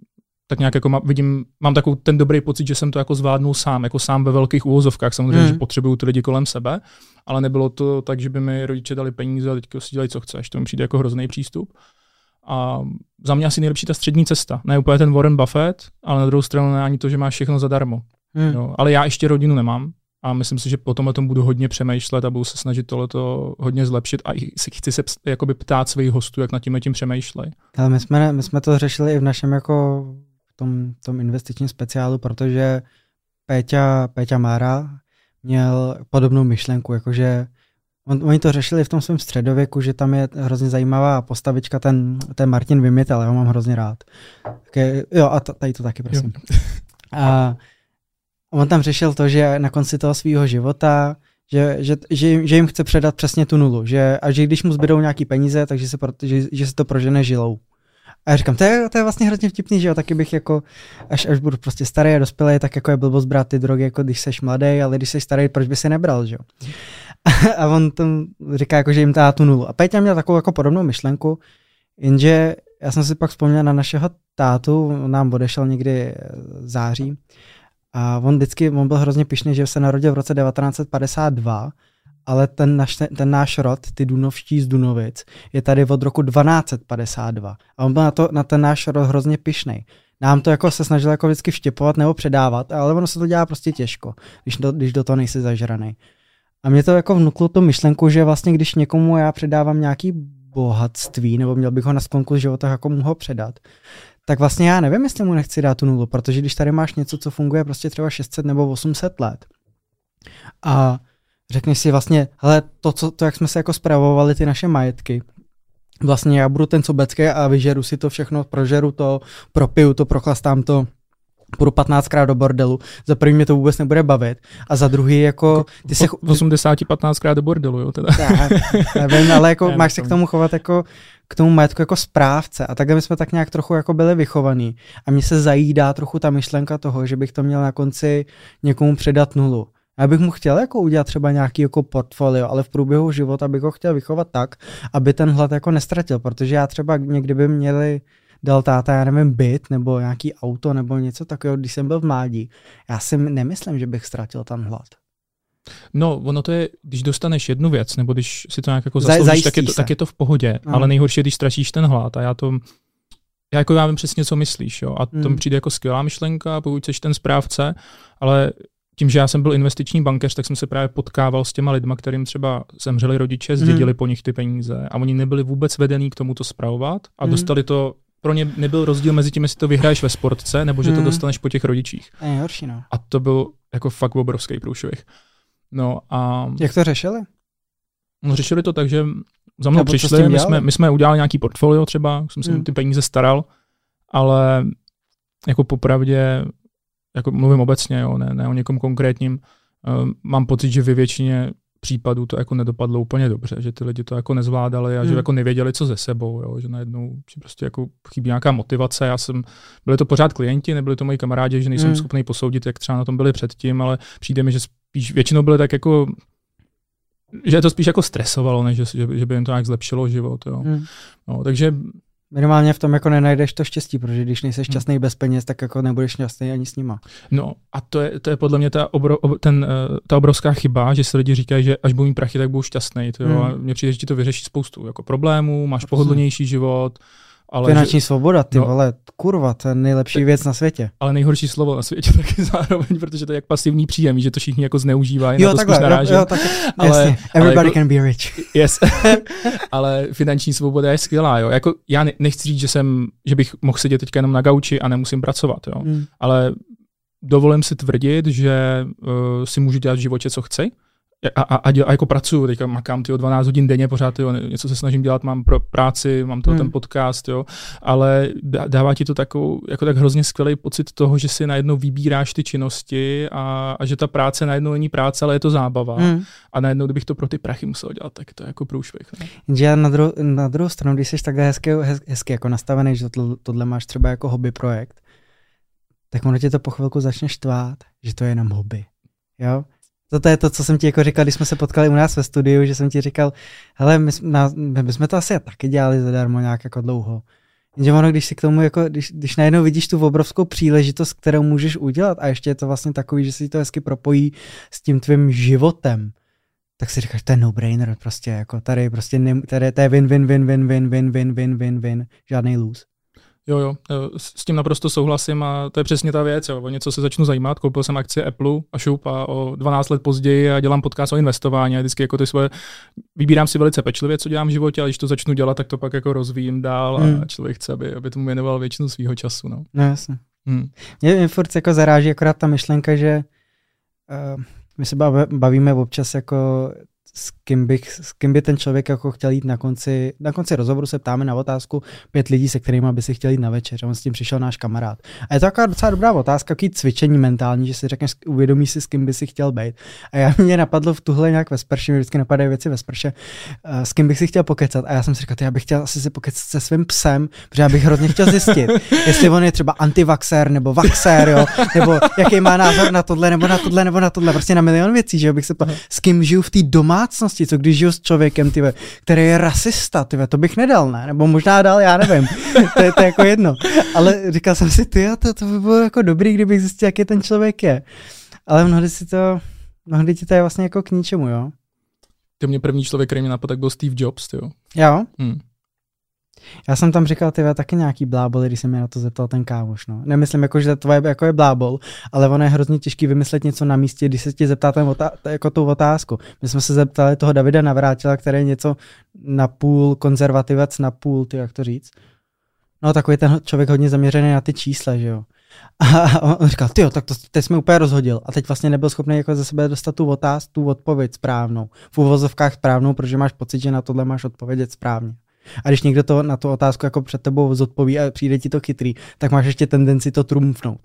tak nějak jako má, vidím, mám takový ten dobrý pocit, že jsem to jako zvládnul sám, jako sám ve velkých úvozovkách, samozřejmě, mm. že potřebuju ty lidi kolem sebe, ale nebylo to tak, že by mi rodiče dali peníze a teďka si dělají, co chceš. To mi přijde jako hrozný přístup. A za mě asi nejlepší ta střední cesta. Ne úplně ten Warren Buffett, ale na druhou stranu ne ani to, že máš všechno zadarmo. Mm. Jo, ale já ještě rodinu nemám a myslím si, že potom o tom budu hodně přemýšlet a budu se snažit tohleto hodně zlepšit a chci se jakoby ptát svých hostů, jak nad tím tím přemýšlej. Ale my jsme, my jsme to řešili i v našem jako tom, tom investičním speciálu, protože Péťa, Péťa Mára měl podobnou myšlenku, jakože on, oni to řešili v tom svém středověku, že tam je hrozně zajímavá postavička, ten, ten Martin Vymitel, já ho mám hrozně rád. Okay, jo, a t- tady to taky, prosím. A on tam řešil to, že na konci toho svého života, že, že, že, že jim chce předat přesně tu nulu, že, a že když mu zbydou nějaký peníze, takže se, že, že se to prožene žilou. A já říkám, to je, to je vlastně hrozně vtipný, že jo, taky bych jako, až, až budu prostě starý a dospělý, tak jako je blbost brát ty drogy, jako když seš mladý, ale když seš starý, proč by si nebral, že jo. A on tam říká, jako, že jim dá tu nulu. A Péťa měl takovou jako podobnou myšlenku, jenže já jsem si pak vzpomněl na našeho tátu, on nám odešel někdy v září, a on vždycky, on byl hrozně pyšný, že se narodil v roce devatenáct set padesát dva, ale ten, naš, ten náš rod, ty Dunovští z Dunovic, je tady od roku dvanáct set padesát dva. A on byl na, to, na ten náš rod hrozně pyšnej. Nám to jako se snažil jako vždycky vštěpovat nebo předávat, ale ono se to dělá prostě těžko, když do, když do toho nejsi zažranej. A mě to jako vnuklo tu myšlenku, že vlastně když někomu já předávám nějaký bohatství, nebo měl bych ho na sklonku života jako mu ho předat, tak vlastně já nevím, jestli mu nechci dát tu nulu, protože když tady máš něco, co funguje prostě třeba šest set nebo osm set let a řekneš si vlastně, hele, to, co, to jak jsme se jako spravovali ty naše majetky, vlastně já budu ten sobecký a vyžeru si to všechno, prožeru to, propiju to, prochlastám to, půjdu patnáctkrát do bordelu, za první mě to vůbec nebude bavit a za druhý jako... Ty se... osmdesát patnáctkrát do bordelu, jo teda. Tak, nevím, ale jako máš se k tomu chovat jako k tomu majetku jako správce a takhle my jsme tak nějak trochu jako byli vychovaný a mně se zajídá trochu ta myšlenka toho, že bych to měl na konci někomu předat nulu. Já bych mu chtěl jako udělat třeba nějaký jako portfolio, ale v průběhu života bych ho chtěl vychovat tak, aby ten hlad jako nestratil, protože já třeba někdy by měli dal táta, já nevím, byt nebo nějaký auto nebo něco takového, když jsem byl v mládí. Já si nemyslím, že bych ztratil ten hlad. No, ono to je, když dostaneš jednu věc, nebo když si to nějak jako zasloužíš, tak je to, tak je to v pohodě, no. Ale nejhorší je, když ztratíš ten hlad a já to, já jako já vím přesně, co myslíš, jo, a to mm. mi přijde jako skvělá myšlenka, pokud jsi ten správce, ale tím, že já jsem byl investiční bankéř, tak jsem se právě potkával s těma lidma, kterým třeba zemřeli rodiče, zdědili mm. po nich ty peníze a oni nebyli vůbec vedení k tomu to spravovat a mm. dostali to. Pro ně nebyl rozdíl mezi tím, jestli to vyhraješ ve sportce, nebo že to dostaneš po těch rodičích. Je horší, no. A to byl jako fakt obrovský průšvih. No a... Jak to řešili? No řešili to tak, že za mnou přišli, my jsme, my jsme udělali nějaký portfolio třeba, jsem si hmm. ty peníze staral, ale jako popravdě, jako mluvím obecně, jo, ne, ne o někom konkrétním, uh, mám pocit, že ve většině případů to jako nedopadlo úplně dobře, že ty lidi to jako nezvládali a hmm. že jako nevěděli, co ze sebou, jo, že najednou že prostě jako chybí nějaká motivace. Já jsem, byli to pořád klienti, nebyli to moji kamarádi, že nejsem hmm. schopný posoudit, jak třeba na tom byli předtím, ale přijde mi, že spíš většinou byli tak jako, že to spíš jako stresovalo, než že, že by jim to nějak zlepšilo život, jo. Hmm. No, takže minimálně v tom jako nenajdeš to štěstí, protože když nejsi šťastný hmm. bez peněz, tak jako nebudeš šťastný ani s nima. No a to je, to je podle mě ta, obro, ob, ten, ta obrovská chyba, že si lidi říkají, že až budou mít prachy, tak budou šťastný. To, hmm. A mně přijde, že ti to vyřeší spoustu jako problémů, máš pohodlnější život. Ale finanční že, svoboda, ty no, vole, kurva, to je nejlepší te, věc na světě. Ale nejhorší slovo na světě taky zároveň, protože to je jak pasivní příjem, že to všichni jako zneužívají, jo, na to takhle, spíš narážím. Jo, tak, ale, jasně, everybody ale jako, can be rich. Yes, ale finanční svoboda je skvělá, jo. Jako, já nechci říct, že, jsem, že bych mohl sedět teďka jenom na gauči a nemusím pracovat, jo. Hmm. Ale dovolím si tvrdit, že uh, si můžu dělat v životě, co chci. A, a, a, děl, a jako pracuju, teďka makám tyjo, dvanáct hodin denně pořád, tyjo, něco se snažím dělat, mám pro práci, mám toho hmm. ten podcast, jo, ale dává ti to takovou, jako tak hrozně skvělý pocit toho, že si najednou vybíráš ty činnosti a, a že ta práce najednou není práce, ale je to zábava. Hmm. A najednou, kdybych to pro ty prachy musel dělat, tak to je jako průšvih. Že na, dru, na druhou stranu, když jsi takhle hezky, hezky jako nastavený, že to, tohle máš třeba jako hobby projekt, tak ono tě to po chvilku začne štvát, že to je jenom hobby, jo. To je to, co jsem ti jako říkal, když jsme se potkali u nás ve studiu, že jsem ti říkal, hele, my, my, my jsme to asi taky dělali zadarmo nějak jako dlouho. Jenže ono, když si k tomu, jako, když, když najednou vidíš tu obrovskou příležitost, kterou můžeš udělat a ještě je to vlastně takový, že si to hezky propojí s tím tvým životem, tak si říkáš, to je no-brainer, prostě jako tady prostě ne, tady to je win, win, win, win, win, win, win, win, win, win, žádný lose. Jo, jo, s tím naprosto souhlasím a to je přesně ta věc. Jo. O něco se začnu zajímat, koupil jsem akcie Apple a šup a o dvanáct let později a dělám podcast o investování a vždycky jako ty svoje, vybírám si velice pečlivě, co dělám v životě, ale když to začnu dělat, tak to pak jako rozvíjím dál a hmm. člověk chce, aby, aby tomu věnoval většinu svého času. No, no jasně. Hmm. Mě, mě furt jako zaráží akorát ta myšlenka, že uh, my se bavíme občas jako s kým, bych, s kým by ten člověk jako chtěl jít na konci, na konci rozhovoru se ptáme na otázku pět lidí, se kterými by si chtěl jít na večeř. A on s tím přišel náš kamarád. A je to taková docela dobrá otázka, takový cvičení mentální, že si řekneš, uvědomíš si, s kým by si chtěl být. A já mě napadlo v tuhle nějak ve sprše, mě vždycky napadají věci ve sprše, s kým bych si chtěl pokecat. A já jsem si říkal, já bych chtěl asi si pokecat se svým psem, protože já bych hrozně chtěl zjistit, jestli on je třeba antivaxér nebo vaxér, jo, nebo jaký má názor na tohle, nebo na tohle, nebo na tohle, prostě na milion věcí, že jo, bych se po... s kým žiju v té domácnosti, co když žiju s člověkem, tyve, který je rasista, tyve, to bych nedal, ne? Nebo možná dal, já nevím. to, je, to je jako jedno. Ale říkal jsem si, ty, to, to by bylo jako dobrý, kdybych zjistil, jaký ten člověk je. Ale mnohdy si to, mnohdy ti to je vlastně jako k ničemu, jo? To mě první člověk, který mě napadl, tak byl Steve Jobs, jo. Jo? Hmm. Já jsem tam říkal, tyve, taky nějaký blábol, když jsem mě na to zeptal ten kámoš, no. Nemyslím, jako, že to je, jako je blábol, ale ono je hrozně těžký vymyslet něco na místě, když se tě zeptá ten otá- jako tu otázku. My jsme se zeptali toho Davida Navrátila, který je něco napůl konzervativec, napůl, ty, jak to říct. No, takový ten člověk hodně zaměřený na ty čísla, že jo. A on říkal, tyjo, tak to teď jsme úplně rozhodil. A teď vlastně nebyl schopný jako ze sebe dostat tu otázku, tu odpověď správnou. V uvozovkách správnou, protože máš pocit, že na tohle máš odpovědět správně. A když někdo to na tu otázku jako před tebou zodpoví a přijde ti to chytrý, tak máš ještě tendenci to trumfnout.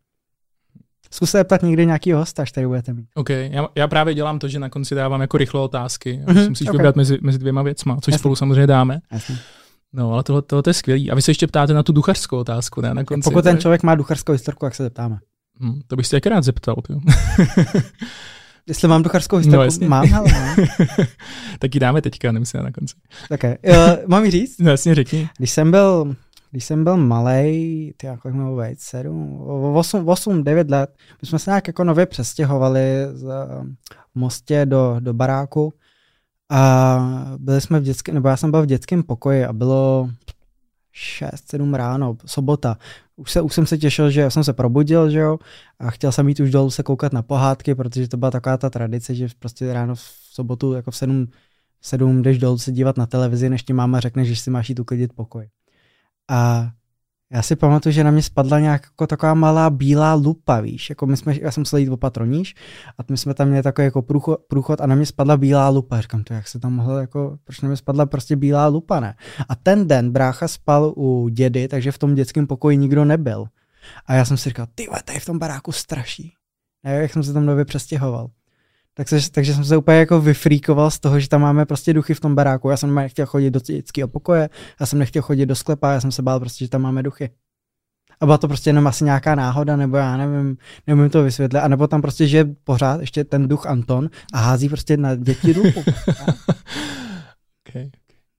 Zkus se ptat někdy nějakýho hosta, až tady budete mít. OK, já, já právě dělám to, že na konci dávám jako rychle otázky. Mm-hmm, musíš okay. vybrat mezi, mezi dvěma věcma, což Jasně. spolu samozřejmě dáme. Jasně. No, ale tohle, tohle je skvělý. A vy se ještě ptáte na tu duchařskou otázku, ne? Na konci. Pokud ten člověk má duchařskou historku, jak se zeptáme. Hmm, to bych si jak rád zeptal. Jestli mám duchařskou historku, no, mám, ale ne. Tak ji dáme teďka, nemyslím na konci. Okay. Uh, mám ji říct? No, jasně, řekni. Když jsem byl, když jsem byl malej, ty jak měl být, sedm, osm, osm, devět let, my jsme se nějak jako nově přestěhovali z Mostě do, do baráku a byli jsme v dětském, nebo já jsem byl v dětském pokoji a bylo šest, sedm ráno, sobota. Už, se, už jsem se těšil, že jsem se probudil, že jo, a chtěl jsem jít už dolů se koukat na pohádky, protože to byla taková ta tradice, že prostě ráno v sobotu jako v sedm, sedm jdeš dolů se dívat na televizi, než ti máma řekne, že si máš jít uklidit pokoj. A já si pamatuju, že na mě spadla nějak jako taková malá bílá lupa, víš, jako my jsme, já jsem musel jít opatroníš a my jsme tam měli takový jako průchod, průchod a na mě spadla bílá lupa. Říkám, to jak se tam mohlo, jako, proč na mě spadla prostě bílá lupa, ne? A ten den brácha spal u dědy, takže v tom dětském pokoji nikdo nebyl. A já jsem si říkal, ty tady v tom baráku straší. A jak jsem se tam nově přestěhoval. Tak se, takže jsem se úplně jako vyfríkoval z toho, že tam máme prostě duchy v tom baráku. Já jsem nechtěl chodit do dětského pokoje, já jsem nechtěl chodit do sklepa, já jsem se bál prostě, že tam máme duchy. A byla to prostě jenom asi nějaká náhoda, nebo já nevím, nevím to vysvětlit, a nebo tam prostě žije pořád ještě ten duch Anton a hází prostě na děti lupu. Okay.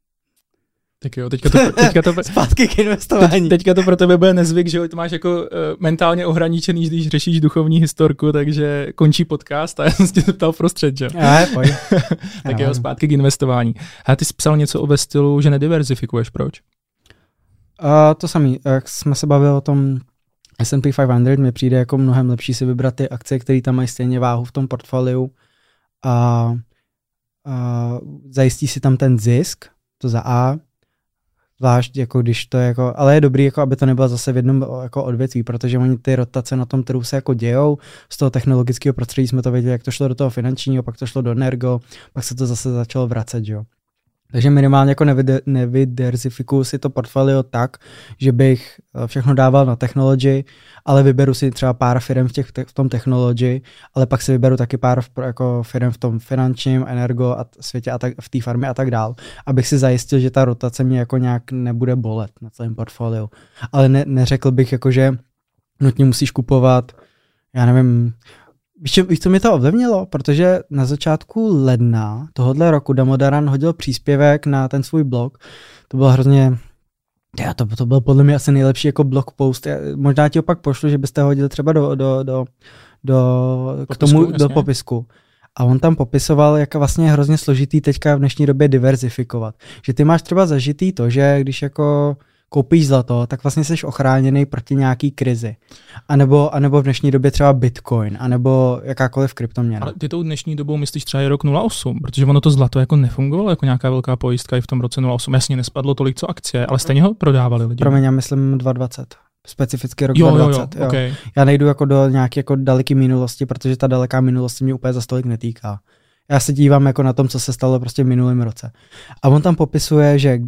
Tak jo, teďka to, teďka to, zpátky k investování. Teď, teďka to pro tebe bude nezvyk, že to máš jako uh, mentálně ohraničený, když řešíš duchovní historku, takže končí podcast a já jsem se tě zeptal prostřed, že? Ne, pojď. Tak jo, zpátky k investování. A ty jsi psal něco o ve stylu, že nediverzifikuješ, proč? Uh, to samý, jak jsme se bavili o tom S and P pět set, mi přijde jako mnohem lepší si vybrat ty akcie, které tam mají stejně váhu v tom portfoliu a uh, zajistí si tam ten zisk, to za A, zvlášť jako když to je jako, ale je dobrý, jako aby to nebylo zase v jednom jako odvětví, protože oni ty rotace na tom trhu se jako dějou, z toho technologického prostředí jsme to věděli, jak to šlo do toho finančního, pak to šlo do energo, pak se to zase začalo vracet, jo. Takže minimálně jako nevydiversifikuju si to portfolio tak, že bych všechno dával na technology, ale vyberu si třeba pár firm v, těch, v tom technology, ale pak si vyberu taky pár jako firm v tom finančním, energo a světě a tak, v té farmě a tak dál, abych si zajistil, že ta rotace mě jako nějak nebude bolet na celém portfoliu. Ale ne, neřekl bych jako, že nutně musíš kupovat, já nevím, Víš, víš, co mi to ovlivnilo? Protože na začátku ledna tohohle roku Damodaran hodil příspěvek na ten svůj blog. To bylo hrozně Já, to, to byl podle mě asi nejlepší jako blog post. Já, možná ti opak pošlu, že byste ho hodili třeba do, do, do, do, popisku, k tomu, jasně. do popisku. A on tam popisoval, jak vlastně je hrozně složitý teďka v dnešní době diverzifikovat. Že ty máš třeba zažitý to, že když jako koupíš zlato, tak vlastně jsi ochráněný proti nějaký krizi. A nebo, a nebo v dnešní době třeba Bitcoin, a nebo jakákoliv kryptoměna. Ale ty tou dnešní dobou myslíš třeba je rok nula osm, protože ono to zlato jako nefungovalo jako nějaká velká pojistka i v tom roce nula osm. Jasně nespadlo tolik, co akcie, ale stejně ho prodávali lidi. Promiň, já myslím dva tisíce dvacet. Specificky rok jo, dva tisíce dvacet. Jo, jo, okay. Já nejdu jako do nějaké jako daleké minulosti, protože ta daleká minulost mě úplně za stolik netýká. Já se dívám jako na tom, co se stalo prostě v minulém roce. A on tam popisuje, že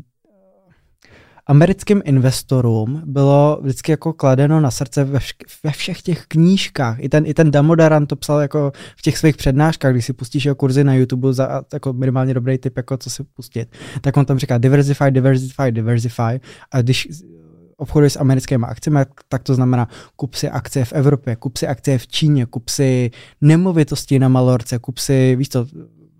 americkým investorům bylo vždycky jako kladeno na srdce ve, vš- ve všech těch knížkách. I ten, i ten Damodaran to psal jako v těch svých přednáškách, když si pustíš jeho kurzy na YouTube za jako minimálně dobrý tip, jako co si pustit. Tak on tam říká diversify, diversify, diversify. A když obchoduješ s americkými akcemi, tak to znamená kup si akcie v Evropě, kup si akcie v Číně, kup si nemovitosti na Malorce, kup si, víš co,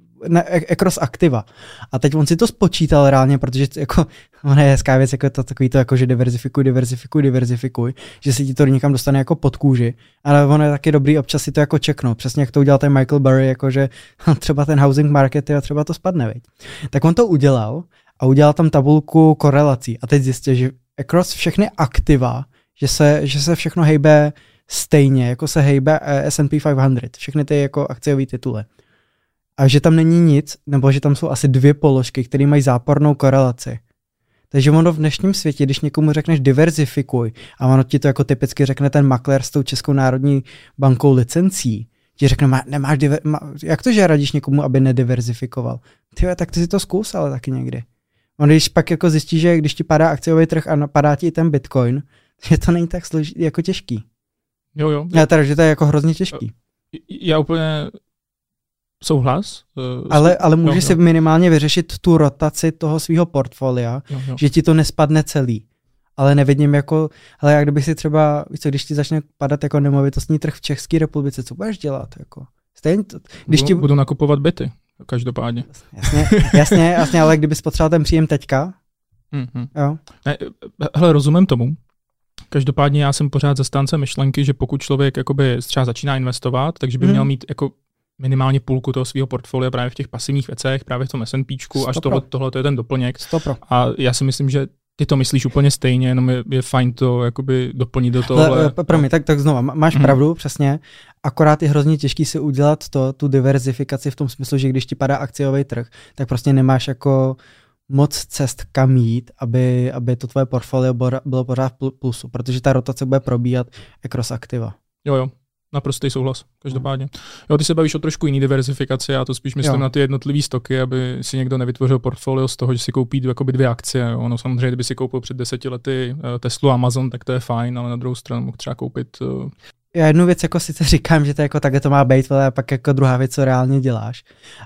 across aktiva. A teď on si to spočítal reálně, protože jako, ona je hezká věc, jako to, takový to, jako, že diverzifikuj, diverzifikuj, diverzifikuj, že se ti to někam dostane jako pod kůži, ale ono je taky dobrý občas si to jako čeknout, přesně jak to udělal ten Michael Burry, jako že třeba ten housing market a třeba to spadne, viď. Tak on to udělal a udělal tam tabulku korelací a teď zjistil, že across všechny aktiva, že se, že se všechno hejbe stejně, jako se hejbe S and P pět set, všechny ty jako akciové tituly. A že tam není nic, nebo že tam jsou asi dvě položky, které mají zápornou korelaci. Takže ono v dnešním světě, když někomu řekneš diverzifikuj, a ono ti to jako typicky řekne ten maklér s tou Českou národní bankou licencí, ti řekne, nemáš diver, má, jak to, že radíš někomu, aby nediverzifikoval? Tyhle, tak ty si to zkus, ale taky někdy. On když pak jako zjistí, že když ti padá akciový trh a padá ti i ten Bitcoin, že to není tak složitý, jako těžký. Jo, jo. Já teda, že to je jako hrozně těžký. Já úplně souhlas. Ale, ale můžeš jo, si jo. minimálně vyřešit tu rotaci toho svého portfolia, jo, jo. že ti to nespadne celý. Ale nevidím jako, ale jak kdyby si třeba, víš co, když ti začne padat jako nemovitostní trh v České republice, co budeš dělat? Jako? Stejně to, když budu, ti... budu nakupovat byty, každopádně. Jasně, jasně, jasně, ale kdyby spotřeboval ten příjem teďka, mm-hmm. jo. Ne, hele, rozumím tomu. Každopádně já jsem pořád zastánce myšlenky, že pokud člověk jakoby třeba začíná investovat, takže by hmm. měl mít jako minimálně půlku toho svého portfolia právě v těch pasivních věcech, právě v tom S and Pčku, až tohle, tohle to je ten doplněk. Stopro. A já si myslím, že ty to myslíš úplně stejně, jenom je, je fajn to jakoby doplnit do tohle. Promiň, tak, tak znova, máš hmm. pravdu, přesně, akorát je hrozně těžký si udělat to, tu diverzifikaci v tom smyslu, že když ti padá akciový trh, tak prostě nemáš jako moc cest kam jít, aby, aby to tvoje portfolio bylo pořád v plusu, protože ta rotace bude probíhat across aktiva. Jo, jo. Naprostý souhlas, každopádně. Jo, ty se bavíš o trošku jiný diverzifikaci, já to spíš myslím jo. na ty jednotlivý stoky, aby si někdo nevytvořil portfolio z toho, že si koupí jakoby dvě akcie. Ono samozřejmě, kdyby si koupil před deseti lety Teslu, Amazon, tak to je fajn, ale na druhou stranu mohl třeba koupit... Uh... Já jednu věc jako sice říkám, že to jako takhle to má být, ale pak jako druhá věc, co reálně děláš.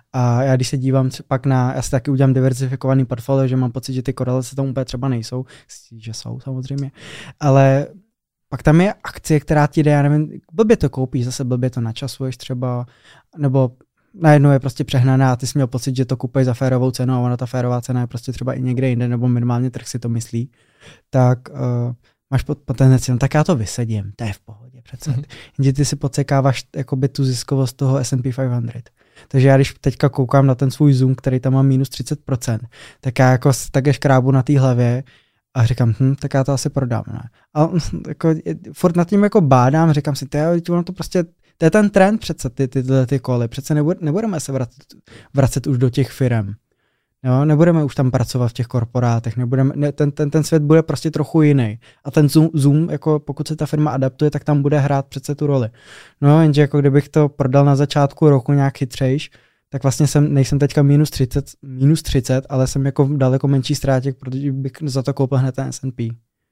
A já když se dívám pak na, já si taky udělám diverzifikovaný portfolio, že mám pocit, že ty korelace tam úplně třeba nejsou, že jsou samozřejmě, ale pak tam je akcie, která ti jde, já nevím, blbě to koupíš, zase blbě to načasuješ třeba, nebo najednou je prostě přehnaná a ty jsi měl pocit, že to kupuješ za férovou cenu a ona ta férová cena je prostě třeba i někde jinde, nebo minimálně trh si to myslí, tak uh, máš potenciál, no tak já to vysedím, to je v pohodě přece. Mm-hmm. Jenže ty si podsekáváš jakoby tu ziskovost toho S and P pět set. Takže já když teďka koukám na ten svůj Zoom, který tam má minus třicet procent, tak já jako také škrábu na té hlavě a říkám, hm, tak já to asi prodám. Ne? A jako, furt nad tím jako bádám, říkám si, to, ono to prostě, to je ten trend přece, ty, ty, ty, ty koly, přece nebudeme se vracet, vracet už do těch firem. Jo, nebudeme už tam pracovat v těch korporátech, nebudeme, ne, ten, ten, ten svět bude prostě trochu jiný. A ten Zoom, Zoom, jako pokud se ta firma adaptuje, tak tam bude hrát přece tu roli. No, jenže jako kdybych to prodal na začátku roku nějak chytřejš, tak vlastně jsem, nejsem teďka minus třicet, minus třicet, ale jsem jako v daleko menší ztrátě, protože bych za to koupil hned ten S and P.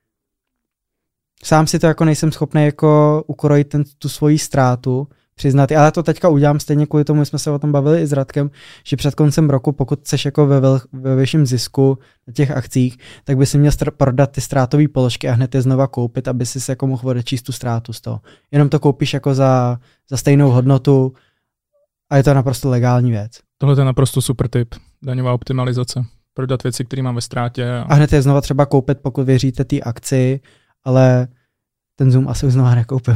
Sám si to jako nejsem schopný jako ukrojit ten, tu svoji ztrátu, přiznat, ale to teďka udělám stejně kvůli tomu, jsme se o tom bavili i s Radkem, že před koncem roku, pokud seš jako ve, vel, ve vyšším zisku na těch akcích, tak by si měl str- prodat ty ztrátové položky a hned je znova koupit, aby si se jako mohl odečíst tu ztrátu z toho. Jenom to koupíš jako za, za stejnou hodnotu a je to naprosto legální věc. Tohle je naprosto super tip, daňová optimalizace. prodat věci, které mám ve ztrátě. A... a hned je znova třeba koupit, pokud věříte té akci, ale ten Zoom asi už znova nekoupím.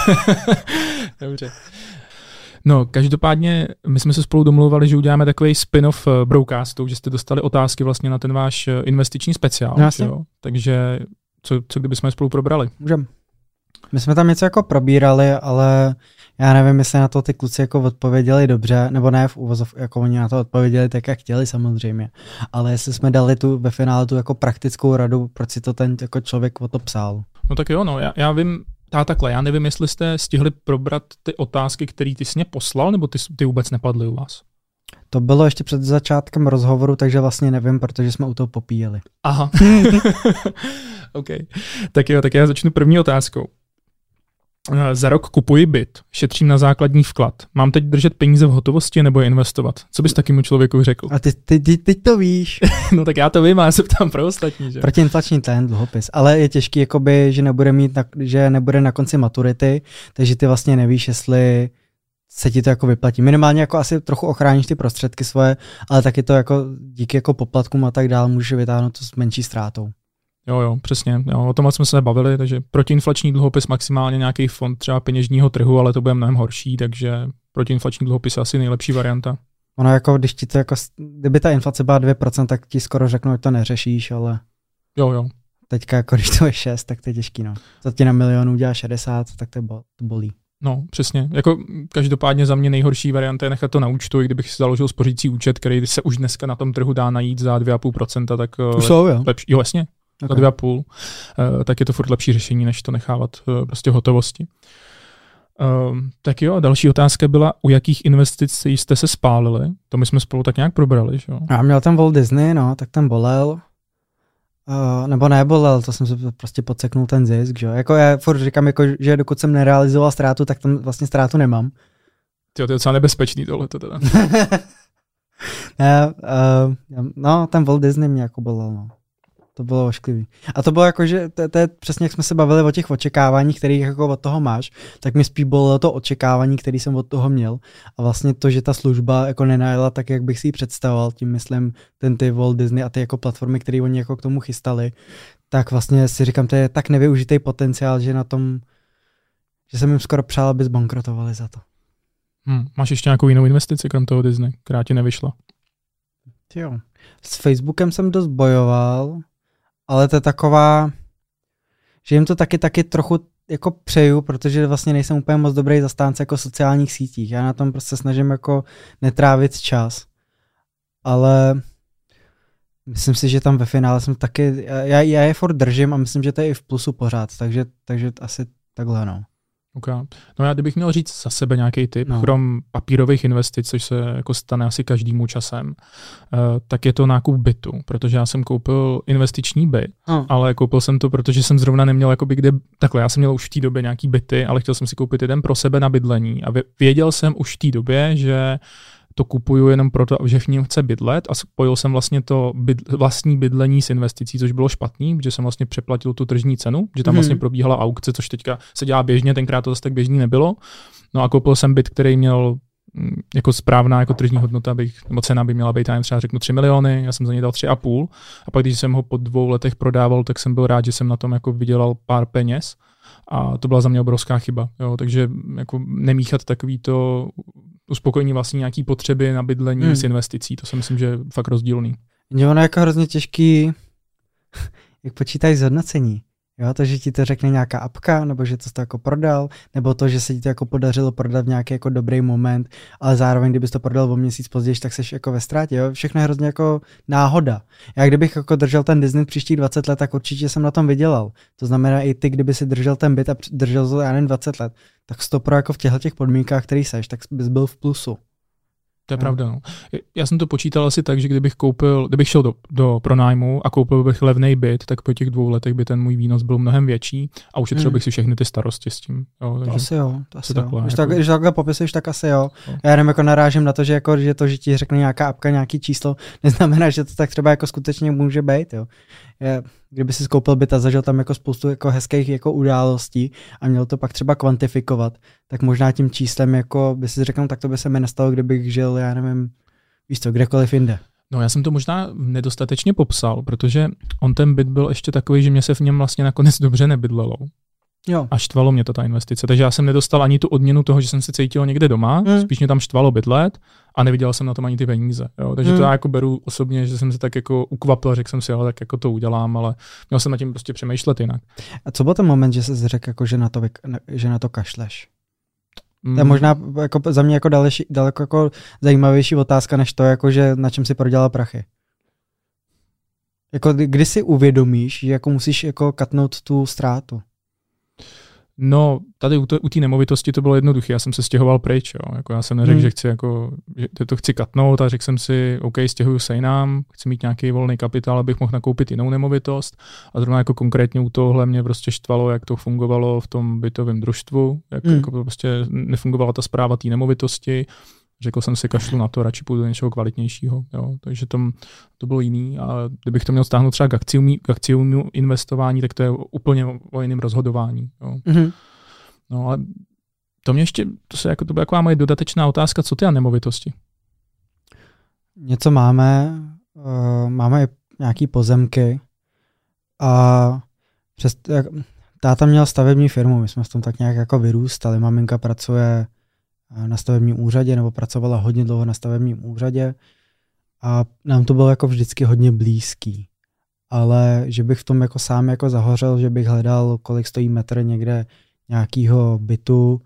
Dobře. No, každopádně my jsme se spolu domluvali, že uděláme takový spin-off Broadcastu, že jste dostali otázky vlastně na ten váš investiční speciál. No, jo? Takže co, co kdybychom je spolu probrali? Můžeme. My jsme tam něco jako probírali, ale já nevím, jestli na to ty kluci jako odpověděli dobře, nebo ne v úvozov, jako oni na to odpověděli tak, jak chtěli samozřejmě. Ale jestli jsme dali tu ve finále tu jako praktickou radu, proč si to ten jako člověk o to psal. No tak jo, no, já, já vím, tá takhle, já nevím, jestli jste stihli probrat ty otázky, které ty jsi mě poslal, nebo ty, ty vůbec nepadly u vás? To bylo ještě před začátkem rozhovoru, takže vlastně nevím, protože jsme u toho popíjeli. Aha. OK. Tak jo, tak já začnu první otázkou. Za rok kupuji byt, šetřím na základní vklad. Mám teď držet peníze v hotovosti nebo je investovat? Co bys takému člověku řekl? A ty, ty, ty, ty to víš. No tak já to vím, a já se ptám pro ostatní. Že? Protiinflační ten dluhopis. Ale je těžký, jakoby, že nebude mít, na, že nebude na konci maturity, takže ty vlastně nevíš, jestli se ti to jako vyplatí. Minimálně jako asi trochu ochráníš ty prostředky svoje, ale taky to jako díky jako poplatkům a tak dál můžeš vytáhnout to s menší ztrátou. Jo, jo, přesně. Jo, o tom jsme se bavili, takže protiinflační dluhopis maximálně nějaký fond třeba peněžního trhu, ale to bude mnohem horší, takže protiinflační dluhopis je asi nejlepší varianta. Ono jako, když ti to jako, kdyby ta inflace byla dvě procenta, tak ti skoro řeknu, že to neřešíš, ale jo, jo. Teďka jako, když to je šest, tak to je těžký, no. To ti na milionu udělá šedesát, tak to, bo, to bolí. No, přesně. Jako každopádně za mě nejhorší varianta je nechat to na účtu, i kdybych si založil spořící účet, který se už dneska na tom trhu dá najít za dvě celá pět procenta, tak už jsou, jo. Lepší, jo, jasně. Okay. Na dvě a půl, uh, tak je to furt lepší řešení, než to nechávat uh, prostě v hotovosti. Uh, tak jo, další otázka byla, u jakých investic jste se spálili? To my jsme spolu tak nějak probrali, že jo? Já měl ten Walt Disney, no, tak ten bolel. Uh, nebo nebolel, to jsem se prostě podseknul ten zisk, že jo? Jako já furt říkám, jako, že dokud jsem nerealizoval ztrátu, tak tam vlastně ztrátu nemám. Tyjo, to je docela nebezpečný tohleto teda. ne, uh, no, ten Walt Disney mě jako bolel, no. To bylo ošklivý. A to bylo jako, že to, to je přesně, jak jsme se bavili o těch očekáváních, kterých jako od toho máš, tak mi spíš bylo to očekávání, který jsem od toho měl. A vlastně to, že ta služba jako nenajela tak, jak bych si ji představoval, tím myslím ten ty Walt Disney a ty jako platformy, které oni jako k tomu chystali, tak vlastně si říkám, to je tak nevyužitý potenciál, že na tom, že jsem jim skoro přál, aby zbankrotovali za to. Hmm, máš ještě nějakou jinou investici krom toho Disney, která ti nevyšla? Jo. S Facebookem jsem dost bojoval, ale to je taková, že jim to taky taky trochu jako přeju, protože vlastně nejsem úplně moc dobrý zastánce jako sociálních sítích. Já na tom prostě snažím jako netrávit čas. Ale myslím si, že tam ve finále jsem taky, já, já je furt držím a myslím, že to je i v plusu pořád, takže, takže asi takhle, no. Okay. No já kdybych měl říct za sebe nějaký tip, no. Krom papírových investic, což se jako stane asi každému časem, uh, tak je to nákup bytu, protože já jsem koupil investiční byt, oh. ale koupil jsem to, protože jsem zrovna neměl jakoby kde, takhle, já jsem měl už v té době nějaký byty, ale chtěl jsem si koupit jeden pro sebe na bydlení a věděl jsem už v té době, že to kupuju jenom proto, že v něm chce bydlet a spojil jsem vlastně to byd, vlastní bydlení s investicí, což bylo špatný, protože jsem vlastně přeplatil tu tržní cenu, že tam hmm. vlastně probíhala aukce, což teďka se dělá běžně, tenkrát to zase tak běžný nebylo. No a koupil jsem byt, který měl jako správná jako tržní hodnota, bych, nebo cena by měla být, já třeba řeknu tři miliony, já jsem za něj dal tři a půl a pak když jsem ho po dvou letech prodával, tak jsem byl rád, že jsem na tom jako vydělal pár peněz a to byla za mě obrovská chyba. Jo, takže jako nemíchat takový to uspokojení vlastně nějaký potřeby na bydlení hmm. s investicí, to si myslím, že je fakt rozdílný. Je ono jako hrozně těžký, jak počítají zhodnocení. Jo, to, že ti to řekne nějaká apka, nebo že to jsi to jako prodal, nebo to, že se ti to jako podařilo prodat v nějaký jako dobrý moment, ale zároveň, kdybys to prodal o měsíc později, tak seš jako ve ztrátě. Jo? Všechno je hrozně jako náhoda. Já kdybych jako držel ten Disney příštích dvacet let, tak určitě jsem na tom vydělal. To znamená i ty, kdyby si držel ten byt a držel to já nevím dvacet let, tak sto pro jako v těchto těch podmínkách, který seš, tak bys byl v plusu. To je no. pravda, no. Já jsem to počítal asi tak, že kdybych koupil, kdybych šel do, do pronájmu a koupil bych levný byt, tak po těch dvou letech by ten můj výnos byl mnohem větší a ušetřil mm. bych si všechny ty starosti s tím. Jo, takže to asi jo, to asi takhle, jo. Když, jako... tak, když takhle popisuješ, tak asi jo. No. Já jenom jako narážím na to, že, jako, že to, že ti řekne nějaká apka, nějaký číslo, neznamená, že to tak třeba jako skutečně může být, jo. Je, kdyby si skoupil byt a zažil tam jako spoustu jako hezkých jako událostí a měl to pak třeba kvantifikovat, tak možná tím číslem jako by si řekl, tak to by se mi nestalo, kdybych žil, já nevím, víš co, kdekoliv jinde. No já jsem to možná nedostatečně popsal, protože on ten byt byl ještě takový, že mě se v něm vlastně nakonec dobře nebydlelo. Jo. A štvalo mě to ta investice, takže já jsem nedostal ani tu odměnu toho, že jsem se cítil někde doma, mm. spíš mě tam štvalo bydlet a neviděl jsem na tom ani ty peníze. Jo? Takže mm. to já jako beru osobně, že jsem se tak jako ukvapil, řekl jsem si, ale tak jako to udělám, ale měl jsem nad tím prostě přemýšlet jinak. A co byl ten moment, že jsi řekl, jako, že, na to, že na to kašleš? Mm. To je možná jako za mě jako další, daleko jako zajímavější otázka, než to, jako, že na čem si prodělal prachy. Jako, kdy si uvědomíš, že jako musíš jako katnout tu ztrátu? No, tady u té nemovitosti to bylo jednoduché, já jsem se stěhoval pryč, jo. Jako já jsem neřekl, hmm. že chci jako, že to chci katnout a řekl jsem si, OK, stěhuju se jinam, chci mít nějaký volný kapitál, abych mohl nakoupit jinou nemovitost a zrovna jako konkrétně u tohohle mě prostě štvalo, jak to fungovalo v tom bytovém družstvu, jak hmm. jako prostě nefungovala ta správa té nemovitosti. Řekl jsem si, kašlu na to, radši půjdu do něčeho kvalitnějšího. Jo. Takže to, to bylo jiný. A kdybych to měl stáhnout třeba k akciovnímu, k akciovnímu investování, tak to je úplně o jiném rozhodování. Jo. Mm-hmm. No ale to mě ještě, to, se jako, to byla taková moje dodatečná otázka, co ty a nemovitosti? Něco máme, uh, máme nějaký pozemky a přes, jak, táta měl stavební firmu, my jsme v tom tak nějak jako vyrůstali, maminka pracuje na stavebním úřadě, nebo pracovala hodně dlouho na stavebním úřadě a nám to bylo jako vždycky hodně blízký. Ale že bych v tom jako sám jako zahořel, že bych hledal, kolik stojí metr někde nějakého bytu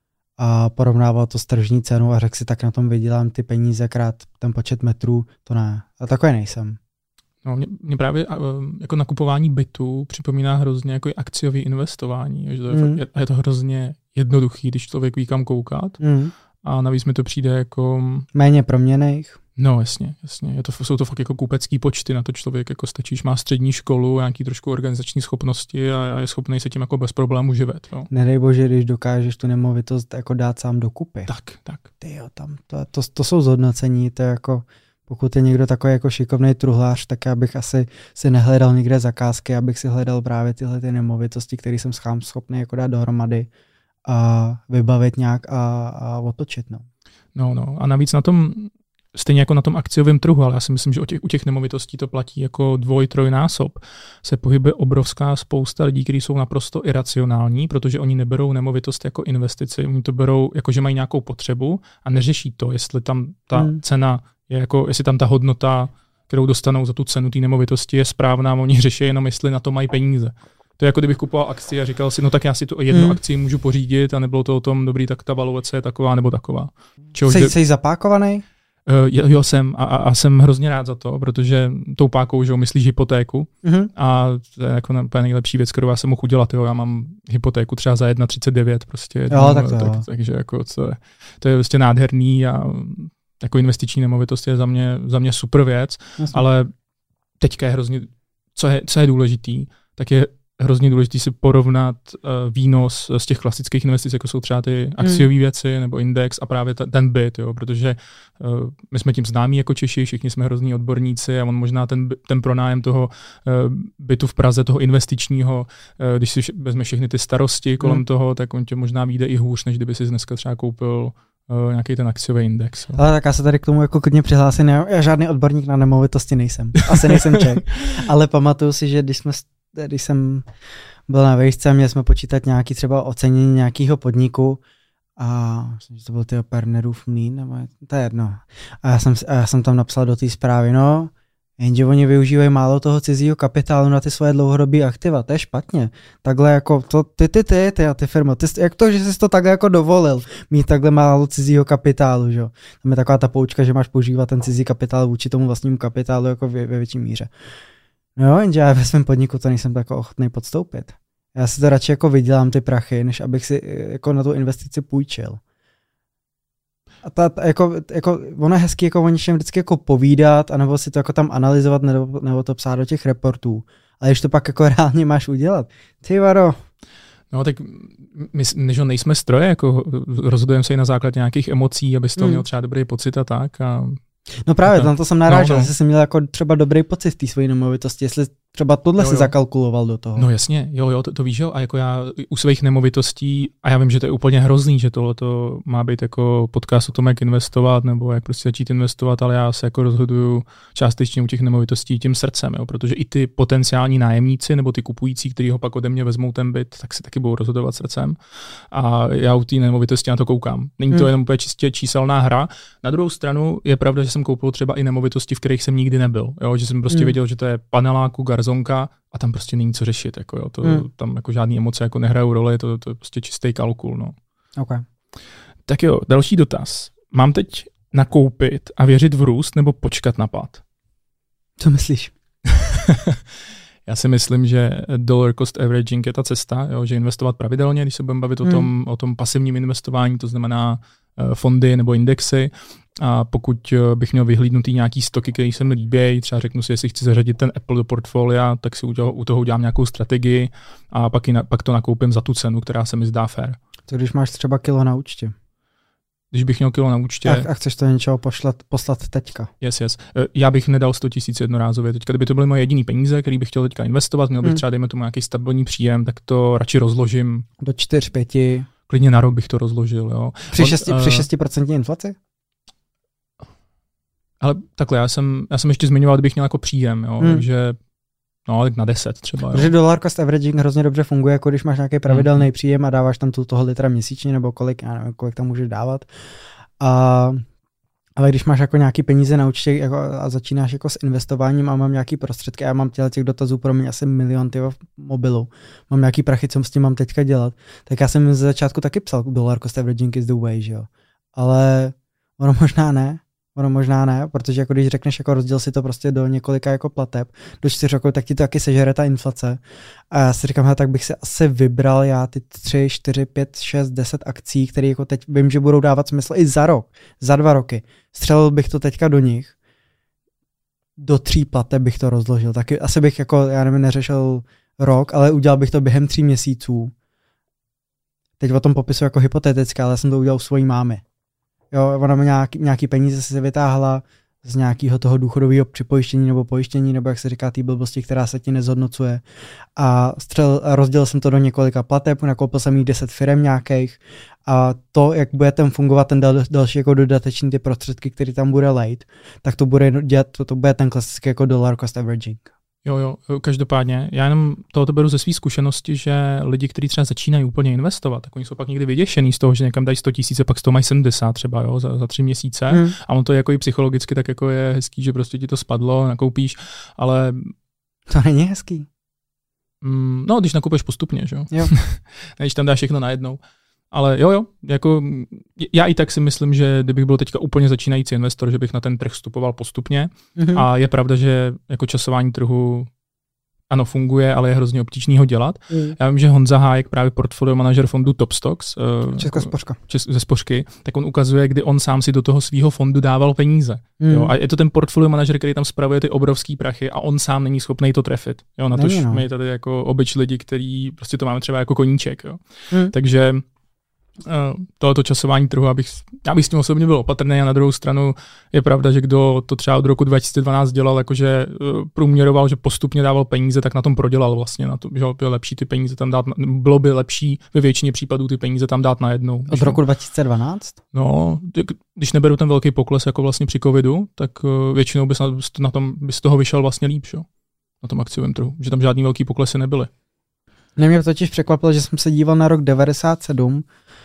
a porovnával to s tržní cenou a řekl si, tak na tom vydělám ty peníze krát ten počet metrů, to ne. A takový nejsem. No, mě, mě právě jako nakupování bytu připomíná hrozně jako akciové investování. Že to je, mm. fakt, je to hrozně jednoduchý, když člověk ví kam koukat. Mm. A navíc mi to přijde jako... méně proměnných. No jasně, jasně. Je to, jsou to fakt jako kupecký počty, na to člověk jako stačí, má střední školu, nějaký trošku organizační schopnosti a je schopný se tím jako bez problémů živit. Jo. Nedej bože, když dokážeš tu nemovitost jako dát sám dokupy. Tak, tak. Tyjo, tam to, to, to jsou zhodnocení, to je jako... Pokud je někdo takový jako šikovný truhlář, tak já bych asi si nehledal nikde zakázky, abych si hledal právě tyhle ty nemovitosti, které jsem schám schopný jako dát dohromady a vybavit nějak a, a otočit. No. no, no. A navíc na tom, stejně jako na tom akciovém trhu, ale já si myslím, že u těch, u těch nemovitostí to platí jako dvoj, trojnásob, se pohybuje obrovská spousta lidí, kteří jsou naprosto iracionální, protože oni neberou nemovitost jako investici, oni to berou jako, že mají nějakou potřebu a neřeší to, jestli tam ta hmm. cena je jako, jestli tam ta hodnota, kterou dostanou za tu cenu té nemovitosti, je správná, oni řeší jenom, jestli na to mají peníze. To je jako kdybych kupoval akci a říkal si, no tak já si tu jednu hmm. akci můžu pořídit a nebylo to o tom, dobrý, tak ta valuace je taková nebo taková. Jsi, jsi zapákovaný? Uh, jo, jsem a, a jsem hrozně rád za to, protože tou pákou, že jo, myslíš hypotéku mm-hmm. a to je jako nejlepší věc, kterou já jsem mohl udělat. Jo. Já mám hypotéku třeba za jedna celá třicet devět prostě. Jo, no, tak to tak, jo. Takže jako to je, to je prostě nádherný a jako investiční nemovitost je za mě, za mě super věc, Jasně. ale teďka je hrozně, co je, co je důležitý, tak je hrozně důležité si porovnat uh, výnos z těch klasických investic, jako jsou třeba ty akciové hmm. věci nebo index a právě ta, ten byt, jo, protože uh, my jsme tím známí jako Češi, všichni jsme hrozní odborníci a on možná ten, ten pronájem toho uh, bytu v Praze, toho investičního, uh, když si vezme všechny ty starosti kolem hmm. toho, tak on tě možná vyjde i hůř, než kdyby si dneska třeba koupil Uh, nějaký ten akciový index. Jo. Ale tak já se tady k tomu jako klidně přihlásím, já žádný odborník na nemovitosti nejsem, asi nejsem Čech, ale pamatuju si, že když, jsme, když jsem byl na vejšce a měli jsme počítat nějaký třeba ocenění nějakého podniku a myslím, že to byl tyho Pernerův mlýn, nebo to je jedno. A já jsem, a já jsem tam napsal do té zprávy, no, jenže oni využívají málo toho cizího kapitálu na ty svoje dlouhodobé aktiva, to je špatně. Takhle jako to, ty, ty, ty, ty a ty firmy, ty, jak to, že jsi to takhle jako dovolil, mít takhle málo cizího kapitálu, že jo. Tam je taková ta poučka, že máš používat ten cizí kapitál vůči tomu vlastnímu kapitálu jako ve, ve větší míře. No, jenže já ve svém podniku to nejsem tak ochotný podstoupit. Já si to radši jako vydělám ty prachy, než abych si jako na tu investici půjčil. A ta, ta, jako, jako, ono je hezký jako o něčem vždycky jako povídat, anebo si to jako tam analyzovat, nebo, nebo to psát do těch reportů. Ale když to pak jako reálně máš udělat. Ty varo. No tak my, než nejsme stroje, jako rozhodujeme se i na základě nějakých emocí, aby z toho hmm. měl třeba dobrý pocit a tak. A... No právě, tam to jsem narážel, no, no. jestli jsem měl jako třeba dobrý pocit v té své nemovitosti, jestli Třeba tohle jo, si jo. zakalkuloval do toho. No jasně, jo, jo, to, to víš, jo, a jako já u svých nemovitostí, a já vím, že to je úplně hrozný, že tohle to má být jako podcast o tom, jak investovat, nebo jak prostě začít investovat, ale já se jako rozhoduju částečně u těch nemovitostí tím srdcem, jo, protože i ty potenciální nájemníci, nebo ty kupující, kteří ho pak ode mě vezmou ten byt, tak se taky budou rozhodovat srdcem. A já u té nemovitosti na to koukám. Není to hmm. jenom úplně čistě číselná hra. Na druhou stranu je pravda, že jsem koupil třeba i nemovitosti, v kterých jsem nikdy nebyl, jo, že jsem prostě hmm. věděl, že to je paneláku, garzonka, a tam prostě není co řešit, jako jo, to, hmm. tam jako žádný emoce jako nehrajou roli, to, to je prostě čistý kalkul, no. Okay. Tak jo, další dotaz. Mám teď nakoupit a věřit v růst nebo počkat na pád? Co myslíš? Já si myslím, že dollar cost averaging je ta cesta, jo, že investovat pravidelně, když se budeme bavit hmm. o, tom, o tom pasivním investování, to znamená uh, fondy nebo indexy. A pokud bych měl vyhlídnutý nějaký stoky, které se mi líbí, třeba řeknu si, jestli chci zařadit ten Apple do portfolia, tak si u toho, u toho udělám nějakou strategii a pak, na, pak to nakoupím za tu cenu, která se mi zdá fair. To když máš třeba kilo na účtě. Když bych měl kilo na účtě. A, a chceš to něčeho pošlat, poslat teďka. Yes, yes. Já bych nedal sto tisíc jednorázově. Teďka, kdyby to byly moje jediný peníze, který bych chtěl teďka investovat, měl bych hmm. třeba, dejme tomu, nějaký stabilní příjem, tak to radši rozložím. Do čtyři, pěti. Klidně na rok bych to rozložil. Jo. Při, šesti, uh, při šesti procentní inflaci? Ale takhle, já jsem, já jsem ještě zmiňoval, kdybych měl jako příjem, jo, hmm. takže no, tak na deset třeba. Protože dollar cost averaging hrozně dobře funguje, jako když máš nějaký pravidelný hmm. příjem a dáváš tam tu, toho litra měsíčně, nebo kolik, já nevím, kolik tam můžeš dávat. A, ale když máš jako nějaký peníze na účtě jako, a začínáš jako s investováním a mám nějaký prostředky, já mám těch dotazů pro mě asi milion tyvo, v mobilu, mám nějaký prachy, co s tím mám teďka dělat, tak já jsem ze začátku taky psal, dollar cost averaging is the way, že jo. Ale ono možná ne. Ono možná ne, protože jako když řekneš, jako rozděl si to prostě do několika jako plateb, do čtyř roků, tak ti to taky sežere ta inflace. A já si říkám, hele, tak bych si asi vybral já ty tři, čtyři, pět, šest, deset akcí, které jako teď vím, že budou dávat smysl i za rok, za dva roky. Střelil bych to teďka do nich. Do tří plateb bych to rozložil. Taky asi bych jako, já nevím, neřešil rok, ale udělal bych to během tří měsíců. Teď o tom popisu jako hypoteticky, ale já jsem to udělal u svojí mámy. Jo, ona nějaký, nějaký peníze si vytáhla z nějakého toho důchodového připojištění nebo pojištění, nebo jak se říká, té blbosti, která se ti nezhodnocuje. A střel, rozdělil jsem to do několika plateb, nakoupil jsem jí deset firem nějakých a to, jak bude tam fungovat ten dal, další jako dodatečný ty prostředky, který tam bude lejt, tak to bude dělat, to, to bude ten klasický jako dollar cost averaging. Jo, jo, každopádně. Já jenom tohoto beru ze své zkušenosti, že lidi, kteří třeba začínají úplně investovat, tak oni jsou pak někdy vyděšený z toho, že někam dají sto tisíc a pak z toho mají sedmdesát třeba, jo, za, za tři měsíce. Hmm. A on to jako i psychologicky tak jako je hezký, že prostě ti to spadlo, nakoupíš, ale... To není hezký. Mm, no, když nakoupíš postupně, že jo. jo. Když tam dáš všechno najednou. Ale jo, jo, jako já i tak si myslím, že kdybych byl teďka úplně začínající investor, že bych na ten trh vstupoval postupně. Mm-hmm. A je pravda, že jako časování trhu ano, funguje, ale je hrozně obtížný ho dělat. Mm. Já vím, že Honza Hájek, právě portfolio manažer fondu Top Stocks, Česká spořka. Čes, ze spořky, tak on ukazuje, kdy on sám si do toho svého fondu dával peníze. Mm. Jo, a je to ten portfolio manažer, který tam spravuje ty obrovský prachy a on sám není schopný to trefit. Jo, na to, no. My tady jako obyč lidi, který prostě to máme třeba jako koníček. Jo. Mm. Takže tohoto časování trhu, abych, já bych s tím osobně byl opatrný a na druhou stranu je pravda, že kdo to třeba od roku dva tisíce dvanáct dělal, jakože průměroval, že postupně dával peníze, tak na tom prodělal vlastně, na to, že bylo lepší ty peníze tam dát, bylo by lepší ve většině případů ty peníze tam dát najednou. Od roku dva tisíce dvanáct? No, když neberu ten velký pokles jako vlastně při covidu, tak většinou bys na, na tom, bys z toho vyšel vlastně líp, šo? Na tom akciovém trhu, že tam žádný velký poklesy nebyly. Ne, mě totiž překvapilo, že jsem se díval na rok devadesát sedm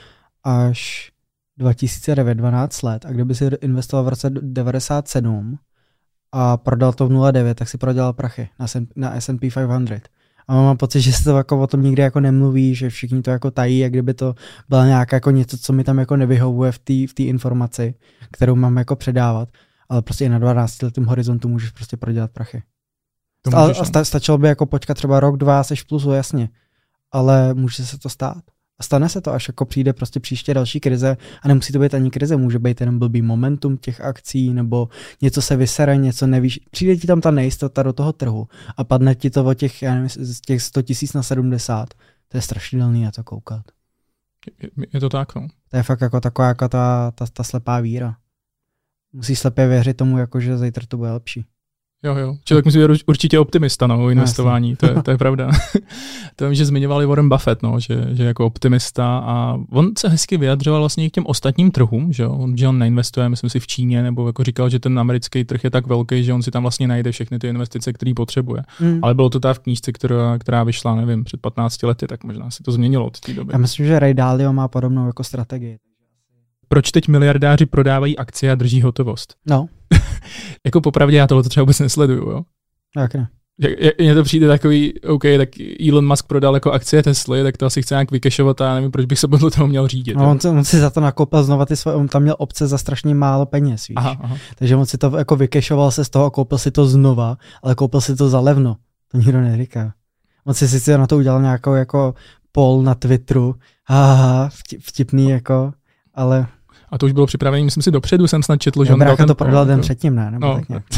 až dva tisíce devět, dvanáct let a kdyby si investoval v roce devadesát sedm a prodal to v nula devět, tak si prodělal prachy na, na S and P pět set. A mám pocit, že se to jako o tom nikdy jako nemluví, že všichni to jako tají, jak kdyby to byla nějaká jako něco, co mi tam jako nevyhovuje v té v té informaci, kterou mám jako předávat. Ale prostě i na dvanáctiletém horizontu můžeš prostě prodělat prachy. A, a sta, stačilo by jako počkat třeba rok, dva, seš v plusu, jasně. Ale může se to stát. A stane se to, až jako přijde prostě příště další krize a nemusí to být ani krize, může být jenom blbý momentum těch akcí nebo něco se vysere, něco nevíš. Přijde ti tam ta nejistota do toho trhu a padne ti to o těch, já nevím, z těch sto tisíc na sedmdesát. To je strašidelný na to koukat. Je, je to tak, no. To je fakt jako taková jako ta, ta, ta slepá víra. Musíš slepě věřit tomu, jako, že zítra to bude lepší. Jo, jo. Člověk musí být určitě optimista, no, o investování, to je, to je pravda. To vím, že zmiňovali Warren Buffett, no, že, že jako optimista a on se hezky vyjadřoval vlastně k těm ostatním trhům, že on, že on neinvestuje, myslím si v Číně, nebo jako říkal, že ten americký trh je tak velký, že on si tam vlastně najde všechny ty investice, které potřebuje. Mm. Ale bylo to ta v knížce, která, která vyšla, nevím, před patnácti lety, tak možná se to změnilo od té doby. Já myslím, že Ray Dalio má podobnou jako strategii. Proč teď miliardáři prodávají akcie a drží hotovost? No. Jako popravdě já tohle třeba vůbec nesleduju, jo? Jak ne? Mně to přijde takový, OK, tak Elon Musk prodal jako akcie Tesly, tak to asi chce nějak vykešovat a já nevím, proč bych se podle toho měl řídit. No, on, on si za to nakoupil znova ty svoje, on tam měl opce za strašně málo peněz, víš. Aha, aha. Takže on si to jako vykešoval se z toho a koupil si to znova, ale koupil si to za levno. To nikdo neříká. On si sice na to udělal nějakou jako poll na Twitteru, haha, vtipný jako, ale... A to už bylo připravené, myslím si, dopředu jsem snad četl, že on dal ten... to prodal den předtím, ne? Nebo no, tak nějak.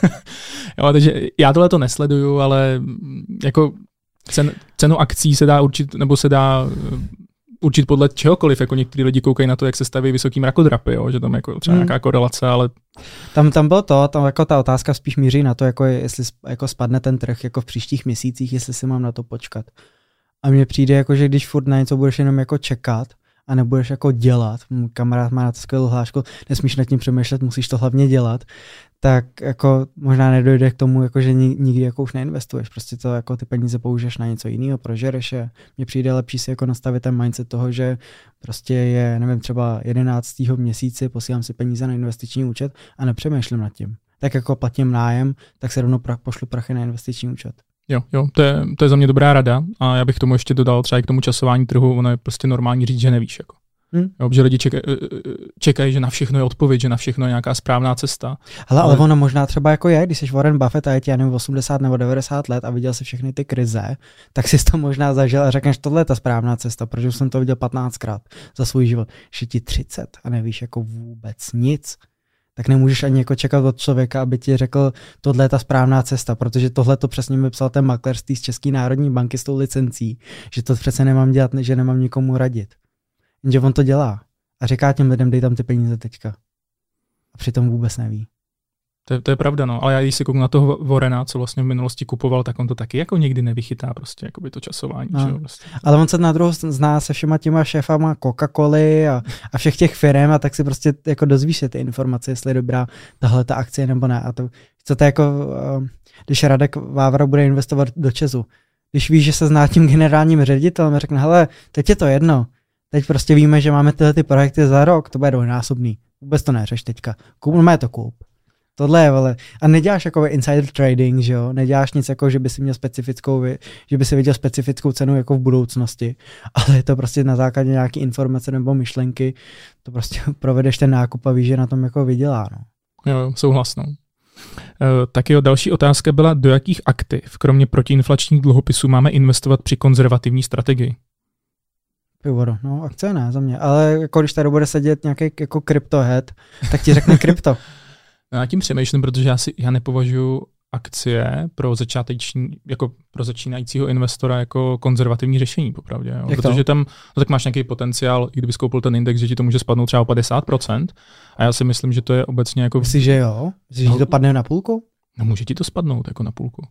Jo, takže já tohle to nesleduju, ale jako cen, cenu akcí se dá určit, nebo se dá určit podle čehokoliv, jako některý lidi koukají na to, jak se staví vysoký mrakodrapy, jo, že tam jako třeba hmm. nějaká korelace, ale... Tam, tam bylo to, tam jako ta otázka spíš míří na to, jako jestli jako spadne ten trh jako v příštích měsících, jestli si mám na to počkat. A mně přijde, jako, že když furt na něco budeš jenom jako čekat, a nebudeš jako dělat, kamarád má na to skvělou hlášku, nesmíš nad tím přemýšlet, musíš to hlavně dělat, tak jako možná nedojde k tomu, jako že nikdy jako už neinvestuješ, prostě to jako ty peníze použiješ na něco jiného, prožereš je. Mně přijde lepší si jako nastavit ten mindset toho, že prostě je, nevím, třeba jedenáctého měsíci, posílám si peníze na investiční účet a nepřemýšlím nad tím. Tak jako platím nájem, tak se rovnou pra- pošlu prachy na investiční účet. Jo, jo, to je, to je za mě dobrá rada a já bych tomu ještě dodal třeba i k tomu časování trhu, ono je prostě normální říct, že nevíš. Jako. Hmm. Jo, že lidi čekají, čekají, že na všechno je odpověď, že na všechno je nějaká správná cesta. Hele, ale, ale ono možná třeba jako je, když jsi Warren Buffett a je ti, já nevím, osmdesát nebo devadesát let a viděl si všechny ty krize, tak jsi to možná zažil a řekneš, tohle je ta správná cesta, protože jsem to viděl patnáctkrát za svůj život. Že ti třicet a nevíš jako vůbec nic, tak nemůžeš ani jako čekat od člověka, aby ti řekl, tohle je ta správná cesta, protože tohle to přesně mi psal ten makléř z České národní banky s tou licencí, že to přece nemám dělat, že nemám nikomu radit. Jenže on to dělá a říká těm lidem, dej tam ty peníze teďka. A přitom vůbec neví. To je, to je pravda, no. Ale já když si kouknu na toho Warrena, co vlastně v minulosti kupoval, tak on to taky jako nikdy nevychytá prostě, jakoby to časování. No. Že? Prostě. Ale on se na druhou zná se všema těma šéfama Coca-Coly a, a všech těch firem a tak si prostě jako dozvíš ty informace, jestli je dobrá tahle ta akcie nebo ne. A to, co to jako, když Radek Vávra bude investovat do Česu, když víš, že se zná tím generálním ředitelem a řekne, hele, teď je to jedno, teď prostě víme, že máme tyhle ty projekty za rok, to bude dvojnásobný. Vůbec to neřeš teďka. Kup, no to kup. Tohle je, vole. A neděláš jako insider trading, že jo? Neděláš nic jako, že by si měl specifickou, že by si viděl specifickou cenu jako v budoucnosti, ale je to prostě na základě nějaký informace nebo myšlenky, to prostě provedeš ten nákup a víš, že na tom jako vydělá, no. Jo, souhlasnou. E, taky další otázka byla, do jakých aktiv, kromě protiinflačních dluhopisů, máme investovat při konzervativní strategii? Pivodo, no akce ne za mě, ale jako když tady bude sedět nějaký jako kryptohead, tak ti řekne krypto. Já tím přemýšlím, protože já, si, já nepovažuji akcie pro začáteční, jako pro začínajícího investora jako konzervativní řešení, popravdě. Jo. Protože tam, no tak máš nějaký potenciál, i kdyby skoupil ten index, že ti to může spadnout třeba o padesát procent. A já si myslím, že to je obecně jako... Myslíš, že jo? Myslíš, no, že to padne na půlku? No může ti to spadnout jako na půlku.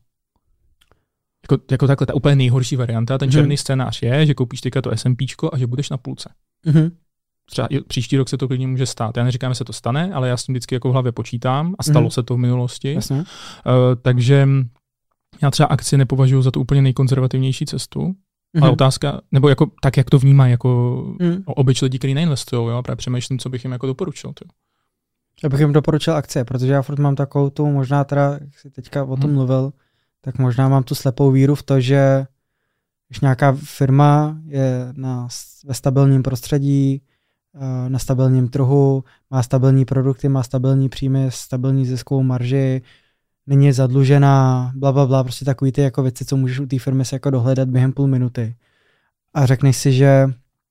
Jako, jako takhle, ta úplně nejhorší varianta, ten černý hmm. scénář je, že koupíš teďka to SNPčko a že budeš na půlce. Hmm. Třeba příští rok se to klidně může stát. Já neříkám, že se to stane, ale já s tím vždycky jako v hlavě počítám a stalo mm. se to v minulosti. Uh, takže já třeba akci nepovažuji za tu úplně nejkonzervativnější cestu, mm. ale otázka, nebo jako tak, jak to vnímají jako mm. obyč lidi, kteří neinvestují, jo, a právě přemýšlím, co bych jim jako doporučil. Tyjo. Já bych jim doporučil akcie, protože já furt mám takovou tu, možná teda, jak jsi teďka o tom mm. mluvil, tak možná mám tu slepou víru v to, že když nějaká firma je na, ve stabilním prostředí, na stabilním trhu, má stabilní produkty, má stabilní příjmy, stabilní ziskovou marži, není zadlužená, bla, bla, bla, prostě takový ty jako věci, co můžeš u té firmy se jako dohledat během půl minuty. A řekneš si, že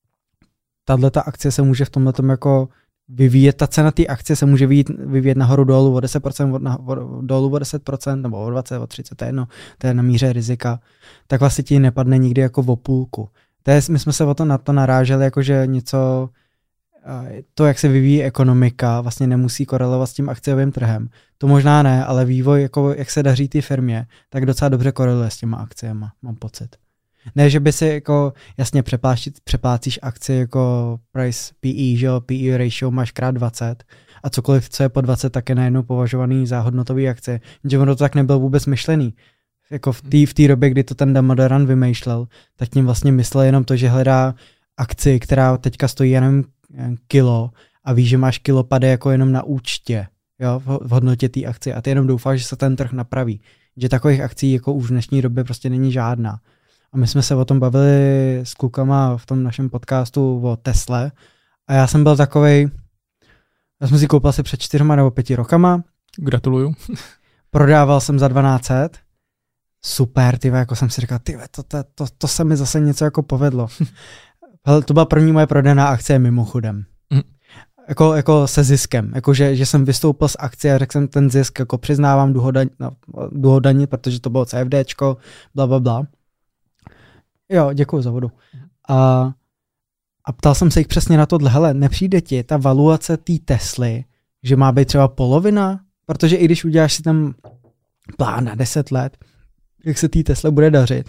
tato akcie se může v tomhletom jako vyvíjet, ta cena té akcie se může vyvíjet, vyvíjet nahoru dolů o deset procent, od, od, dolů o deset procent, nebo o dvacet, o třicet, to je jedno, to je na míře rizika, tak vlastně ti nepadne nikdy jako o půlku. To je, my jsme se o to na to naráželi, jako že něco to, jak se vyvíjí ekonomika, vlastně nemusí korelovat s tím akciovým trhem. To možná ne, ale vývoj, jako jak se daří ty firmě, tak docela dobře koreluje s těma akciema, mám pocit. Ne, že by si jako, jasně přeplácíš akci jako price P E, že jo, P E ratio máš krát dvacet a cokoliv, co je po dvacet, tak je najednou považovaný za hodnotový akcie. Že ono to tak nebylo vůbec myšlený. Jako v té v té době, kdy to ten Damodaran vymýšlel, tak tím vlastně myslel jenom to, že hledá akci, která teďka stojí jenom kilo a víš, že máš kilo pade jako jenom na účtě, jo, v hodnotě té akcie a ty jenom doufáš, že se ten trh napraví. Že takových akcí jako už v dnešní době prostě není žádná. A my jsme se o tom bavili s klukama v tom našem podcastu o Tesle a já jsem byl takovej, já jsem si koupil asi před čtyřma nebo pěti rokama. Gratuluju. Prodával jsem za dvanáct set. Super, tyve, jako jsem si říkal, tyve, to, to, to, to se mi zase něco jako povedlo. Hele, to byla první moje prodaná akcie mimochodem. Mm. Jako, jako se ziskem. Jako, že, že jsem vystoupil z akcie a řekl jsem ten zisk, jako přiznávám, jdu ho danit, protože to bylo CFDčko, bla, bla, bla. Jo, děkuji za vodu. A, a ptal jsem se jich přesně na tohle, hele, nepřijde ti ta valuace té Tesly, že má být třeba polovina? Protože i když uděláš si tam plán na deset let, jak se té Tesle bude dařit,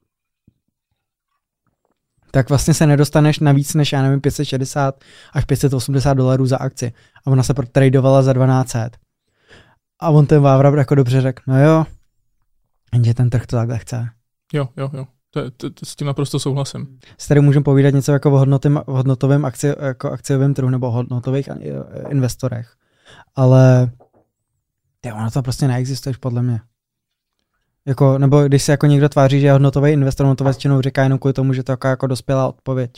tak vlastně se nedostaneš na víc než, já nevím, pět set šedesát až pět set osmdesát dolarů za akci. A ona se protradovala za dvanáct set. A on ten Vávra jako dobře řekl, no jo, jenže ten trh to takhle chce. Jo, jo, jo. To, to, to, s tím naprosto souhlasím. S tady můžeme povídat něco jako o hodnotém, hodnotovém akci, jako akciovém trhu nebo o hodnotových investorech. Ale ty, ono to prostě neexistuje podle mě. Jako, nebo když se jako někdo tváří, že je hodnotový investor, on to většinou říká jenom kvůli tomu, že to je jako dospělá odpověď.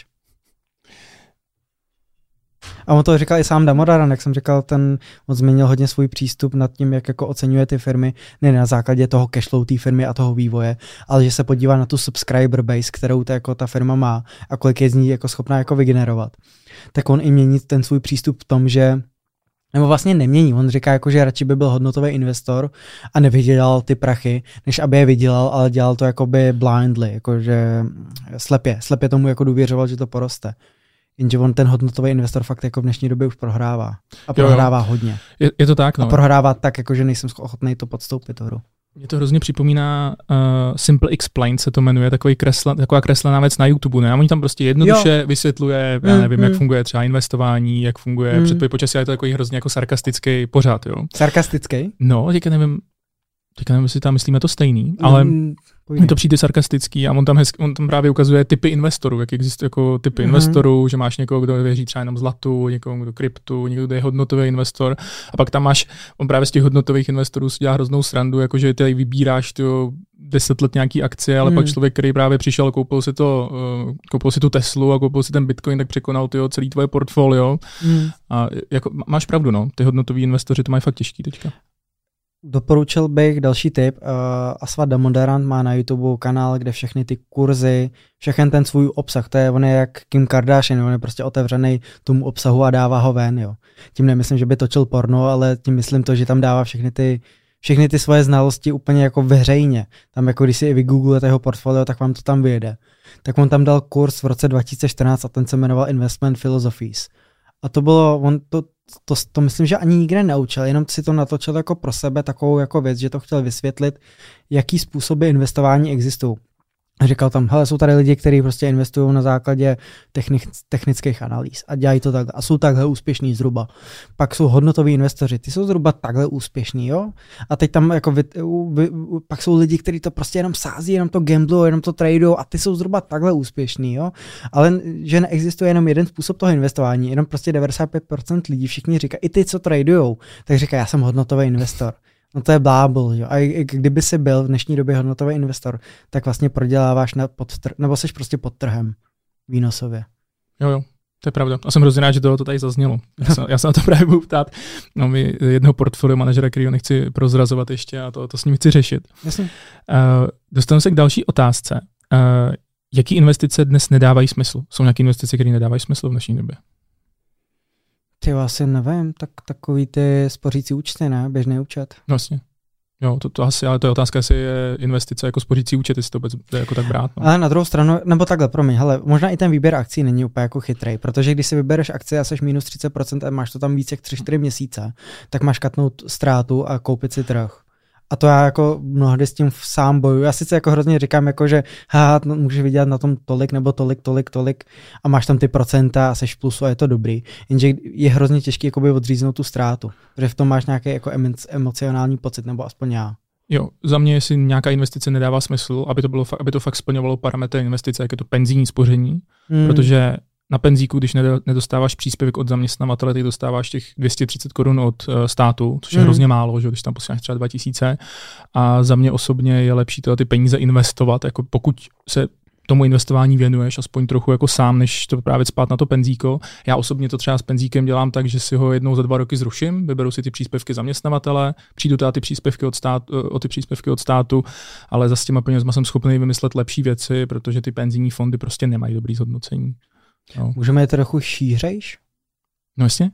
A on to říkal i sám Damodaran, jak jsem říkal, ten on změnil hodně svůj přístup nad tím, jak jako oceňuje ty firmy, ne na základě toho cashflow té firmy a toho vývoje, ale že se podívá na tu subscriber base, kterou ta, jako ta firma má a kolik je z ní jako schopná jako vygenerovat. Tak on i mění ten svůj přístup v tom, že nebo vlastně nemění. On říká, jako, že radši by byl hodnotový investor a nevydělal ty prachy, než aby je vydělal, ale dělal to jakoby blindly, jakože slepě, slepě tomu jako důvěřoval, že to poroste. Jenže on ten hodnotový investor fakt jako v dnešní době už prohrává. A prohrává jo, jo. hodně. Je, je to tak, no. A prohrává tak, jako, že nejsem ochotný to podstoupit tu hru. Mě to hrozně připomíná uh, Simple Explain, se to jmenuje, takový kresla, taková kreslená věc na YouTube, ne? A oni tam prostě jednoduše jo. vysvětluje, já nevím, mm, jak mm. funguje třeba investování, jak funguje mm. předpověď počasí, ale je to takový hrozně jako sarkastický pořád, jo. Sarkastický? No, teďka nevím, teďka nevím, jestli tam myslíme to stejný, ale mm, mi to přijde sarkastický a on tam, hezky, on tam právě ukazuje typy investorů, jak existují jako typy mm. investorů, že máš někoho, kdo věří třeba jenom zlatu, někoho, kdo kryptu, někdo, kdo je hodnotový investor a pak tam máš, on právě z těch hodnotových investorů si dělá hroznou srandu, jakože ty vybíráš tu deset let nějaký akcie, ale mm. pak člověk, který právě přišel, koupil si to, uh, koupil si tu Teslu a koupil si ten Bitcoin, tak překonal tyjo, celý tvoje portfolio. Mm. A jako, máš pravdu, no, ty hodnotoví investoři to mají fakt těžký teďka. Doporučil bych další tip. Uh, Asvat Damodaran má na YouTube kanál, kde všechny ty kurzy, všechny ten svůj obsah, to je, on je jak Kim Kardashian, on je prostě otevřený tomu obsahu a dává ho ven. Jo. Tím nemyslím, že by točil porno, ale tím myslím to, že tam dává všechny ty, všechny ty svoje znalosti úplně jako veřejně. Tam jako když si i vygooglujete jeho portfolio, tak vám to tam vyjede. Tak on tam dal kurz v roce dva tisíce čtrnáct a ten se jmenoval Investment Philosophies. A to bylo, on to, to, to myslím, že ani nikde neučil, jenom si to natočil jako pro sebe takovou jako věc, že to chtěl vysvětlit, jaký způsoby investování existují. Říkal tam, hele, jsou tady lidi, kteří prostě investují na základě technik, technických analýz a dělají to takhle a jsou takhle úspěšní zhruba. Pak jsou hodnotoví investoři, ty jsou zhruba takhle úspěšní, jo? A teď tam jako vy, vy, pak jsou lidi, kteří to prostě jenom sází, jenom to gamblují, jenom to tradujou a ty jsou zhruba takhle úspěšní, jo? Ale že neexistuje jenom jeden způsob toho investování, jenom prostě devadesát pět procent lidí, všichni říkají, i ty, co tradujou, tak říkají, já jsem hodnotový investor. No to je blábol, jo. A i kdyby si byl v dnešní době hodnotový investor, tak vlastně proděláváš na podtr- nebo seš prostě pod trhem výnosově. Jo, jo, to je pravda. A jsem hrozně rád, že to, to tady zaznělo. Já se, já se na to právě budu ptát. No, my jednoho portfolio manažera, kterýho nechci prozrazovat ještě a to, to s ním chci řešit. Jasně. Uh, dostanu se k další otázce. Uh, jaký investice dnes nedávají smysl? Jsou nějaké investice, které nedávají smysl v dnešní době? Ty asi nevím, tak takový ty spořící účty, ne? Běžný účet. Vlastně. Jo, to, to asi, ale to je otázka, jestli je investice jako spořící účet, jestli to vůbec jako tak brát. No. Ale na druhou stranu, nebo takhle, promiň, hele, možná i ten výběr akcí není úplně jako chytrý, protože když si vybereš akcie a seš minus třicet procent a máš to tam víc jak tři čtyři měsíce, tak máš katnout ztrátu a koupit si trh. A to já jako mnohdy s tím sám bojuju. Já sice jako hrozně říkám, jako, že haha, můžeš vydělat na tom tolik nebo tolik, tolik, tolik a máš tam ty procenta a seš v plusu a je to dobrý. Jenže je hrozně těžký jakoby odříznout tu ztrátu, protože v tom máš nějaký jako emocionální pocit, nebo aspoň já. Jo, za mě, jestli nějaká investice nedává smysl, aby to, bylo, aby to fakt splňovalo parametry investice, jak je to penzijní spoření, hmm. protože na penzíku, když nedostáváš příspěvek od zaměstnavatele, tak dostáváš těch dvě stě třicet korun od uh, státu, což je mm. hrozně málo, že když tam posíláš třeba dva tisíce. A za mě osobně je lepší to ty peníze investovat, jako pokud se tomu investování věnuješ aspoň trochu jako sám, než to právě spát na to penzíko. Já osobně to třeba s penzíkem dělám tak, že si ho jednou za dva roky zruším, vyberu si ty příspěvky zaměstnavatele, přijdu teda ty příspěvky od státu, o ty příspěvky od státu, ale za s těma penězma jsem schopný vymyslet lepší věci, protože ty penzijní fondy prostě nemají dobrý zhodnocení. No. Můžeme je trochu šířejš? No jasně.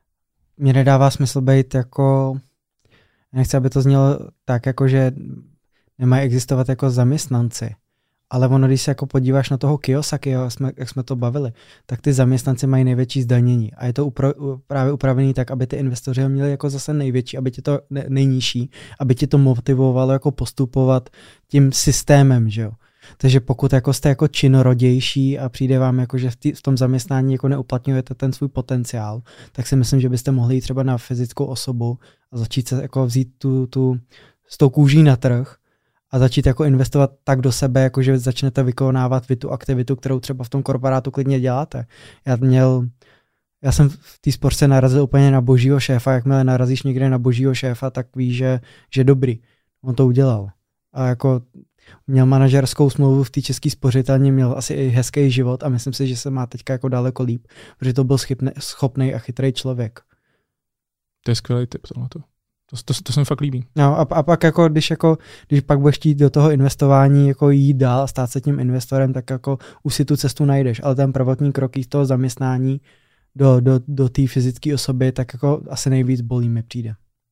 Mně nedává smysl být jako, nechci, aby to znělo tak, jako že nemají existovat jako zaměstnanci. Ale ono, když se jako podíváš na toho Kiyosakiho, jak jsme, jak jsme to bavili, tak ty zaměstnanci mají největší zdanění. A je to upra- právě upravený tak, aby ty investoři měli jako zase největší, aby tě to ne- nejnižší, aby tě to motivovalo jako postupovat tím systémem, že jo. Takže pokud jako jste jako činorodější a přijde vám, jako, že v, tý, v tom zaměstnání jako neuplatňujete ten svůj potenciál, tak si myslím, že byste mohli jít třeba na fyzickou osobu a začít se jako vzít tu, tu, s tou kůží na trh a začít jako investovat tak do sebe, jako že začnete vykonávat vy tu aktivitu, kterou třeba v tom korporátu klidně děláte. Já měl, já jsem v té sportce narazil úplně na božího šéfa, jakmile narazíš někde na božího šéfa, tak víš, že, že dobrý. On to udělal. A jako měl manažerskou smlouvu v té české spořitelně, měl asi i hezký život a myslím si, že se má teďka jako daleko líp, protože to byl schopný a chytrý člověk. To je skvělý tip tohleto. To, to, to se mi fakt líbí. No a, a pak jako když, jako, když pak budeš chtít do toho investování jako jít dál a stát se tím investorem, tak jako už si tu cestu najdeš, ale ten prvotní krok z toho zaměstnání do, do, do té fyzické osoby, tak jako asi nejvíc bolí mi přijde.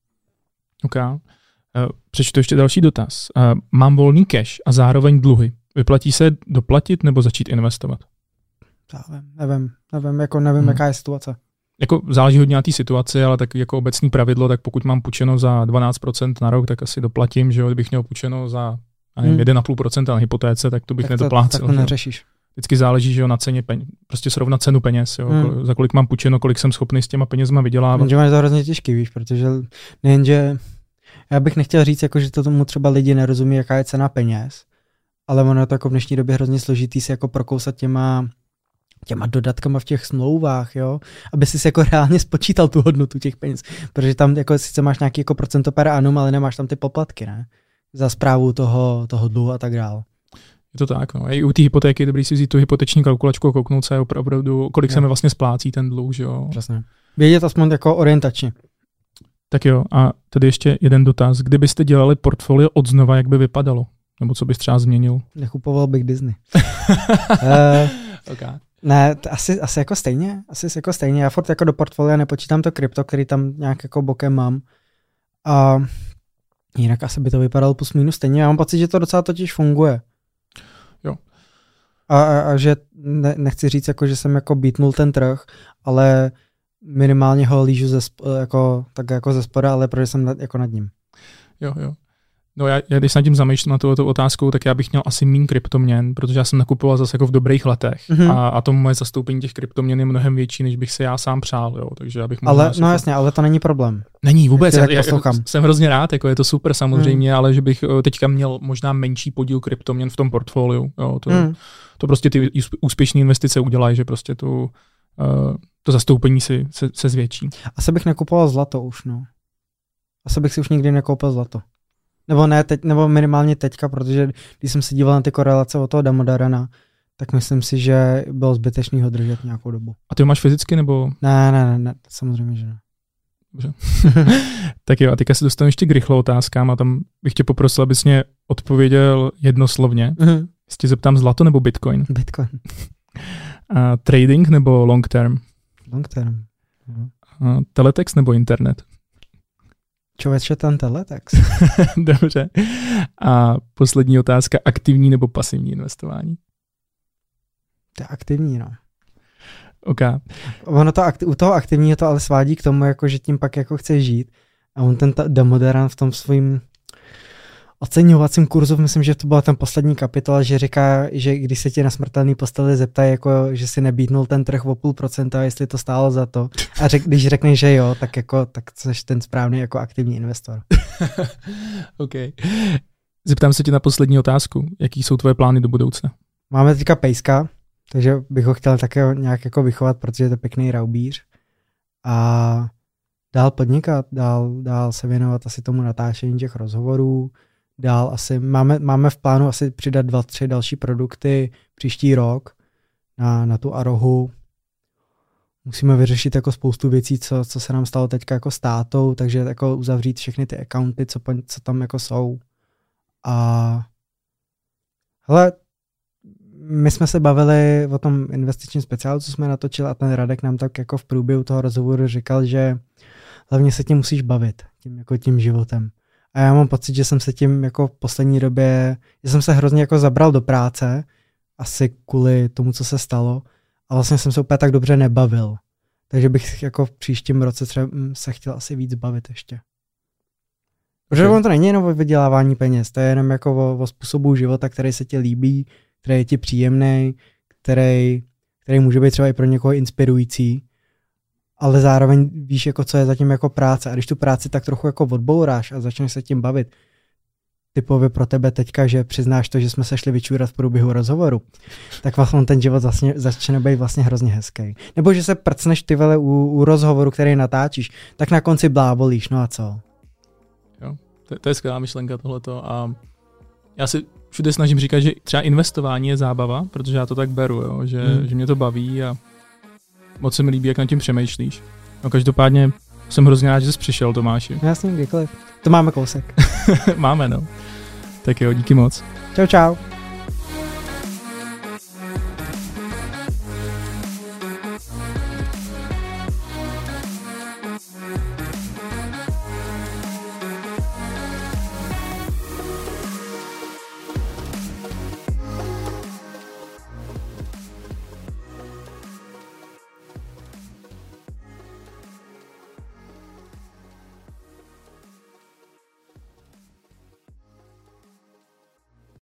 OK. Uh, přečtu ještě další dotaz. Uh, mám volný cash a zároveň dluhy. Vyplatí se doplatit nebo začít investovat? Já nevím, nevím, nevím, jako nevím, hmm. jaká je situace. Jako záleží hodně na té situaci, ale tak jako obecný pravidlo, tak pokud mám půjčeno za dvanáct procent na rok, tak asi doplatím, že jo, kdybych měl půjčeno za nevím, hmm. jedna celá pět procenta na hypotéce, tak to bych tak nedoplácel. Tak to neřešíš. Vždycky záleží, že jo, na ceně peněz, prostě srovnat cenu peněz, jo, hmm. za kolik mám půjčeno, kolik jsem schopný s těma penězma vydělávat. Jenže máš to hrozně těžký, víš, protože nejenže, já bych nechtěl říct, jako, že to tomu třeba lidi nerozumí, jaká je cena peněz, ale ono je to jako v dnešní době hrozně složitý se jako prokousat těma těma dodatkama v těch smlouvách, jo, aby si jako reálně spočítal tu hodnotu těch peněz, protože tam jako sice máš nějaký jako procento per annum, ale nemáš tam ty poplatky, ne, za správu toho, toho dluhu a tak dál. Je to tak, no. I u té hypotéky je dobrý si vzít tu hypoteční kalkulačku a kouknout se opravdu, kolik jo. se mi vlastně splácí ten dluh, že jo. Přesně. Vědět aspoň jako orientačně. Tak jo, a tady ještě jeden dotaz. Kdybyste dělali portfolio od znova, jak by vypadalo? Nebo co bys třeba změnil? Nekupoval bych Disney. uh, okay. Ne, asi, asi jako stejně, asi jako stejně. Já furt jako do portfolia nepočítám to krypto, který tam nějak jako bokem mám. A jinak asi by to vypadalo plus minus stejně. Já mám pocit, že to docela totiž funguje. Jo. A, a, a že ne, nechci říct, jako, že jsem jako beatnul ten trh, ale minimálně ho lížu ze, jako, tak jako ze spoda, ale protože jsem nad, jako nad ním. Jo, jo. No já, já když se nad tím zamýšlím na tuto otázku, tak já bych měl asi méně kryptoměn, protože já jsem nakupoval zase jako v dobrých letech mm-hmm. a, a to moje zastoupení těch kryptoměn je mnohem větší, než bych si já sám přál, jo, takže já bych ale, no jasně, ale to není problém. Není vůbec, já, já, já jsem hrozně rád, jako je to super samozřejmě, mm. ale že bych teďka měl možná menší podíl kryptoměn v tom portfoliu, jo, to, mm. to prostě ty úspěšné investice udělají, že prostě tu, uh, to zastoupení si se, se zvětší. Asi bych nekupoval zlato už, no. Asi bych si už nikdy nekoupil zlato. Nebo ne teď, nebo minimálně teďka, protože když jsem se díval na ty korelace od toho Damodarena, tak myslím si, že bylo zbytečný ho držet nějakou dobu. A ty ho máš fyzicky, nebo? Ne, ne, ne, ne samozřejmě, že ne. Dobře. Tak jo, a teďka se dostanu ještě k rychlou otázkám a tam bych tě poprosil, abys mě odpověděl jednoslovně. Mm-hmm. Jestli zeptám zlato nebo bitcoin? Bitcoin. A trading nebo long term? Long term. Mhm. A teletext nebo internet? Člověče, ten teletext. Dobře. A poslední otázka, aktivní nebo pasivní investování? To je aktivní, no. OK. Ono to, u toho aktivního to ale svádí k tomu, jako, že tím pak jako chce žít. A on ten Damodaran v tom svým oceňovacím kurzu, myslím, že to byla ten poslední kapitola, že říká, že když se tě na smrtelný posteli zeptají, jako, že si nebítnul ten trh o půl procenta, jestli to stálo za to. A řek, když řekneš, že jo, tak jako, tak jsi ten správný jako aktivní investor. OK. Zeptám se tě na poslední otázku. Jaký jsou tvoje plány do budoucna? Máme teďka pejska, takže bych ho chtěl také nějak jako vychovat, protože je to pěkný raubíř. A dál podnikat, dál, dál se věnovat asi tomu natáčení těch rozhovorů, dál asi, máme, máme v plánu asi přidat dva, tři další produkty příští rok na, na tu Arohu. Musíme vyřešit jako spoustu věcí, co, co se nám stalo teďka jako s tátou, takže jako uzavřít všechny ty accounty, co, co tam jako jsou. A hele, my jsme se bavili o tom investičním speciálu, co jsme natočili, a ten Radek nám tak jako v průběhu toho rozhovoru říkal, že hlavně se tím musíš bavit, tím jako tím životem. A já mám pocit, že jsem se tím jako v poslední době, že jsem se hrozně jako zabral do práce, asi kvůli tomu, co se stalo, a vlastně jsem se úplně tak dobře nebavil. Takže bych jako v příštím roce třeba se chtěl asi víc bavit ještě. Protože okay. On to není jenom o vydělávání peněz, to je jenom jako o, o způsobu života, který se ti líbí, který je ti příjemný, který, který může být třeba i pro někoho inspirující, ale zároveň víš, jako, co je zatím jako práce. A když tu práci tak trochu jako odbouráš a začneš se tím bavit, typově pro tebe teďka, že přiznáš to, že jsme se šli vyčůrat v průběhu rozhovoru, tak vlastně ten život vlastně začne být vlastně hrozně hezký. Nebo že se prcneš ty vele u, u rozhovoru, který natáčíš, tak na konci blábolíš, no a co? Jo, to, to je skvělá myšlenka tohleto a já si všude snažím říkat, že třeba investování je zábava, protože já to tak beru, jo, že, hmm. že mě to baví a moc se mi líbí, jak nad tím přemýšlíš. No každopádně jsem hrozně rád, že jsi přišel, Tomáši. Jasně, kdykoliv. To máme kousek. Máme, no. Tak jo, díky moc. Čau, čau.